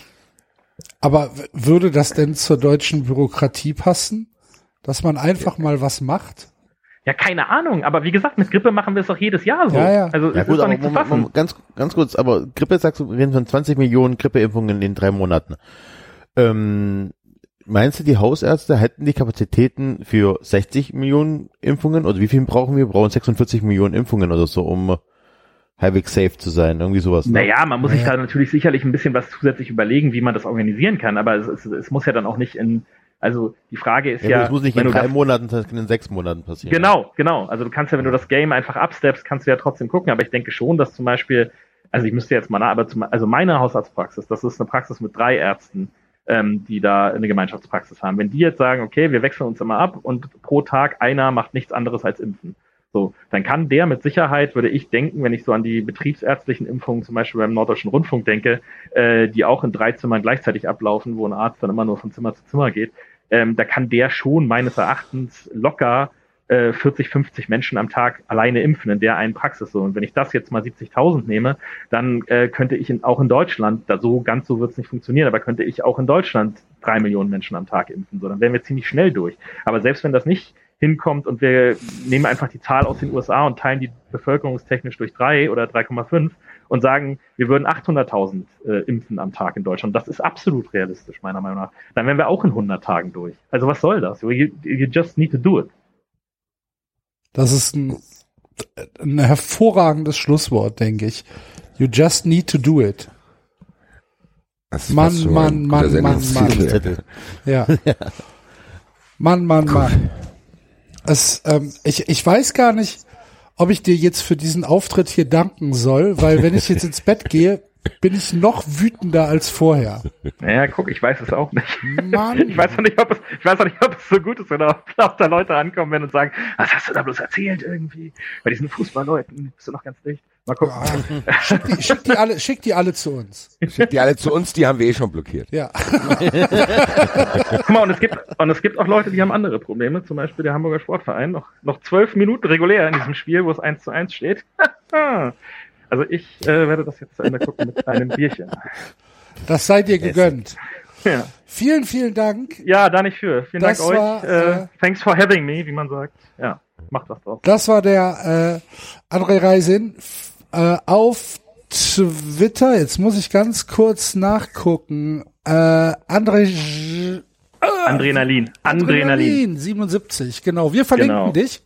Aber würde das denn zur deutschen Bürokratie passen? Dass man einfach mal was macht? Ja, keine Ahnung, aber wie gesagt, mit Grippe machen wir es doch jedes Jahr so. Ja. Also ja, es gut, ist doch nicht zu fassen. Ganz kurz, aber Grippe, sagst du, wir reden von 20 Millionen Grippeimpfungen in den 3 Monaten. Meinst du, die Hausärzte hätten die Kapazitäten für 60 Millionen Impfungen? Oder wie viel brauchen wir? Wir brauchen 46 Millionen Impfungen oder so, um halbwegs safe zu sein. Irgendwie sowas. Ne? Naja, man muss sich da natürlich sicherlich ein bisschen was zusätzlich überlegen, wie man das organisieren kann. Aber es muss ja dann auch nicht also die Frage ist ja... Es muss nicht in 3 Monaten, das kann in 6 Monaten passieren. Genau. Also du kannst ja, wenn du das Game einfach absteppst, kannst du ja trotzdem gucken. Aber ich denke schon, dass zum Beispiel, also ich müsste jetzt mal also meine Hausarztpraxis, das ist eine Praxis mit 3 Ärzten, die da eine Gemeinschaftspraxis haben. Wenn die jetzt sagen, okay, wir wechseln uns immer ab und pro Tag einer macht nichts anderes als impfen. So, dann kann der mit Sicherheit, würde ich denken, wenn ich so an die betriebsärztlichen Impfungen zum Beispiel beim Norddeutschen Rundfunk denke, die auch in 3 Zimmern gleichzeitig ablaufen, wo ein Arzt dann immer nur von Zimmer zu Zimmer geht, da kann der schon meines Erachtens locker 40, 50 Menschen am Tag alleine impfen in der einen Praxis. So. Und wenn ich das jetzt mal 70.000 nehme, dann könnte ich auch in Deutschland, ganz so wird es nicht funktionieren, aber könnte ich auch in Deutschland 3 Millionen Menschen am Tag impfen. So, dann wären wir ziemlich schnell durch. Aber selbst wenn das nicht hinkommt und wir nehmen einfach die Zahl aus den USA und teilen die bevölkerungstechnisch durch 3 oder 3,5 und sagen, wir würden 800.000 impfen am Tag in Deutschland. Das ist absolut realistisch, meiner Meinung nach. Dann wären wir auch in 100 Tagen durch. Also was soll das? You just need to do it. Das ist ein hervorragendes Schlusswort, denke ich. You just need to do it. Mann. Ja. Mann. Ich weiß gar nicht, ob ich dir jetzt für diesen Auftritt hier danken soll, weil wenn ich jetzt ins Bett gehe, bin ich noch wütender als vorher. Naja, guck, ich weiß es auch nicht. Mann. Ich weiß auch nicht, ob es so gut ist, wenn auch da Leute ankommen werden und sagen, was hast du da bloß erzählt irgendwie? Bei diesen Fußballleuten bist du noch ganz dicht. Mal gucken. Ja, schick die alle zu uns. Schick die alle zu uns, die haben wir schon blockiert. Ja. Guck mal, und es gibt auch Leute, die haben andere Probleme, zum Beispiel der Hamburger Sportverein, noch 12 Minuten regulär in diesem Spiel, wo es 1:1 steht. Also ich werde das jetzt zu Ende gucken mit einem Bierchen. Das sei dir gegönnt. Ja. Vielen, vielen Dank. Ja, da nicht für. Vielen Das Dank war, euch. Thanks for having me, wie man sagt. Ja, macht was draus. Das war der André Reisin auf Twitter. Jetzt muss ich ganz kurz nachgucken. Adrenalin 77, genau. Wir verlinken dich.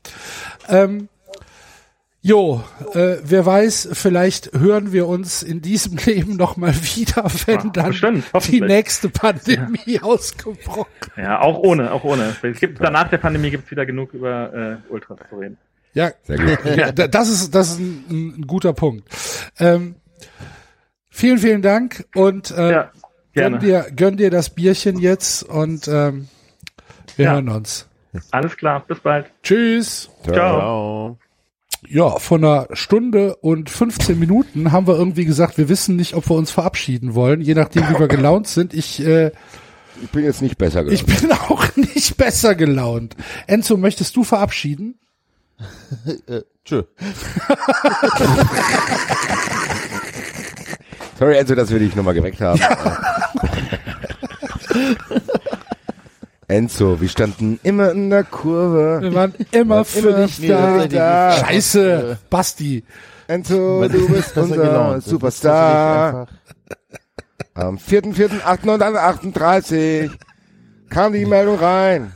Wer weiß, vielleicht hören wir uns in diesem Leben noch mal wieder, wenn dann die nächste Pandemie ausgebrochen ist. Ja, auch ohne. Danach der Pandemie gibt es wieder genug über Ultras zu reden. Ja, sehr gut. Ja, das ist ein guter Punkt. Vielen, vielen Dank und gönn dir das Bierchen jetzt und wir hören uns. Alles klar, bis bald. Tschüss. Ciao. Ja, von 1 Stunde und 15 Minuten haben wir irgendwie gesagt, wir wissen nicht, ob wir uns verabschieden wollen, je nachdem, wie wir gelaunt sind. Ich bin jetzt nicht besser gelaunt. Ich bin auch nicht besser gelaunt. Enzo, möchtest du verabschieden? Tschö. Sorry, Enzo, dass wir dich nochmal geweckt haben. Enzo, wir standen immer in der Kurve. Wir waren immer für dich da. Scheiße, Basti. Enzo, du bist unser Superstar. Am 4.4.1838 kam die Meldung rein.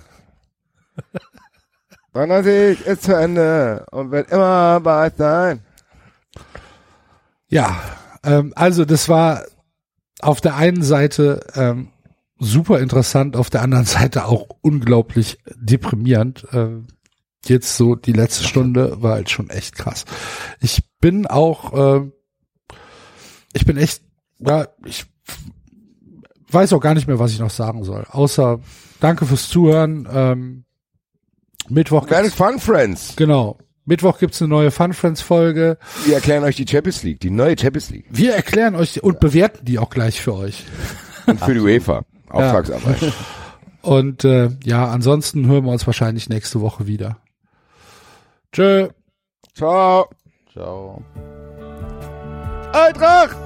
93 ist zu Ende und wird immer bei sein. Ja, also das war auf der einen Seite super interessant, auf der anderen Seite auch unglaublich deprimierend. Jetzt so die letzte Stunde war halt schon echt krass. Ich bin echt, ich weiß auch gar nicht mehr, was ich noch sagen soll. Außer danke fürs Zuhören. Mittwoch gibt's Fun Friends. Genau. Mittwoch gibt's eine neue Fun Friends Folge. Wir erklären euch die Champions League, die neue Champions League. Wir erklären euch und bewerten die auch gleich für euch. Und für die UEFA. Auftragsarbeit. Ja. Und ansonsten hören wir uns wahrscheinlich nächste Woche wieder. Tschö. Ciao. Ciao. Eintracht!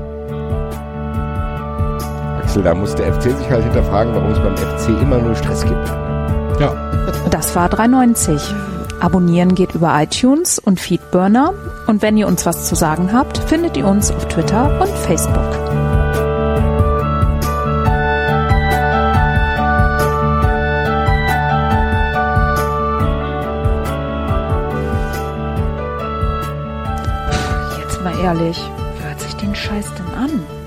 Axel, da muss der FC sich halt hinterfragen, warum es beim FC immer nur Stress gibt. Ja. Das war 390. Abonnieren geht über iTunes und Feedburner. Und wenn ihr uns was zu sagen habt, findet ihr uns auf Twitter und Facebook. ehrlich, wer hört sich den Scheiß denn an?